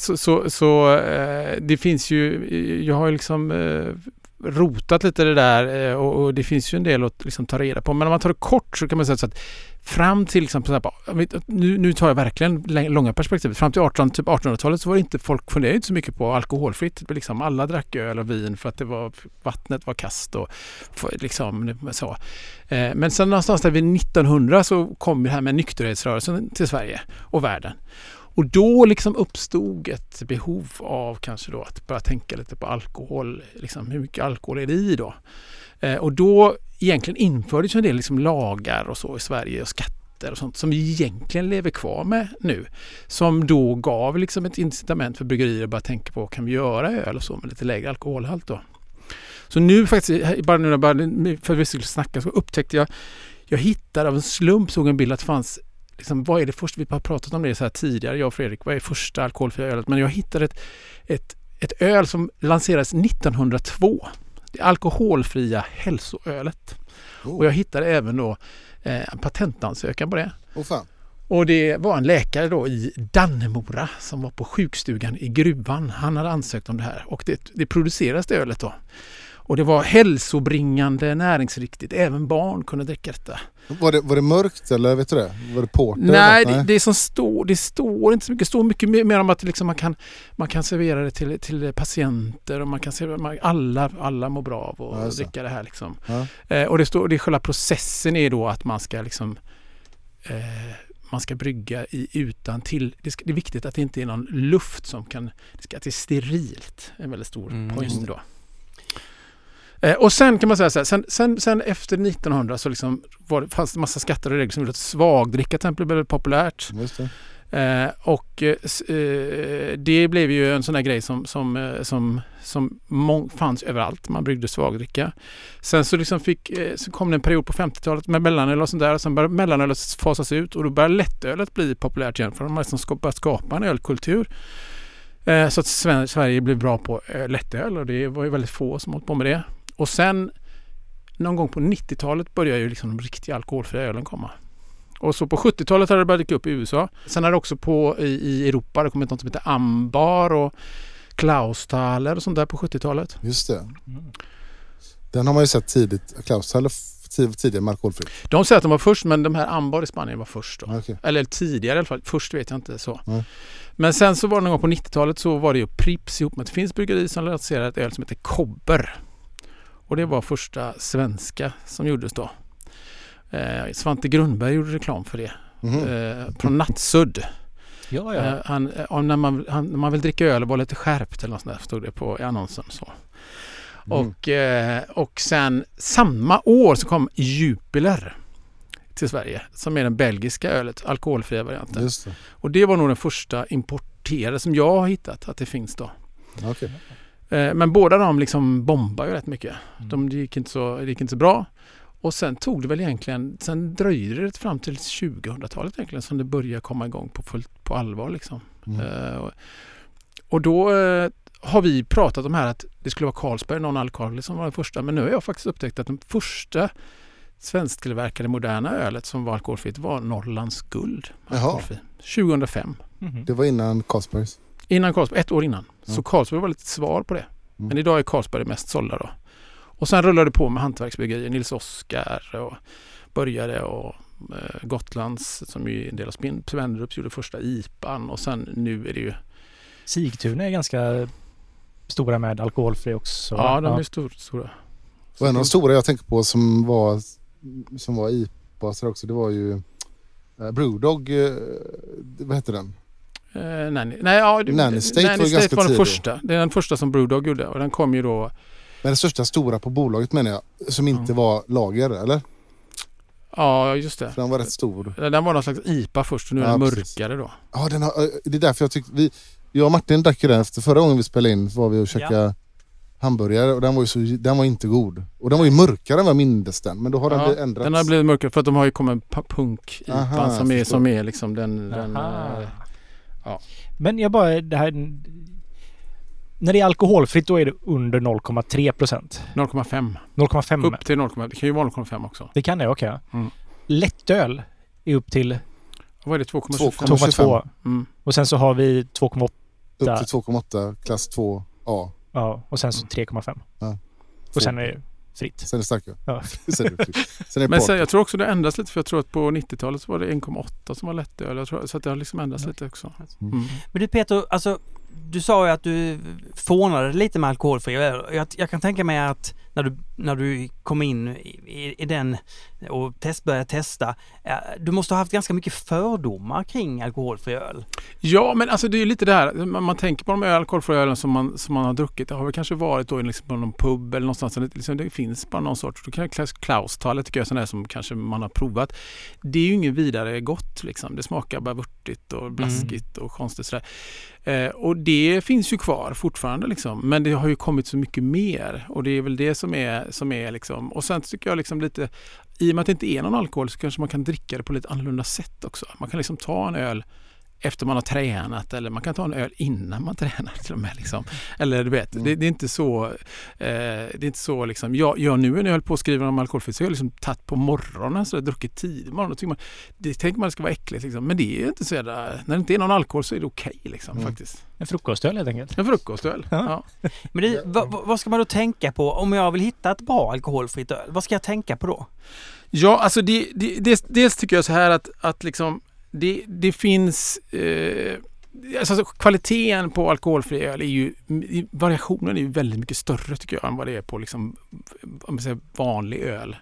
det finns ju, jag har ju liksom rotat lite det där och det finns ju en del att liksom ta reda på. Men om man tar det kort så kan man säga så att fram till liksom, nu tar jag verkligen långa perspektiv. Fram till 1800-talet så var det inte, folk funderade inte så mycket på alkoholfritt. Liksom, alla drack öl och vin för att vattnet var kast och liksom så. Men sen någonstans där vid 1900 så kom det här med nykterhetsrörelsen till Sverige och världen. Och då liksom uppstod ett behov av kanske då att börja tänka lite på alkohol, liksom hur mycket alkohol är det i då? Och då egentligen infördes en del liksom lagar och så i Sverige och skatter och sånt som vi egentligen lever kvar med nu. Som då gav liksom ett incitament för bryggerier att bara tänka på, kan vi göra öl och så med lite lägre alkoholhalt då? Så nu faktiskt, för att vi skulle snacka så upptäckte jag hittade av en slump, såg en bild att det fanns liksom, vad är det första, vi har pratat om det så här tidigare, jag och Fredrik, vad är första alkoholfria ölet? Men jag hittade ett öl som lanserades 1902. Det alkoholfria hälsoölet. Och jag hittade även då en patentansökan på det.
Fan.
Och det var en läkare då i Dannemora som var på sjukstugan i gruvan. Han hade ansökt om det här och det producerades det ölet då. Och det var hälsobringande, näringsriktigt. Även barn kunde dricka detta.
Var det mörkt eller vet du det? Var det porter?
Nej, det står inte så mycket. Det står mycket mer om att liksom man kan servera det till patienter och man kan servera, alla mår bra av att dricka det här liksom. Ja. Och det själva processen är då att man ska liksom man ska brygga utan till. Det är viktigt att det inte är någon luft som kan, att det är sterilt. En väldigt stor poäng då. Och sen kan man säga så här, sen efter 1900 så liksom fanns det massa skatter och regler som gjorde att svagdricka till exempel blev populärt.
Just det.
Det blev ju en sån här grej som fanns överallt. Man bryggde svagdricka. Sen så liksom så kom det en period på 50-talet med mellanöl och sånt där. Och sen började mellanölet fasas ut och då började lättölet bli populärt igen. För de har liksom börjat skapa en ölkultur. Så att Sverige blev bra på lättöl och det var ju väldigt få som hållit på med det. Och sen någon gång på 90-talet började ju liksom de riktiga alkoholfria ölen komma. Och så på 70-talet hade det börjat dyka upp i USA. Sen hade det också i Europa, det kom något som heter Ambar och Klausthaler och sånt där på 70-talet.
Just det. Den har man ju sett tidigt. Klausthaler tidigare med alkoholfritt.
De säger att de var först, men de här Ambar i Spanien var först då.
Okay.
Eller tidigare i alla fall. Först vet jag inte så. Men sen så var det någon gång på 90-talet så var det ju Pripps ihop med ett finskt bryggeri som lanserade ett öl som heter Kobber. Och det var första svenska som gjordes då. Svante Grundberg gjorde reklam för det. Från Nattsudd.
Ja.
När man vill dricka öl och vara lite skärpt eller något sånt där, stod det på annonsen så. Och sen samma år så kom Jupiler till Sverige som är den belgiska ölet, alkoholfria varianten.
Just det. Och
det var nog den första importerade som jag har hittat att det finns då.
Okay.
Men båda de liksom bombar ju rätt mycket. Det gick inte så bra. Och sen tog det väl egentligen, sen dröjde det fram till 2000-talet egentligen som det började komma igång på allvar liksom. Och då har vi pratat om här att det skulle vara Carlsberg, non-alkohol som var den första. Men nu har jag faktiskt upptäckt att den första svensktillverkade moderna ölet som var alkoholfritt var Norrlands Guld. 2005.
Det var innan Carlsbergs?
Innan Carlsberg, 1 år innan. Så Carlsberg var lite svar på det. Men idag är Carlsberg mest sålda då. Och sen rullade det på med hantverksbryggerier. Nils Oskar och började och Gotlands som ju en del av Spendrups gjorde första IPAn och sen nu är det ju
Sigtuna är ganska stora med alkoholfri också.
Ja, de är stora.
Och en av de stora jag tänker på som var IPA så också, det var ju Brewdog, vad heter den?
Nanny State var den första. Det är den första som Brewdog gjorde och den kom ju då.
Men den största stora på bolaget menar jag, som inte var lager, eller?
Ja, just det.
För den var rätt stor.
Den var någon slags IPA först och nu är den mörkare då.
Ja, det är därför jag tyckte jag och Martin drack den efter förra gången vi spelade in var vi och käkade hamburgare och den var inte god. Och den var ju mörkare än vad jag minns den, men då har den ändrats. Den
har blivit mörkare för att de har ju kommit en punk-IPA som är liksom den
Men jag bara, det här, när det är alkoholfritt då är det under 0,3%.
0,5.
0,5.
Upp till 0,5. Det kan ju vara 0,5 också.
Det kan det, okej. Lättöl är upp till...
Vad är det?
2,2. Och sen så har vi 2,8.
Upp till 2,8, klass 2A.
Ja, och sen så 3,5.
Ja.
Och sen är det fritt.
Sen är det starkare.
Ja.
Sen är det fritt. Sen är det
men sen, jag tror också det ändras lite, för jag tror att på 90-talet så var det 1,8 som var lättöl. Så att det har liksom ändrats lite också.
Men du Peter, alltså du sa ju att du fånade lite med alkoholfri. Jag kan tänka mig att när du kom in i den och började testa, du måste ha haft ganska mycket fördomar kring alkoholfri öl.
Ja, men alltså det är ju lite det här, man tänker på de alkoholfria ölen som man har druckit. Det har väl kanske varit då liksom på någon pub eller någonstans. Liksom det finns bara någon sorts, då kan Klaus-talet tycker jag sån där som kanske man har provat. Det är ju inget vidare gott liksom. Det smakar bara vörtigt och blaskigt och konstigt sådär. Och det finns ju kvar fortfarande liksom. Men det har ju kommit så mycket mer. Och det är väl det som är liksom. Och sen tycker jag liksom lite, i och med att det inte är någon alkohol så kanske man kan dricka det på lite annorlunda sätt också. Man kan liksom ta en öl efter man har tränat, eller man kan ta en öl innan man tränar till och med liksom. Eller du vet, det är inte så liksom, jag nu när jag höll på att skriva om alkoholfritt så har jag liksom tagit på morgonen så jag druckit tidigt morgon, och det tänker man ska vara äckligt liksom. Men det är inte så där, när det inte är någon alkohol så är det okej liksom faktiskt.
En frukostöl helt enkelt.
En frukostöl, ja.
Men vad ska man då tänka på om jag vill hitta ett bra alkoholfritt öl? Vad ska jag tänka på då?
Ja, alltså dels tycker jag så här att liksom det finns alltså kvaliteten på alkoholfri öl är ju, variationen är ju väldigt mycket större tycker jag än vad det är på liksom, om man säger, vanlig öl.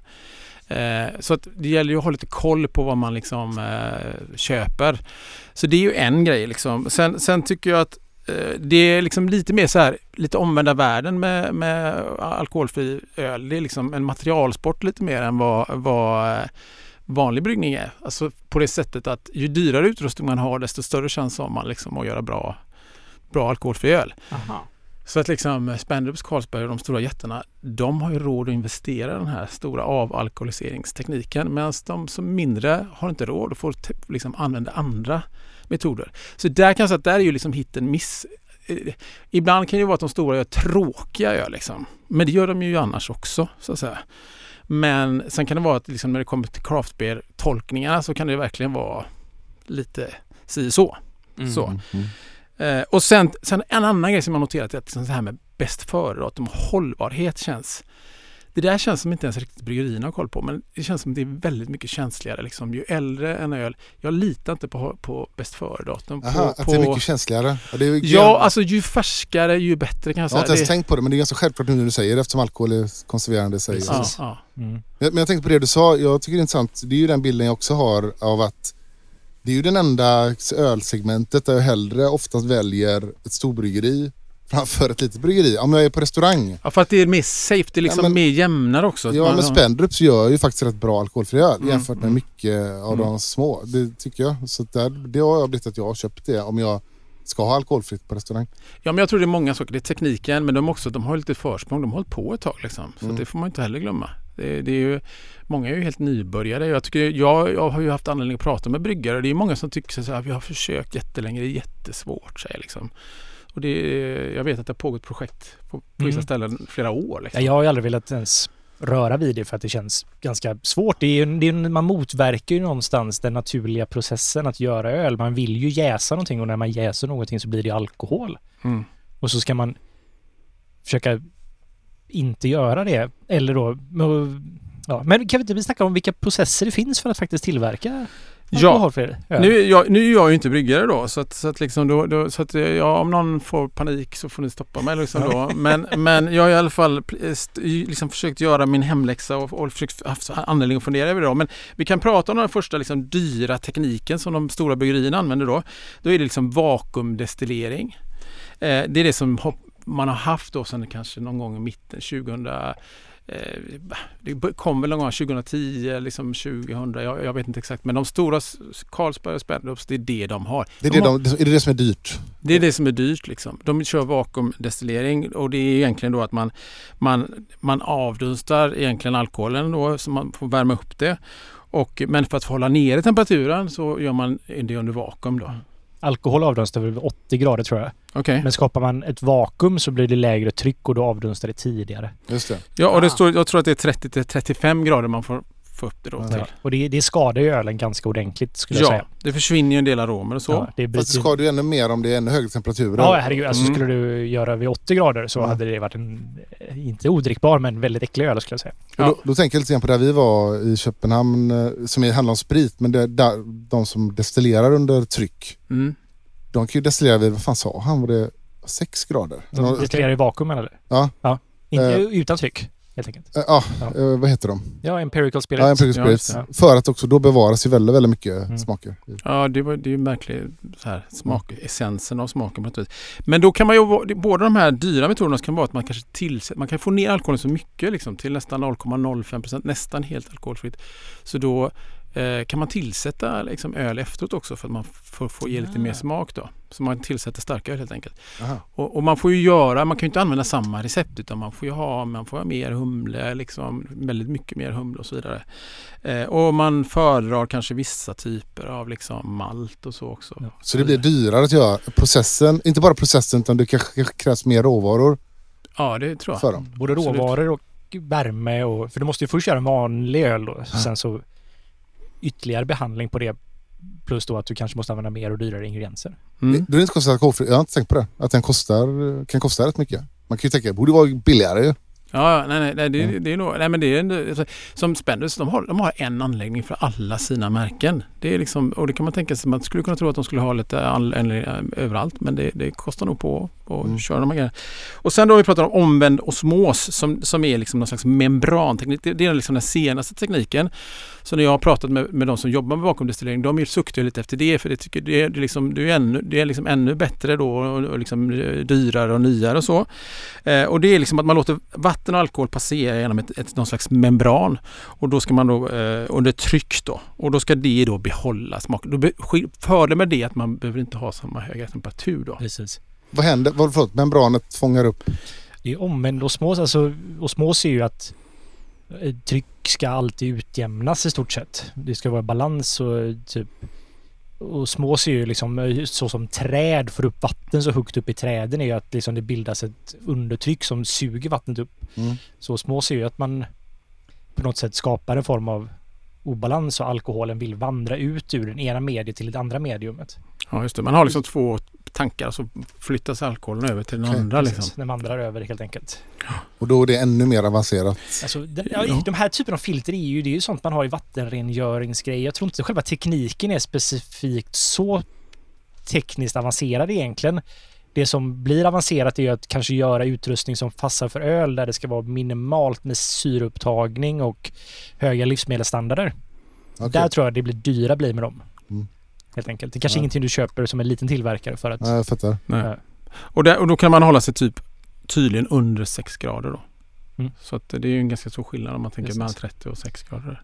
Så att det gäller ju att ha lite koll på vad man liksom köper. Så det är ju en grej liksom. Sen tycker jag att det är liksom lite mer så här, lite omvända världen med alkoholfri öl. Det är liksom en materialsport lite mer än vad vanlig bryggning är. Alltså på det sättet att ju dyrare utrustning man har, desto större chans har man liksom att göra bra alkoholfri öl.
Aha.
Så att liksom Spendrups, Carlsberg och de stora jättarna, de har ju råd att investera i den här stora avalkoholiseringstekniken, medan de som mindre har inte råd och får liksom använda andra metoder. Så där kan jag säga att där är ju liksom hitten miss. Ibland kan det ju vara att de stora gör tråkiga öl liksom. Men det gör de ju annars också, så att säga. Men sen kan det vara att liksom när det kommer till craft beer-tolkningarna så kan det verkligen vara lite så. Och sen en annan grej som jag noterat är att liksom det här med bäst före-datum och hållbarhet känns... Det där känns som inte ens riktigt bryggerierna har koll på, men det känns som det är väldigt mycket känsligare. Liksom. Ju äldre en öl, jag litar inte på bäst före-datum.
Att det är mycket känsligare?
Alltså ju färskare, ju bättre kan jag säga.
Jag har inte ens tänkt på det, men det är ganska självklart nu när du säger det, eftersom alkohol är konserverande. Säger.
Ja.
Men jag tänkte på det du sa, jag tycker det är intressant. Det är ju den bilden jag också har av att det är ju den enda ölsegmentet där jag hellre oftast väljer ett storbryggeri framför ett litet bryggeri. Om jag är på restaurang.
Ja, för att det är mer safe, det är liksom mer jämnare också.
Ja, men Spendrups gör ju faktiskt rätt bra alkoholfri öl jämfört med mycket av de små. Det tycker jag. Så det har jag blivit att jag har köpt det om jag ska ha alkoholfritt på restaurang. Ja,
men jag tror det är många saker. Det är tekniken, men de har lite försprång. De har hållit på ett tag liksom. Så det får man inte heller glömma. Det är ju, många är ju helt nybörjare. Jag har ju haft anledning att prata med bryggare. Det är många som tycker så här, vi har försökt jättelänge, det är jättesvårt, säger liksom. Och jag vet att det har pågått projekt på vissa ställen flera år. Liksom.
Jag har ju aldrig velat ens röra vid det för att det känns ganska svårt. Man motverkar ju någonstans den naturliga processen att göra öl. Man vill ju jäsa någonting och när man jäser någonting så blir det alkohol. Och så ska man försöka inte göra det. Eller då... Ja. Men kan vi inte snacka om vilka processer det finns för att faktiskt tillverka alkoholfri öl?
Nu är jag ju inte bryggare då, så att liksom om någon får panik så får ni stoppa mig liksom då. Men jag har i alla fall liksom försökt göra min hemläxa och försökt haft anledning att fundera över det då. Men vi kan prata om den första liksom dyra tekniken som de stora bryggerierna använder då. Då är det liksom vakuumdestillering. Det är det som man har haft då sedan kanske någon gång i mitten 2000. Det kom väl någon gång 2010, liksom 2000, jag vet inte exakt, men de stora Carlsberg och Spendrups, det är det de har.
Är det som är dyrt?
Det är det som är dyrt liksom. De kör vakuumdestillering och det är egentligen då att man avdunstar egentligen alkoholen då, så man får värma upp det. Men för att hålla nere temperaturen så gör man det under vakuum då.
Alkohol avdunstar över 80 grader tror jag.
Okay.
Men skapar man ett vakuum så blir det lägre tryck och då avdunstar det tidigare.
Just det.
Ja, och jag tror att det är 30-35 grader man får få upp det då till.
Och det skadar ju ölen ganska ordentligt skulle jag säga.
Ja, det försvinner ju en del aromer och så.
Ja,
det skadar ju ännu mer om det är ännu högre temperaturer.
Ja, herregud. Alltså skulle du göra vid 80 grader så hade det varit inte odrickbar men väldigt äcklig öl skulle jag säga.
Ja. Då tänker jag lite grann på där vi var i Köpenhamn som handlar om sprit, men de som destillerar under tryck. De kan ju destillera vid, vad fan sa han, var det 6 grader?
De destillerar i vakuum eller?
Ja.
Inte utan tryck, helt enkelt.
Vad heter de?
Ja, Empirical Spirit.
Ja, Empirical Spirit. För att också då bevaras ju väldigt, väldigt mycket smaker.
Ja, det är ju verkligen så här essensen av smaken på något vis. Men då kan man ju, båda de här dyra metoderna kan vara att man kanske man kan få ner alkoholen så mycket liksom, till nästan 0,05%, nästan helt alkoholfritt. Så då kan man tillsätta liksom öl efteråt också för att man får ge lite mer smak då. Så man tillsätter starkare helt enkelt. Och man får ju man kan ju inte använda samma recept utan man får ha mer humle, liksom, väldigt mycket mer humle och så vidare. Och man föredrar kanske vissa typer av liksom malt och så också. Ja.
Så det blir dyrare att göra processen, inte bara processen utan det kanske krävs mer råvaror.
Ja, det tror jag.
För dem.
Både råvaror och värme för du måste ju först göra en vanlig öl då. Sen så ytterligare behandling på det plus då att du kanske måste använda mer och dyrare ingredienser.
Det är inte kostat alkoholfri. Jag har inte tänkt på det. Att den kan kosta rätt mycket. Man kan ju tänka, det borde vara billigare ju.
Ja, nej, det är nog... Nej, men det är som Spendrups, de har en anläggning för alla sina märken. Det är liksom, och det kan man tänka sig, man skulle kunna tro att de skulle ha lite överallt, men det kostar nog på att köra de här grejerna. Och sen då har vi pratat om omvänd osmos som är liksom någon slags membranteknik. Det är liksom den senaste tekniken. Så när jag har pratat med de som jobbar med vakuumdestillering, de suktar lite efter det, för det är liksom ännu bättre då och liksom dyrare och nyare och så. Och det är liksom att man låter vatten och alkohol passera genom någon slags membran och då ska man då under tryck då och då ska det då behålla smaken. Fördelen med det att man behöver inte ha samma höga temperatur då.
Precis.
Vad händer? Membranet fångar upp?
Det är omvänd osmos. Alltså osmos är ju att tryck ska alltid utjämnas i stort sett. Det ska vara balans och typ osmos är ju liksom så som träd får upp vatten så högt upp i träden är ju att liksom det bildas ett undertryck som suger vattnet upp. Så osmos är ju att man på något sätt skapar en form av obalans och alkoholen vill vandra ut ur den ena mediet till det andra mediumet.
Ja, just det. Man har liksom två tankar och så flyttas alkoholen över till den andra. Liksom.
Den vandrar över helt enkelt.
Och då är det ännu mer avancerat.
Alltså, de här typen av filter det är ju sånt man har i vattenrengöringsgrejer. Jag tror inte själva tekniken är specifikt så tekniskt avancerad egentligen. Det som blir avancerat är att kanske göra utrustning som passar för öl där det ska vara minimalt med syreupptagning och höga livsmedelsstandarder. Okay. Där tror jag det blir dyra blir med dem. Helt enkelt. Det är kanske ingenting du köper som en liten tillverkare för att...
Nej, jag fattar.
Nej. Och då kan man hålla sig tydligen under 6 grader då. Så att det är ju en ganska stor skillnad om man tänker mellan 30 och 6 grader.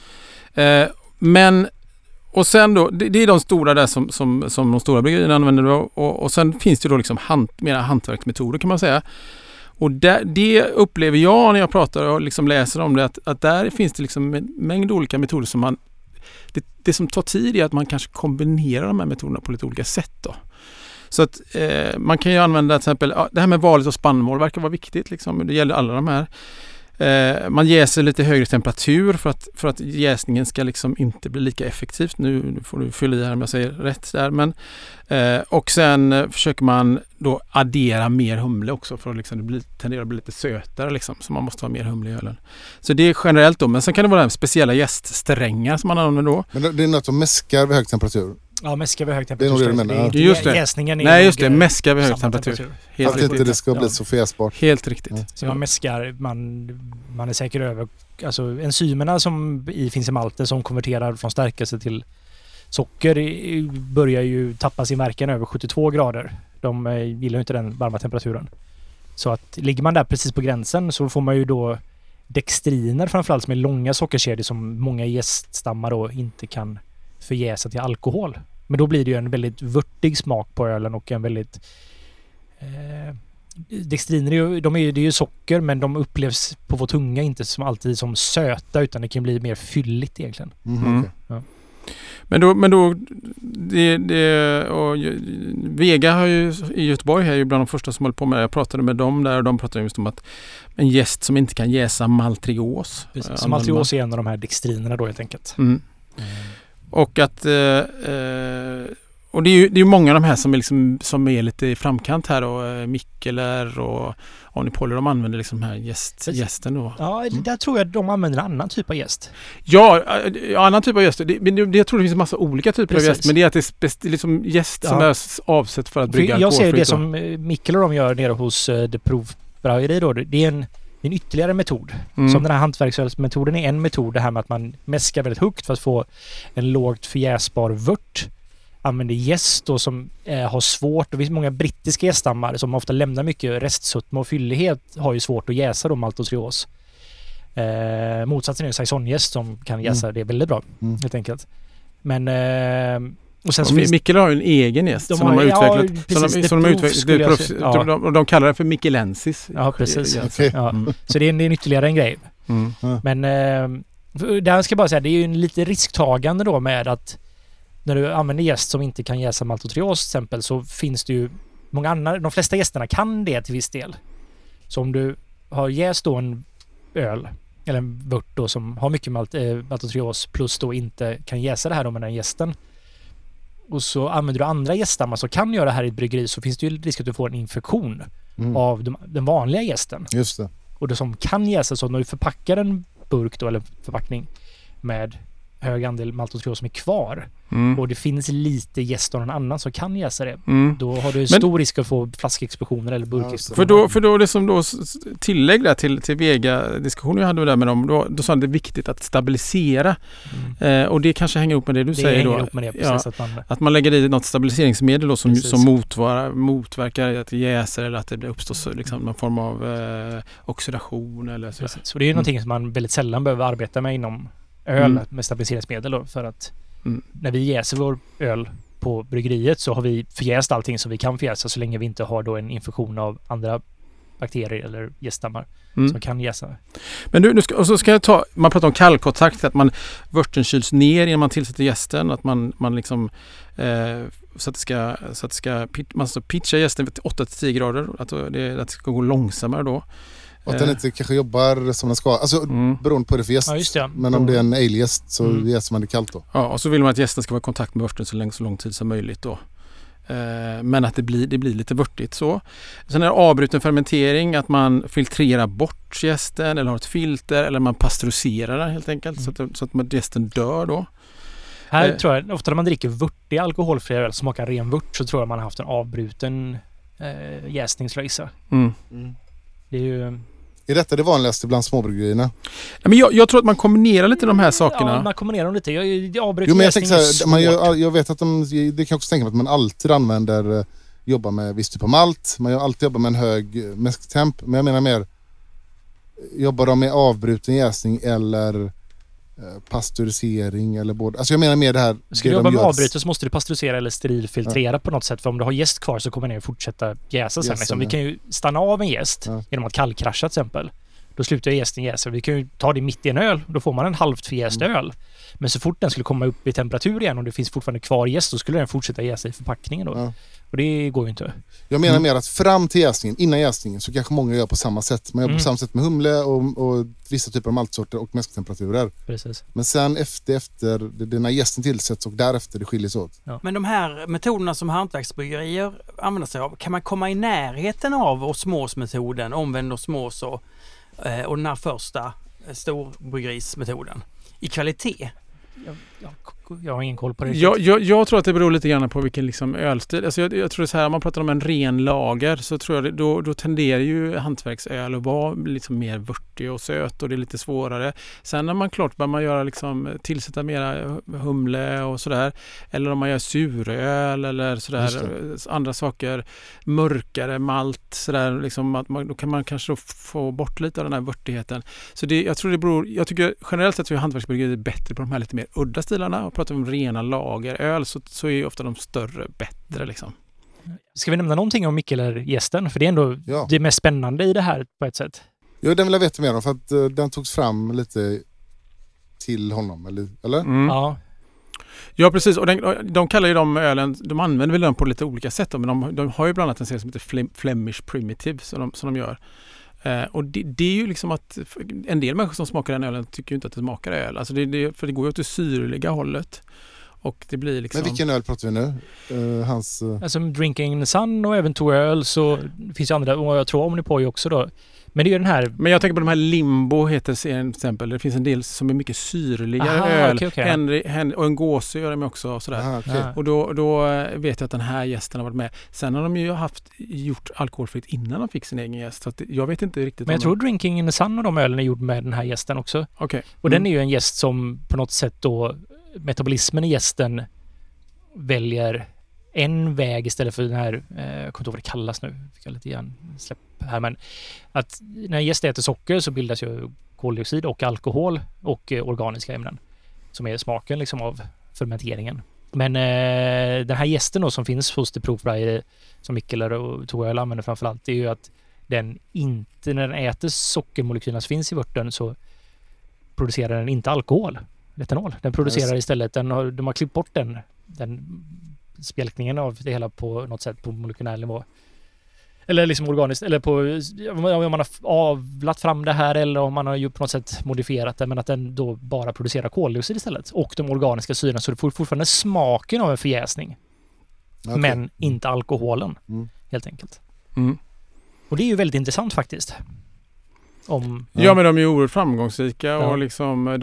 Men och sen då, det är de stora där som de stora bryggerierna använder då, och sen finns det då liksom mera hantverksmetoder kan man säga. Och det upplever jag när jag pratar och liksom läser om det att där finns det liksom en mängd olika metoder som man det som tar tid är att man kanske kombinerar de här metoderna på lite olika sätt då. Så att man kan ju använda till exempel, det här med valet av spannmål verkar vara viktigt liksom. Det gäller alla de här. Man jäser lite högre temperatur för att jäsningen ska liksom inte bli lika effektivt. Nu får du fylla i här om jag säger rätt där. Men, och sen försöker man då addera mer humle också för att liksom det tenderar att bli lite sötare liksom, så man måste ha mer humle i ölen. Så det är generellt då, men sen kan det vara speciella jäststrängar som man använder då.
Men det är något som mäskar vid hög temperatur.
Ja, mäska vid hög temperatur.
Det är nog det du menar.
Just det.
Jäsningen är
Nej, just det. Mäska vid hög temperatur.
Helt att inte det ska bli så fräsbart.
Helt riktigt.
Så man mäskar, man är säker över, alltså enzymerna som finns i malten som konverterar från stärkelse till socker börjar ju tappa sin verkan över 72 grader. De gillar ju inte den varma temperaturen. Så att ligger man där precis på gränsen så får man ju då dextriner framförallt som är långa sockerkedjor som många jäststammar då inte kan förjäsa till alkohol. Men då blir det ju en väldigt vörtig smak på ölen och en väldigt dextriner det är ju socker men de upplevs på vår tunga inte som alltid som söta utan det kan bli mer fylligt egentligen.
Okay.
Ja.
Men då och Vega har ju i Göteborg är ju bland de första som håller på med det. Jag pratade med dem där och de pratade just om att en jäst som inte kan jäsa maltrios.
Så maltrios är en av de här dextrinerna då helt enkelt.
Och att och det är ju många av de här som är lite i framkant här och Mikkeler och Onipoly, de använder liksom här jästen då.
Ja, där tror jag de använder en annan typ av jäst.
Ja, annan typ av jäst. Jag tror det finns en massa olika typer av jäst, men det är att det är liksom jäst som är avsett för att brygga alkoholfritt.
Jag ser det som Mikkeler de gör nere hos The Proof Braueri då. Det är en ytterligare metod. Som den här hantverksölsmetoden är en metod, det här med att man mäskar väldigt högt för att få en lågt förjäsbar vört. Använder jäst då som har svårt, och det finns många brittiska jäststammar som ofta lämnar mycket restsötma och fyllighet har ju svårt att jäsa då maltotrios. Motsatsen är saisonjäst som kan jäsa det väldigt bra helt enkelt. Men och sen så
Mikkel har ju en egen jäst som de har utvecklat. De kallar det för Mikkelensis.
Ja, precis. Okay. Ja. Så det är en ytterligare en grej. Men där ska jag bara säga, det är ju en lite risktagande då med att när du använder jäst som inte kan jäsa maltotrios till exempel så finns det ju många andra, de flesta jästerna kan det till viss del. Så om du har jäst då en öl eller en vört då som har mycket maltotrios plus då inte kan jäsa det här då med den jästen och så använder du andra jäststammar som kan göra det här i ett bryggeri så finns det ju risk att du får en infektion av den vanliga jästen.
Just det.
Och det som kan jäsa så när du förpackar en burk då eller förpackning med hög andel maltotrios som är kvar och det finns lite jäst av någon annan som kan jäsa det. Då har du stor risk att få flaskexplosioner eller burkexplosioner.
För då det som då tillägg där till Vega-diskussionen jag hade där med dem, då sa det är viktigt att stabilisera. Och det kanske hänger ihop med det du säger då. Ihop med det, precis, att man lägger i något stabiliseringsmedel då, som motverkar att det jäser eller att det uppstår liksom någon form av oxidation eller så.
Så det är ju någonting som man väldigt sällan behöver arbeta med inom öl med stabiliseringsmedel då, för att när vi jäser vår öl på bryggeriet så har vi förjäst allting som vi kan förjäsa så länge vi inte har då en infektion av andra bakterier eller jäststammar som kan jäsa. Men
och så ska jag man pratar om kallkontakt, att vörten kyls ner innan man tillsätter jästen, att man liksom så att man ska pitcha jästen till 8-10 grader, att det ska gå långsammare då. Och
att den inte kanske jobbar som den ska. Alltså beroende på det för jäst.
Ja, just det.
Men om det är en ale-jäst så jäser man det kallt då.
Ja, och så vill man att jästen ska vara i kontakt med vörten så lång tid som möjligt då. Men att det blir lite vörtigt så. Sen är det avbruten fermentering, att man filtrerar bort jästen eller har ett filter eller man pasteuriserar den helt enkelt så att jästen dör då.
Här tror jag, ofta när man dricker vörtig alkoholfri öl som smakar ren vört så tror jag man har haft en avbruten jäsning skulle jag gissa. Det är ju...
Är detta det vanligaste bland småbryggerierna?
Ja, men jag tror att man kombinerar lite de här sakerna.
Ja, man kombinerar dem lite.
Jag vet att det kan också tänka mig att man alltid jobbar med viss typ av malt. Man alltid jobbar med en hög mäsktemp. Men jag menar mer, jobbar de med avbruten jäsning eller pasteurisering eller både. Alltså jag menar mer det här.
Ska du jobba med avbrytelse så måste du pasteurisera eller sterilfiltrera på något sätt. För om du har jäst kvar så kommer den ju fortsätta jäsa sen. Liksom. Vi kan ju stanna av en jäst genom att kallkrascha till exempel. då slutar jästen jäsa. Vi kan ju ta det mitt i en öl, då får man en halvt förjäst öl. Men så fort den skulle komma upp i temperatur igen och det finns fortfarande kvar jäst, så skulle den fortsätta jäsa i förpackningen då. Ja. Och det går ju inte.
Jag menar mer att fram till jäsningen, innan jäsningen, så kanske många gör på samma sätt. Man gör på samma sätt med humle och vissa typer av maltsorter och mäsktemperaturer.
Precis.
Men sen efter det när jästen tillsätts och därefter det skiljs åt.
Ja. Men de här metoderna som hantverksbryggerier använder sig av, kan man komma i närheten av osmosmetoden, omvänd osmos och den här första storbryggeringsmetoden i kvalitet?
Jag har ingen koll på det.
Jag tror att det beror lite grann på vilken liksom ölstil. Alltså jag tror det är så här, om man pratar om en ren lager, så tror jag då tenderar ju hantverksöl att vara liksom mer vörtig och söt, och det är lite svårare. Sen när man klart bör man göra liksom, tillsätta mera humle och sådär, eller om man gör suröl eller sådär, andra saker, mörkare malt sådär, liksom, då kan man kanske få bort lite av den här vörtigheten. Så jag tror det beror, jag tycker generellt sett att hantverksbryggerier är bättre på de här lite mer udda stilarna. Och pratar vi om rena lageröl, så är ju ofta de större bättre liksom.
Ska vi nämna någonting om Mikkeler-jästen? För det är ändå det mest spännande i det här på ett sätt.
Jo, den vill jag veta mer om, för att den togs fram lite till honom, eller?
Mm. Ja, precis. Och de kallar ju de ölen, de använder väl den på lite olika sätt, men de har ju bland annat en serie som heter Flemish Primitive som de gör. Och det är ju liksom att en del människor som smakar den ölen tycker ju inte att det smakar öl. Alltså för det går ju åt det syrliga hållet. Och det blir liksom...
Men vilken öl pratar vi nu?
Alltså Drinking Sun och även två öl, så finns ju andra, och jag tror Omnipoj också då. Men det är ju den här...
Men jag tänker på de här Limbo heter serien till exempel. Det finns en del som är mycket syrligare öl. Okay. Och en gåse gör de också. Och sådär. Och då vet jag att den här gästen har varit med. Sen har de ju gjort alkoholfritt innan de fick sin egen gäst. Så att jag vet inte riktigt.
Men jag tror Drinking in the Sun och de ölen är gjord med den här gästen också.
Okay.
Och den är ju en gäst som på något sätt då, metabolismen i gästen väljer en väg istället för den här, jag kommer inte ihåg vad det kallas nu, fick jag lite grann släpp här, men att när gäst äter socker så bildas ju koldioxid och alkohol och organiska ämnen som är smaken liksom av fermenteringen. Men den här gästen då som finns hos det provfryer som Mikkeler och Toöl använder framförallt, det är ju att den inte, när den äter sockermolekylerna som finns i vörten, så producerar den inte alkohol, etanol. Den producerar istället, de har klippt bort den spjälkningen av det hela på något sätt på molekylär nivå. Eller liksom organiskt, eller på om man har avlat fram det här eller om man har ju på något sätt modifierat det, men att den då bara producerar koldioxid istället och de organiska syrorna, så det får fortfarande smaken av en förjäsning. Okay. Men inte alkoholen, helt enkelt. Mm. Och det är ju väldigt intressant faktiskt. Ja,
men de är ju oerhört framgångsrika och liksom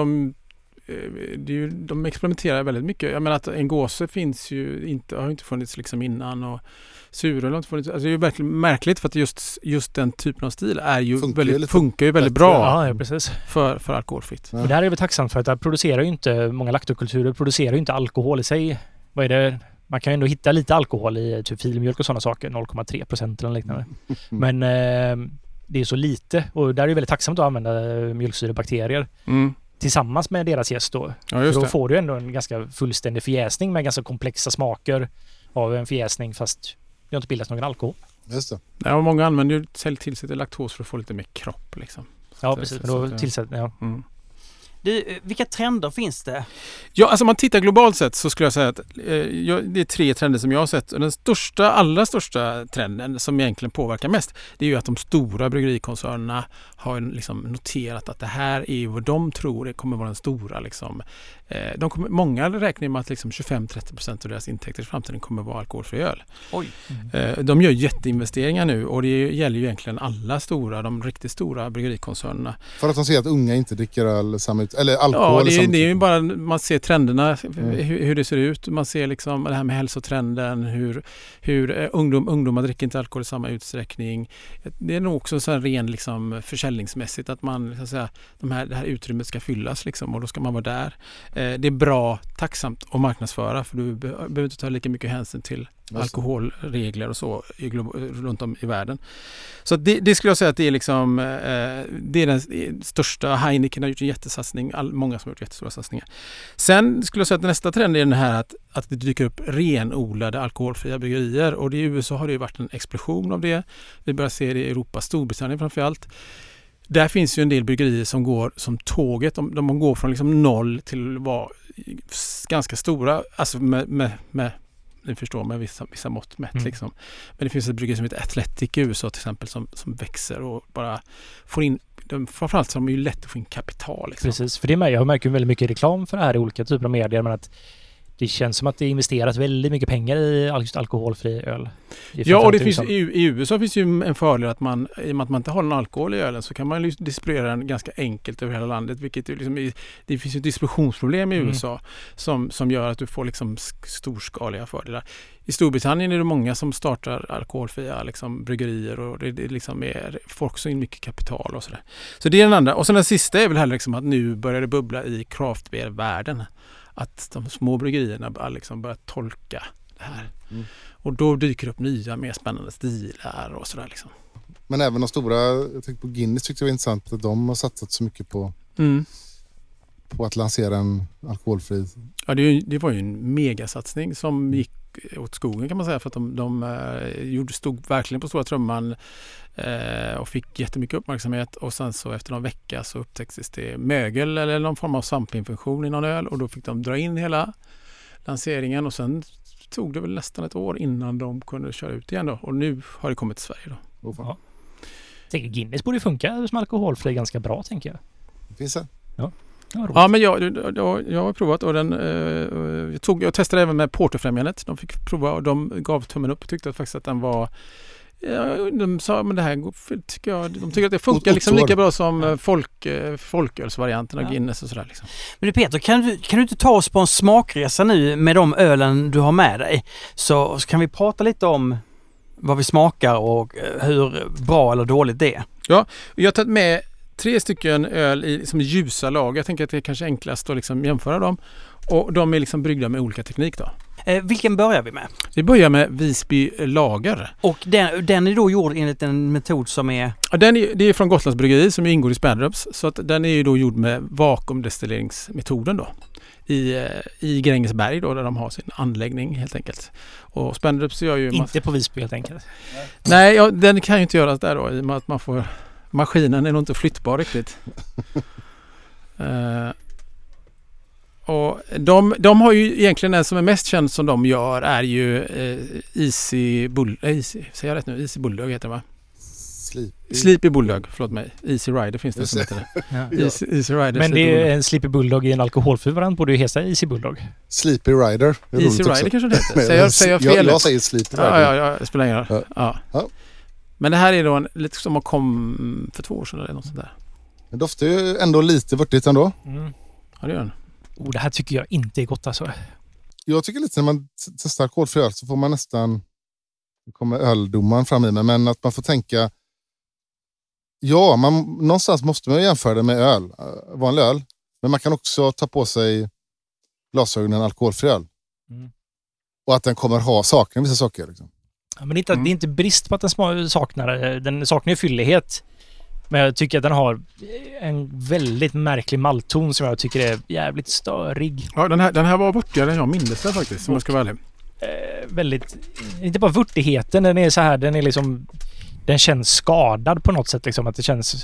de experimenterar väldigt mycket. Jag menar att en gåse finns ju inte, har inte funnits liksom innan, och suröl har inte funnits. Alltså det är ju verkligen märkligt, för att just den typen av stil är ju funkar ju väldigt bra
precis.
För alkoholfritt.
Ja. Och det här är vi tacksamt för, att det producerar ju inte, många laktokulturer producerar ju inte alkohol i sig. Vad är det? Man kan ju ändå hitta lite alkohol i typ filmjölk och sådana saker, 0,3% eller liknande. Men det är så lite, och där är det väldigt tacksamt att använda mjölksyrebakterier. Tillsammans med deras gäst då. Ja, just då får du ändå en ganska fullständig förjäsning med ganska komplexa smaker av en förjäsning, fast det har inte bildats någon alkohol.
Just det.
Ja, och många använder ju tillsätter laktos för att få lite mer kropp liksom.
Ja, precis. Men då tillsätter
Vilka trender finns det?
Ja, alltså om man tittar globalt sett så skulle jag säga att det är 3 trender som jag har sett. Och den allra största trenden som egentligen påverkar mest, det är ju att de stora bryggerikoncernerna har liksom noterat att det här är vad de tror kommer vara den stora. Liksom. Många räknar med att liksom 25-30% av deras intäkter i framtiden kommer vara alkoholfri öl.
Oj.
De gör jätteinvesteringar nu, och det gäller ju egentligen alla de riktigt stora bryggerikoncernerna.
För att de ser att unga inte dricker öl samma eller alkohol.
Ja, det är ju bara, man ser trenderna, hur det ser ut. Man ser liksom det här med hälsotrenden, hur ungdomar dricker inte alkohol i samma utsträckning. Det är nog också så här ren liksom försäljningsmässigt, att man så att säga, det här utrymmet ska fyllas liksom, och då ska man vara där. Det är bra, tacksamt att marknadsföra, för du behöver inte ta lika mycket hänsyn till alkoholregler och så runt om i världen. Så det skulle jag säga att det är liksom det är den största. Heineken har gjort en jättesatsning, många som har gjort jättestora satsningar. Sen skulle jag säga att nästa trend är den här att det dyker upp renodlade alkoholfria bryggerier, och i USA har det ju varit en explosion av det. Vi börjar se det i Europa, Storbritannien framförallt. där finns ju en del bryggerier som går som tåget. De går från liksom 0 till att vara ganska stora, alltså med ni förstår, med vissa mått mätt liksom. Men det finns ett bryggeri som heter Athletic i USA till exempel som växer och bara får in, framförallt så är de ju lätt att få in kapital. Liksom.
Precis, för det är med. Jag märker väldigt mycket reklam för det här i olika typer av medier, men att det känns som att det investeras väldigt mycket pengar i just alkoholfri öl.
Ja, och det finns, i USA finns ju en fördel att man, i och med att man inte har någon alkohol i ölen, så kan man distribuera den ganska enkelt över hela landet, vilket liksom det finns ju distributionsproblem i USA som gör att du får liksom storskaliga fördelar. I Storbritannien är det många som startar alkoholfria liksom bryggerier, och det liksom får också in mycket kapital och sådär. Så det är den andra. Och sen den sista är väl här liksom att nu börjar det bubbla i craft beer-världen. Att de små bryggerierna liksom börjar tolka det här. Och då dyker det upp nya, mer spännande stilar och sådär liksom.
Men även de stora, jag tänkte på Guinness, tyckte jag var intressant att de har satsat så mycket på att lansera en alkoholfri. Ja,
det var ju en megasatsning som gick åt skogen kan man säga, för att de stod verkligen på stora trumman och fick jättemycket uppmärksamhet, och sen så efter någon vecka så upptäcktes det mögel eller någon form av svampinfektion i någon öl, och då fick de dra in hela lanseringen, och sen tog det väl nästan ett år innan de kunde köra ut igen då, och nu har det kommit till Sverige då.
Ja. Jag tänker Guinness borde funka som alkoholfri ganska bra, tänker jag.
Finns det?
Ja.
Ja, men jag har provat, och jag testade även med Porterfrämjandet. De fick prova och de gav tummen upp och tyckte att faktiskt att den var, de sa, men det här tycker jag, de tycker att det funkar liksom lika bra som folkölsvarianten av Guinness och sådär liksom.
Men du Peter, kan du inte ta oss på en smakresa nu med de ölen du har med dig, så kan vi prata lite om vad vi smakar och hur bra eller dåligt det är.
Ja, jag har tagit med 3 stycken öl i liksom ljusa lager. Jag tänker att det är kanske enklast att liksom jämföra dem. Och de är liksom bryggda med olika teknik då.
Vilken börjar vi med?
Vi börjar med Visby lager.
Och den är då gjord enligt en metod som är...
Ja, det är från Gotlands bryggeri som ingår i Spendrups. Så att den är ju då gjord med vakuumdestilleringsmetoden då. I Grängesberg då, där de har sin anläggning helt enkelt. Och Spendrups gör ju...
Inte på Visby helt enkelt.
Nej, den kan ju inte göras där då, i och med att man får... Maskinen är nog inte flyttbar riktigt. Och de har ju egentligen, den som är mest känd som de gör är ju Easy Bulldog heter det, va? Sleepy Bulldog, förlåt mig. Easy Rider finns det som heter det. Ja. Easy Rider.
Men det är en Sleepy Bulldog i en alkoholfri variant, borde ju heta Easy Bulldog.
Sleepy Rider.
Easy Rider kanske det heter. Säger jag fel?
Jag säger Sleepy Rider.
Ja, det spelar ingen roll. Ja. Men det här är då lite som att kom för 2 år sedan eller något sånt där.
Det doftar ju ändå lite vörtigt ändå.
Ja, det gör den.
Det här tycker jag inte är gott alltså.
Jag tycker lite när man testar alkoholfri öl så får man nästan, det kommer öldomaren fram i mig, men att man får tänka, ja, någonstans måste man jämföra det med öl, vanlig öl. Men man kan också ta på sig glasögonen alkoholfri öl. Och att den kommer sakna vissa saker liksom.
Ja, men det är inte brist på att den saknar fyllighet. Men jag tycker att den har en väldigt märklig maltton som jag tycker är jävligt störig.
Ja, den här var vörtigare än jag minns det faktiskt, om jag ska vara ärlig.
Väldigt, inte bara vörtigheten, den är så här, den är liksom, den känns skadad på något sätt liksom, att det känns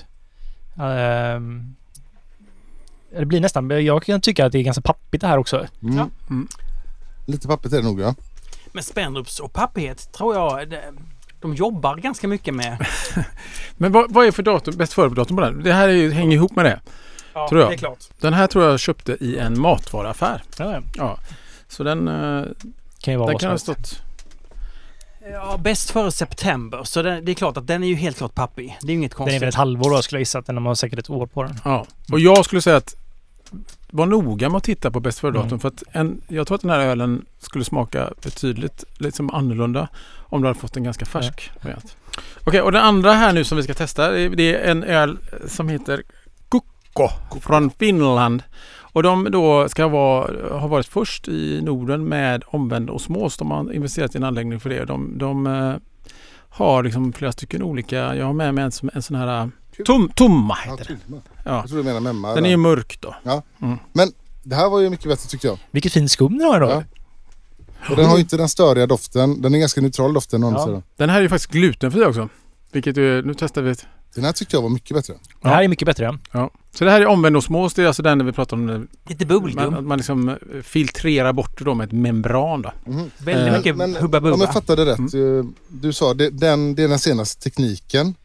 det blir nästan, jag kan tycka att det är ganska pappigt det här också.
Lite pappigt är det nog, ja.
Men Spendrups och pappighet tror jag de jobbar ganska mycket med.
Men vad är för datum, bäst före-datum på den? Det här hänger ihop med det.
Ja,
tror jag.
Det är klart.
Den här tror jag köpte i en matvaruaffär.
Ja.
Så den
kan ju vara
den kan ha stått...
Ja, bäst före september. Så det är klart att den är ju helt klart pappig. Det är ju inget konstigt.
Den är väl ett halvår då, skulle jag gissa att den har säkert ett år på den.
Ja, och jag skulle säga att var noga med att titta på bäst före-datum, för att jag tror att den här ölen skulle smaka betydligt liksom annorlunda om du hade fått en ganska färsk variant. Okej, och den andra här nu som vi ska testa, det är en öl som heter Kukko från Finland. Och de då har varit först i Norden med omvänd osmos. De har investerat i en anläggning för det. De har liksom flera stycken olika. Jag har med mig en sån här Tomma heter den. Ja.
Jag tror du menar memma.
Den är ju mörk då.
Ja. Men det här var ju mycket bättre tyckte jag.
Vilket fin skum den har då.
Ja. Och den har ju inte den störiga doften. Den är ganska neutral doften. Ja.
Den här är ju faktiskt glutenfri också. Vilket nu testar vi
Den här tyckte jag var mycket bättre.
Det här är mycket bättre.
Ja. Så det här är omvänd osmos, det är alltså den där vi pratar om.
Lite bubbelgum.
Man liksom filtrerar bort det då med ett membran då.
Väldigt mycket hubba-bubba.
Om jag fattade rätt, du sa det är den senaste tekniken.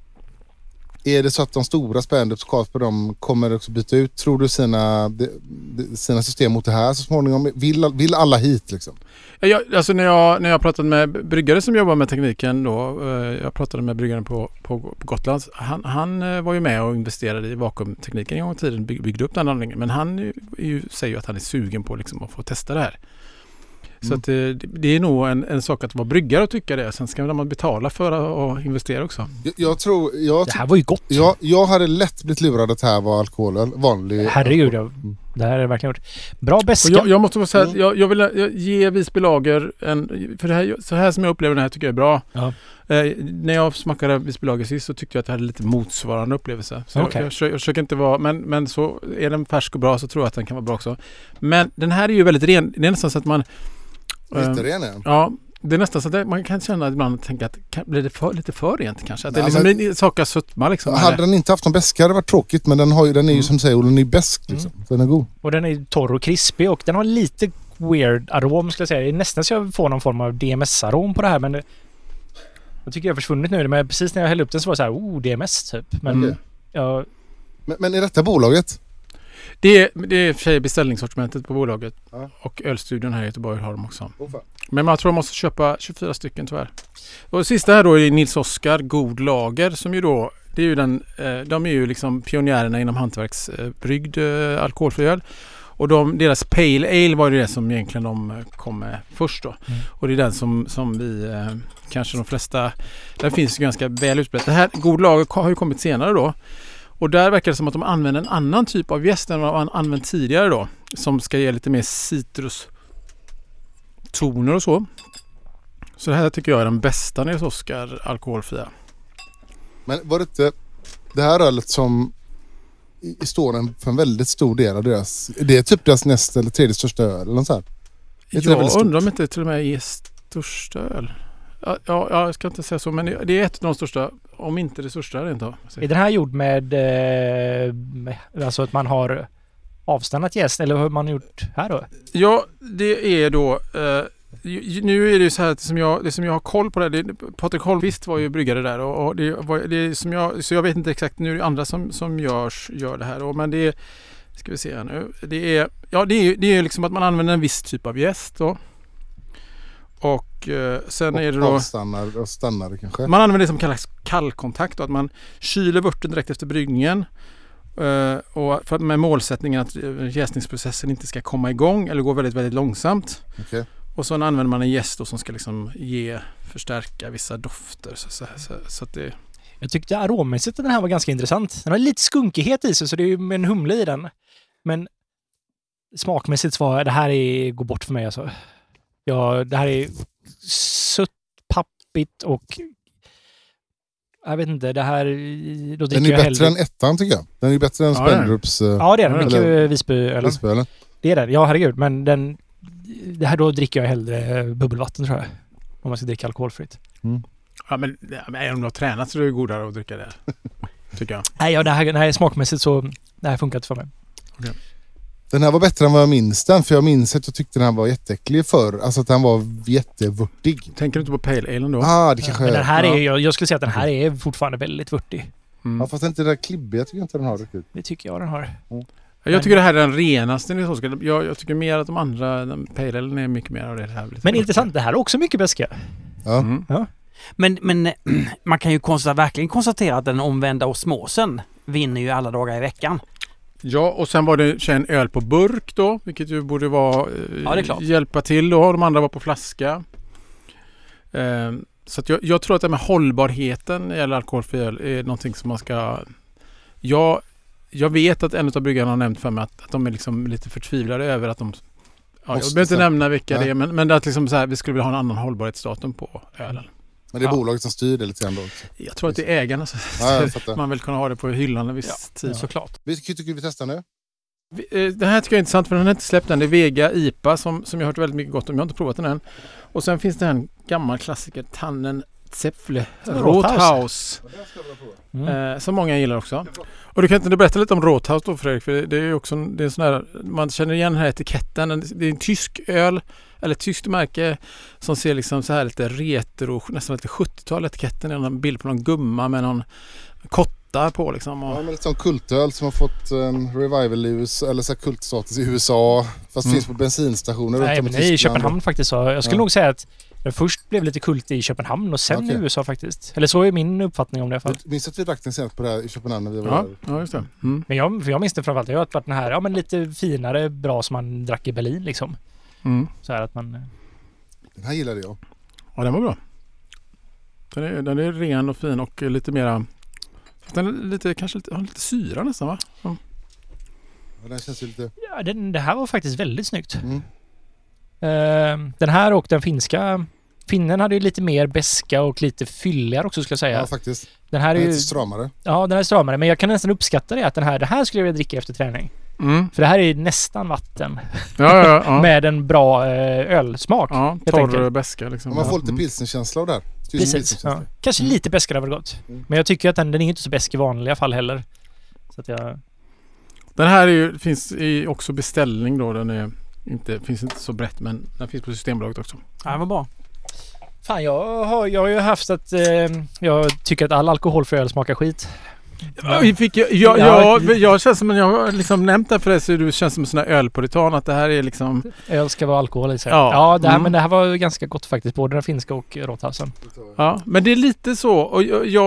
Är det så att de stora Spandups Carlsberg de kommer också byta ut, tror du, sina system mot det här så småningom? Vill alla hit liksom?
Alltså när jag pratade med bryggare som jobbar med tekniken då, jag pratade med bryggaren på Gotland, han var ju med och investerade i vakuumtekniken en gång i tiden, byggde upp den anläggningen, men han säger ju att han är sugen på liksom att få testa det här. Så att det är nog en sak att vara bryggare och tycka det. Sen ska man betala för att investera också.
Det här var ju gott.
Jag hade lätt blivit lurad att det här var alkohol. Vanlig.
Herregud, det här är verkligen gjort. Bra beska.
Jag måste bara säga att jag vill ge Visby Lager för det här, så här som jag upplever det här tycker jag är bra. Ja. När jag smakade Visby Lager sist så tyckte jag att det hade lite motsvarande upplevelse. Så jag försöker inte vara, men så är den färsk och bra så tror jag att den kan vara bra också. Men den här är ju väldigt ren. Det är nästan så att man ja, det är nästan så att man kan känna ibland och tänka att blir det lite för rent kanske. Att det är liksom sakar sötma liksom.
Hade den inte haft någon beska hade det varit tråkigt, men den är ju som säger, den är besk liksom. Den är god.
Och den är torr och krispig och den har lite weird arom skulle jag säga. Det är nästan så jag får någon form av DMS-arom på det här, men jag tycker jag har försvunnit nu. Men precis när jag hällde upp den så var det så här, DMS typ. Men,
men är detta bolaget?
Det är för sig beställningssortimentet på bolaget och ölstudion här i Göteborg har de också. Men man tror man måste köpa 24 stycken tyvärr. Och det sista här då är Nils Oskar God Lager som ju då, det är ju de är ju liksom pionjärerna inom hantverksbryggd alkoholfri öl. Och deras Pale Ale var det som egentligen de kom med först då. Och det är den som vi kanske de flesta, den finns ju ganska väl utbrett. Det här God Lager har ju kommit senare då. Och där verkar det som att de använder en annan typ av jäst än vad man använt tidigare då. Som ska ge lite mer citrustoner och så. Så det här tycker jag är den bästa Nils Oskar alkoholfria.
Men var det inte det här ölet som står för en väldigt stor del av deras... Det är typ deras näst eller tredje största öl eller något så här.
Jag undrar om inte till och med är största öl. Ja, jag ska inte säga så, men det är ett av de största, om inte det största rent av.
Är den här gjord med alltså att man har avstannat jäst, eller hur har man gjort här då?
Ja, det är då nu är det så här att det som jag har koll på det Patrik Holmqvist var ju bryggare där och det som jag, så jag vet inte exakt, nu är det andra som gör det här men det är, ska vi se här nu, det är liksom att man använder en viss typ av jäst då. Och sen är det då
stannar kanske.
Man använder det som kallas kallkontakt och att man kyler vörten direkt efter bryggningen och med målsättningen att jäsningsprocessen inte ska komma igång eller gå väldigt, väldigt långsamt.
Okay.
Och så använder man en jäst som ska liksom förstärka vissa dofter så att det...
Jag tyckte arommässigt att den här var ganska intressant. Den har lite skunkighet i sig så det är ju en humle i den. Men smakmässigt det här går bort för mig alltså. Ja, det här är sött, pappigt och jag vet inte, det här då
den är ju bättre än ettan tycker jag. Den är ju bättre än Spendrups.
Ja, det är den. Mycket Visbyölen. Det är den. Ja, herregud. Men det här då dricker jag hellre bubbelvatten tror jag. Om man ska dricka alkoholfritt.
Ja, men om du har tränat så är det godare att dricka det. Tycker jag.
Nej, det här smakmässigt så det här funkar inte för mig.
Okay.
Den här var bättre än vad jag minns den. För jag minns att jag tyckte den här var jätteäcklig förr. Alltså att den var jättevörtig.
Tänker du inte på Pale Ale då?
Det kanske
men den här är, jag skulle säga att den här är fortfarande väldigt vörtig.
Ja, fast inte det där klibbiga tycker jag inte den har riktigt.
Det tycker jag den har.
Jag tycker det här är den renaste. Jag tycker mer att de andra, Pale Ale är mycket mer av det här.
Men intressant, det här är också mycket beska.
Ja.
Men man kan ju verkligen konstatera att den omvända osmosen vinner ju alla dagar i veckan.
Ja, och sen var det en öl på burk då, vilket ju borde vara hjälpa till då. De andra var på flaska. Så att jag tror att det med hållbarheten eller alkoholfri öl är någonting som man ska... Jag vet att en av bryggarna har nämnt för mig att de är liksom lite förtvivlade över att de... jag behöver inte nämna vilka det är, men att liksom så här, vi skulle vilja ha en annan hållbarhetsdatum på ölen.
Men det är bolaget som styr det lite grann då också.
Jag tror att det är ägarna. Så man vill kunna ha det på hyllan en viss tid.
Såklart.
Vilket tycker vi testar nu?
Den här tycker jag är intressant för den har inte släppt än. Det är Vega IPA som jag har hört väldigt mycket gott om. Jag har inte provat den än. Och sen finns det en gammal klassiker, Tannen Säffle Rothaus. Som många gillar också. Och du kan inte berätta lite om Rothaus då, Fredrik, för det är ju också det är sån här, man känner igen den här etiketten. Det är en tysk öl eller ett tyskt märke som ser liksom så här lite retro, nästan lite 70-tal etiketten. Det är en bild på någon gumma med någon kotta på liksom.
Ja, men lite som kultöl som har fått revival i USA, eller så här kultstatus i USA, fast finns på bensinstationer.
Nej, men i Köpenhamn faktiskt så. Jag skulle nog säga att den först blev lite kult i Köpenhamn och sen i USA faktiskt. Eller så är min uppfattning om det i alla fall.
Jag minns att vi drack den senast på det här i Köpenhamn när vi var där.
Ja, just det.
Men jag minns det framförallt. Jag har varit den här, men lite finare, bra som man drack i Berlin liksom. Så här att man...
Den här gillade jag.
Ja, den var bra. Den är ren och fin och lite mera... Den är lite, kanske har lite syra nästan, va?
Ja, den känns ju lite...
Ja, det här var faktiskt väldigt snyggt. Den här och den finska... Finnen hade ju lite mer beska och lite fylligare också, skulle jag säga.
Ja, faktiskt.
Den här är ju...
stramare.
Ja, den är stramare. Men jag kan nästan uppskatta det att det här skulle jag vilja dricka efter träning. För det här är nästan vatten.
Ja.
Med en bra ölsmak.
Ja, torr beska liksom.
Man får lite pilsenkänsla av det här.
Precis. Ja. Kanske lite beskare var det gott. Men jag tycker att den är inte så besk i vanliga fall heller. Så att jag...
Den här finns i också beställning då. Den finns inte så brett, men den finns på Systembolaget också.
Ja, det var bra.
Fan, jag har ju haft att jag tycker att all alkoholfri öl smakar skit.
Jag känns som, jag har liksom nämnt det för dig, så du känns som en sån här ölpuritan, att det här är liksom...
Öl ska vara alkohol i sig.
Ja,
men det här var ganska gott faktiskt, både den finska och Rothausen.
Ja, men det är lite så, och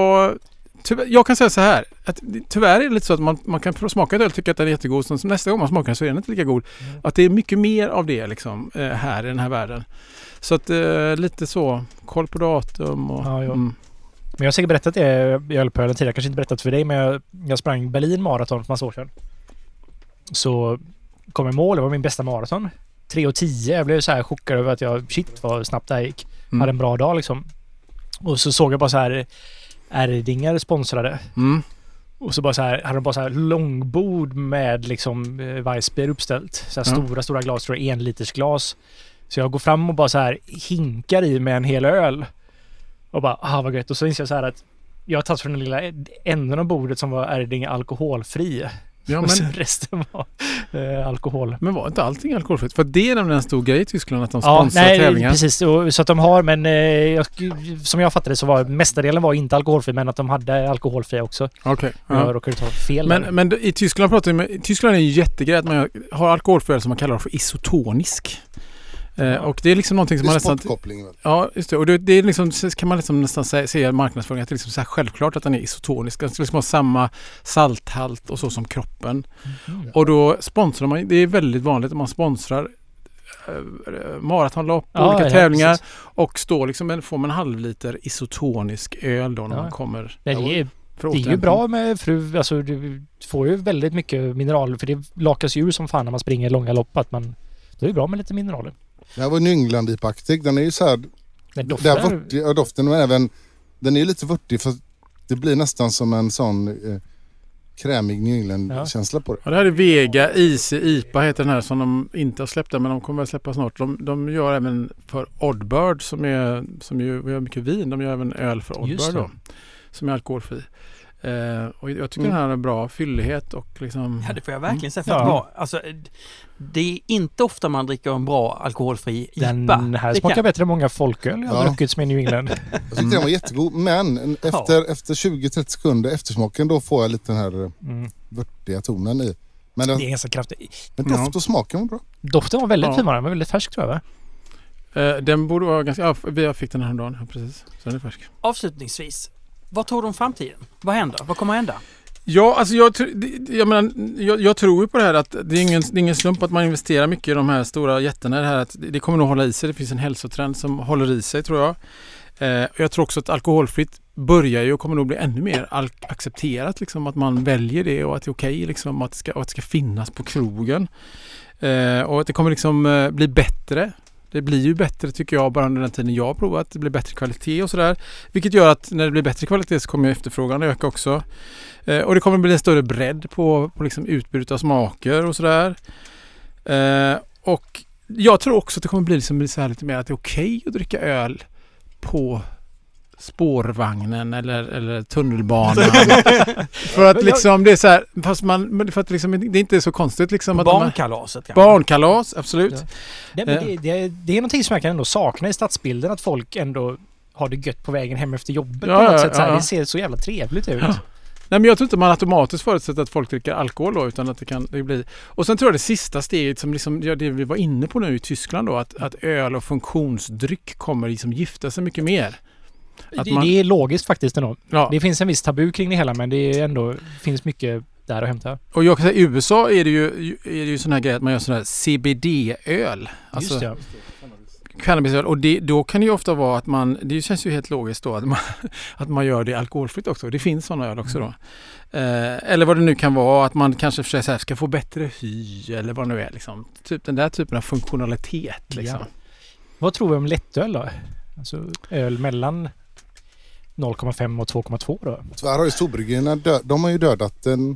jag kan säga så här, att tyvärr är det lite så att man kan smaka ett öl och tycka att den är jättegod, så nästa gång man smakar den så är den inte lika god. Att det är mycket mer av det liksom här i den här världen. Så att lite så, koll på datum och...
Ja. Men jag har säkert berättat det i ölpölen tidigare. Kanske inte berättat för dig, men jag sprang Berlin maraton för massa år sedan. Så kom jag i mål, det var min bästa maraton. 3:10, jag blev så här chockad över att shit vad snabbt det här gick. Hade en bra dag liksom. Och så såg jag bara så här Erdinger sponsrade. Och så bara så här, hade de bara så här långbord med liksom Weissbier uppställt. Så här stora glas, tror jag, 1 liters glas. Så jag går fram och bara så här hinkar i med en hel öl. Och bara, vad gött. Och så inser jag så här att jag har tagit från den lilla änden av bordet som var Erdinger alkoholfri.
Ja,
och så resten var alkohol.
Men var inte allting alkoholfritt? För det är nämligen en stor grej i Tyskland att de sponsrar tävlingar.
Precis. Så att de har, men som jag fattade det så var mestadelen var inte alkoholfri, men att de hade alkoholfria också.
Okej.
Jag råkade ta fel.
Men i Tyskland Tyskland är ju jättegrej att man har alkoholfri som man kallar för isotonisk. Och det är liksom någonting som man nästan... Ja, just det. Och det är liksom, kan man liksom nästan säga marknadsföring att det är liksom så här självklart att den är isotonisk. Den ska liksom ha samma salthalt och så som kroppen. Och då sponsrar man, det är väldigt vanligt att man sponsrar maratonlopp, olika tävlingar. Precis. Och står liksom, får man en 0,5 liter isotonisk öl då när man kommer...
Det är ju bra med alltså du får ju väldigt mycket mineraler, för det lakas ju ur som fan när man springer långa lopp, att det är ju bra med lite mineraler.
Det här var New England-ipaktig. Den är ju så här... Doften, men även... Den är ju lite vörtig, för det blir nästan som en sån krämig New England-känsla på det.
Ja, det här är Vega Easy IPA heter den här, som de inte har släppt än, men de kommer att släppa snart. De gör även för Oddbird som ju gör mycket vin. De gör även öl för Oddbird då, som är alkoholfri. Och jag tycker den här är bra fyllighet och liksom...
Ja, det får jag verkligen säga. Alltså, det är inte ofta man dricker en bra alkoholfri IPA.
Den här smakar bättre än många folköl jag har druckit som i New England.
Jag tyckte den var jättegod, men efter 20-30 sekunder eftersmaken, då får jag lite den här vörtiga tonen i. Men
det är ganska kraftigt.
Men doft och smaken var bra.
Doften var väldigt fin, den var väldigt färsk, tror jag, va?
Den borde vara ganska... Ja, vi fick den här dagen, precis. Så den är färsk.
Avslutningsvis, vad tror du om framtiden? Vad händer? Vad kommer att hända?
Ja, alltså jag tror ju på det här att det är ingen slump att man investerar mycket i de här stora jättarna. Det här att det kommer nog hålla i sig. Det finns en hälsotrend som håller i sig, tror jag. Jag tror också att alkoholfritt börjar ju och kommer nog bli ännu mer accepterat, liksom, att man väljer det och att det är okej, liksom, att det ska finnas på krogen. Och att det kommer liksom bli bättre. Det blir ju bättre, tycker jag, bara under den tiden jag har provat. Det blir bättre kvalitet och sådär. Vilket gör att när det blir bättre kvalitet så kommer efterfrågan att öka också. Och det kommer bli en större bredd på liksom utbudet av smaker och sådär. Och jag tror också att det kommer bli så här lite mer att det är okej att dricka öl på spårvagnen eller tunnelbanan. För att liksom det är så här, fast för att liksom, det är inte så konstigt liksom.
Barnkalaset.
Barnkalas, absolut.
Ja. Det är någonting som jag kan ändå sakna i stadsbilden, att folk ändå har det gött på vägen hem efter jobbet på något sätt. Så här, det ser så jävla trevligt ut.
Ja. Nej, men jag tror inte man automatiskt förutsätter att folk dricker alkohol då, utan att det blir... Och sen tror jag det sista steget som liksom, det vi var inne på nu i Tyskland då, att öl och funktionsdryck kommer liksom gifta sig mycket mer.
Det är logiskt faktiskt ändå.
Ja.
Det finns en viss tabu kring det hela, men det är ändå finns mycket där att hämta.
Och jag kan säga, i USA är det ju sån här grej att man gör sån här CBD-öl. Alltså,
just det.
Cannabisöl. Och då kan det ju ofta vara att det känns ju helt logiskt då att man gör det alkoholfritt också. Det finns sådana öl också då. Eller vad det nu kan vara, att man kanske för sig så här ska få bättre hy eller vad det nu är liksom. Typ den där typen av funktionalitet liksom. Ja.
Vad tror vi om lättöl då? Alltså öl mellan 0,5 och 2,2 då?
Tyvärr har ju storbryggerierna de har ju dödat den.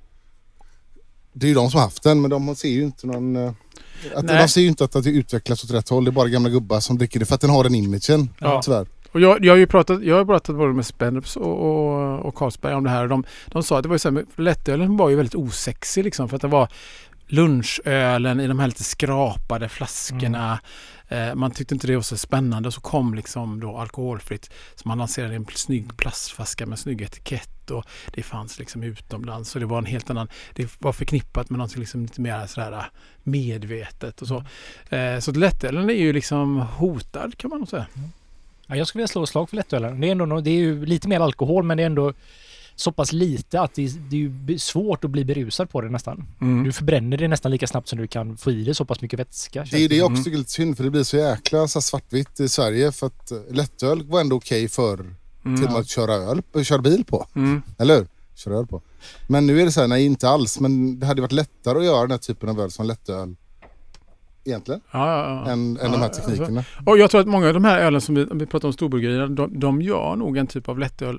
Det är ju de som har haft den, men de ser ju inte någon... De ser ju inte att det utvecklas åt rätt håll. Det är bara gamla gubbar som dricker det för att den har den imagen, tyvärr.
Och jag har pratat både med Spenneps och Carlsberg om det här. De sa att det var ju så här, lättölen var ju väldigt osexig liksom, för att det var lunchölen i de här lite skrapade flaskorna. Man tyckte inte det var så spännande, och så kom liksom då alkoholfritt. Så man lanserade en snygg plastflaska med snygg etikett, och det fanns liksom utomlands. Så det var en helt annan, det var förknippat med något liksom lite mer sådär medvetet och så. Så lättölen är ju liksom hotad, kan man nog säga.
Ja, jag skulle vilja slå ett slag för lättölen. Det är ju lite mer alkohol, men det är ändå så pass lite att det är ju svårt att bli berusad på det nästan. Du förbränner det nästan lika snabbt som du kan få i det så pass mycket vätska.
Det är det jag också tycker är lite synd, för det blir så jäkla så svartvitt i Sverige, för att lättöl var ändå okej för till och med att köra bil på. Eller hur? Köra öl på. Men nu är det så här, nej inte alls, men det hade varit lättare att göra den här typen av öl som lättöl egentligen än de här teknikerna.
Och jag tror att många av de här ölen som vi pratar om, storbryggerierna, de gör nog en typ av lättöl,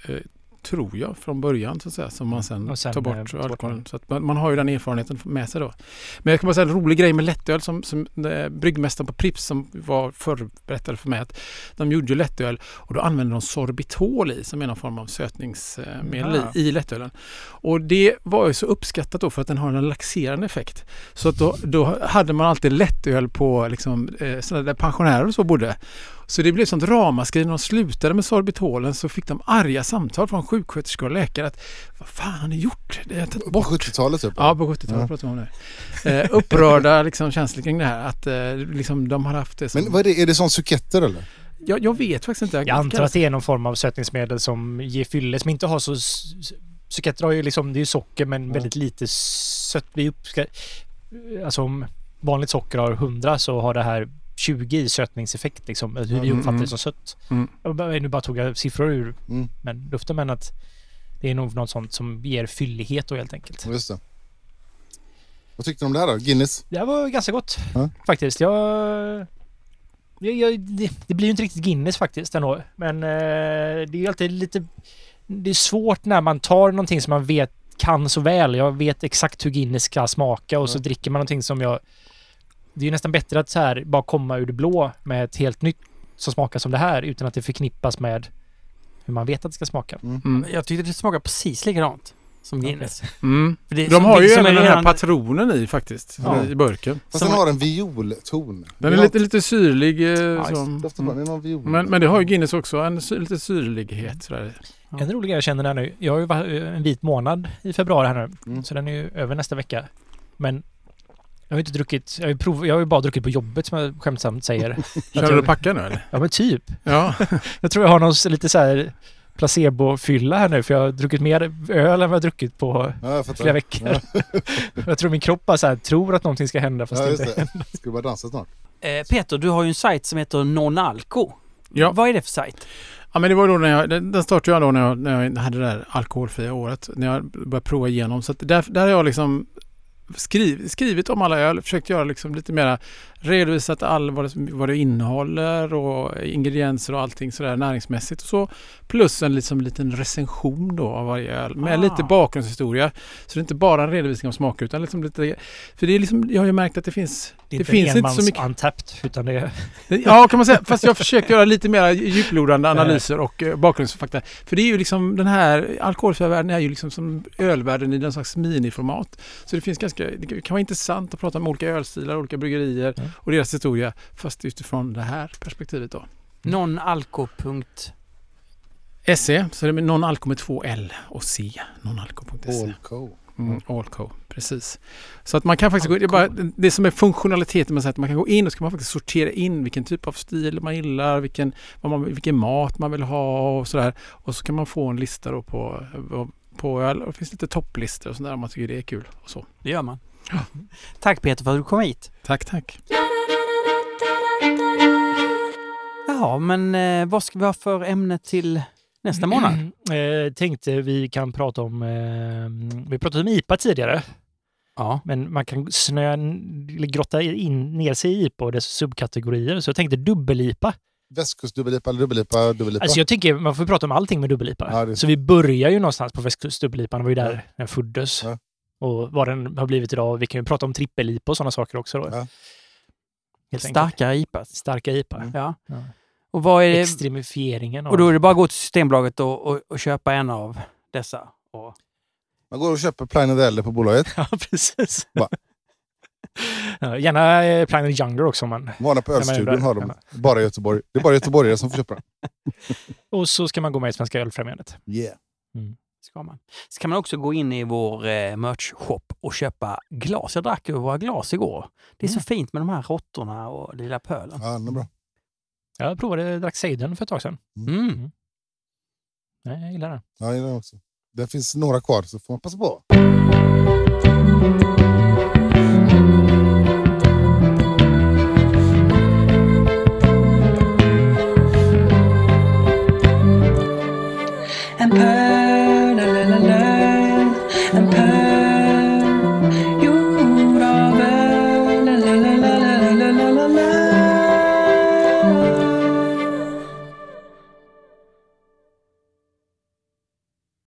tror jag, från början så att säga, som man sen tar bort alkoholen. Så att man har ju den erfarenheten med sig då. Men jag kan bara säga en rolig grej med lättöl som bryggmästaren på Pripps som var förberättade för mig, att de gjorde ju lättöl och då använde de sorbitol i som en form av sötningsmedel i lättölen. Och det var ju så uppskattat då för att den har en laxerande effekt. Så att då hade man alltid lättöl på liksom, sådana där pensionärer och så bodde. Så det blev sånt ramaskri när de slutade med sorbitolen, så fick de arga samtal från sjuksköterskor och läkare att vad fan har ni gjort? Det är
på 70-talet typ?
Ja, på 70-talet pratar vi om det. Upprörda liksom, känslor kring det här, att liksom, de har haft det som...
Men vad är det sån suketter eller?
Jag vet faktiskt inte.
Jag antar att det är någon form av sötningsmedel som ger fylle, som inte har så... Suketter har ju liksom, det är ju socker men väldigt lite sött. Alltså om vanligt socker har 100 så har det här 20 i sötningseffekt liksom, hur vi uppfattar det som sött. Nu bara tog jag siffror ur men luften, men att det är nog något sånt som ger fyllighet då, helt enkelt.
Just det. Vad tyckte du om det här då? Guinness?
Det var ganska gott faktiskt. Det blir ju inte riktigt Guinness faktiskt ändå, men det är ju alltid lite, det är svårt när man tar någonting som man vet kan så väl. Jag vet exakt hur Guinness ska smaka och så dricker man någonting som det är ju nästan bättre att så här bara komma ur det blå med ett helt nytt som smakar som det här, utan att det förknippas med hur man vet att det ska smaka.
Jag tyckte det smakar precis likadant som Guinness.
De har ju även den här patronen i faktiskt, i burken.
Fast den har en violton.
Den är lite syrlig. Men det har ju Guinness också, en lite syrlighet. Sådär.
En rolig grej jag känner där nu, jag har ju varit en vit månad i februari här nu, så den är ju över nästa vecka. Men jag har inte druckit, jag har ju bara druckit på jobbet, som jag skämtsamt säger.
Kör du packa nu eller?
Ja men typ.
Ja.
Jag tror jag har någon lite så här placebo-fylla här nu, för jag har druckit mer öl än vad jag har druckit på flera veckor. Jag tror min kropp bara så här, tror att någonting ska hända fast det inte händer.
Ska du bara dansa snart?
Peter, du har ju en sajt som heter Non-Alko.
Ja.
Vad är det för sajt?
Ja, men det var då den startade jag då när jag hade det där alkoholfria året, när jag började prova igenom. Så att där har jag liksom skrivit om alla öl, försökt göra liksom lite mera, redovisat vad det innehåller och ingredienser och allting sådär näringsmässigt och så, plus en liksom liten recension då av varje öl med lite bakgrundshistoria, så det är inte bara en redovisning av smaker utan liksom lite, för det är liksom, jag har ju märkt att det
Det
finns inte så mycket
Untapped, utan det är...
Ja, kan man säga. Fast jag försöker göra lite mer djuplodande analyser och bakgrundsfakta. För det är ju liksom den här alkoholfria världen är ju liksom som ölvärlden i någon slags miniformat. Så det finns det kan vara intressant att prata om olika ölstilar, olika bryggerier och deras historia, fast utifrån det här perspektivet då.
Nonalko.se,
så det är nonalko med 2 L och C. Nonalko.se.
Allco.
Allco, precis. Så att man kan faktiskt det som är funktionaliteten med att man kan gå in och så kan man faktiskt sortera in vilken typ av stil man gillar, vilken mat man vill ha och sådär. Och så kan man få en lista då på öl. Och det finns lite topplistor och sådär om man tycker det är kul och så.
Det gör man. Ja. Tack Peter för att du kom hit.
Tack.
Jaha, men vad ska vi ha för ämne till nästa månad?
Tänkte vi kan prata om... vi pratade om IPA tidigare.
Ja.
Men man kan grotta ner sig i IPA och dess subkategorier. Så jag tänkte dubbel-IPA.
Västkustdubbel-IPA eller dubbel-IPA?
Alltså jag tycker man får prata om allting med dubbel-IPA. Ja, så vi börjar ju någonstans på västkustdubbel-IPA. Det var ju där den föddes. Ja. Och vad den har blivit idag. Vi kan ju prata om trippel-IPA och sådana saker också då. Ja.
Starka IPA. Ja.
Och vad är det? Extremifieringen.
Och då är det bara att gå till Systembolaget och köpa en av dessa.
Man går och köper Plainer Eller på bolaget.
Ja, precis. Ja, gärna Plainer Younger också.
Vana på Ölstudion har de. Bara i Göteborg. Det är bara göteborgare som får köpa den.
Och så ska man gå med i Svenska Ölfrämjandet.
Yeah.
Ska man. Så kan man också gå in i vår merch-shop och köpa glas. Jag drack ju våra glas igår. Det är så fint med de här råttorna och lilla pölen.
Ja, det är bra.
Jag provade drack Seiden för ett tag sedan. Nej, jag gillar den.
Ja, jag gillar den också. Det finns några kvar så får man passa på.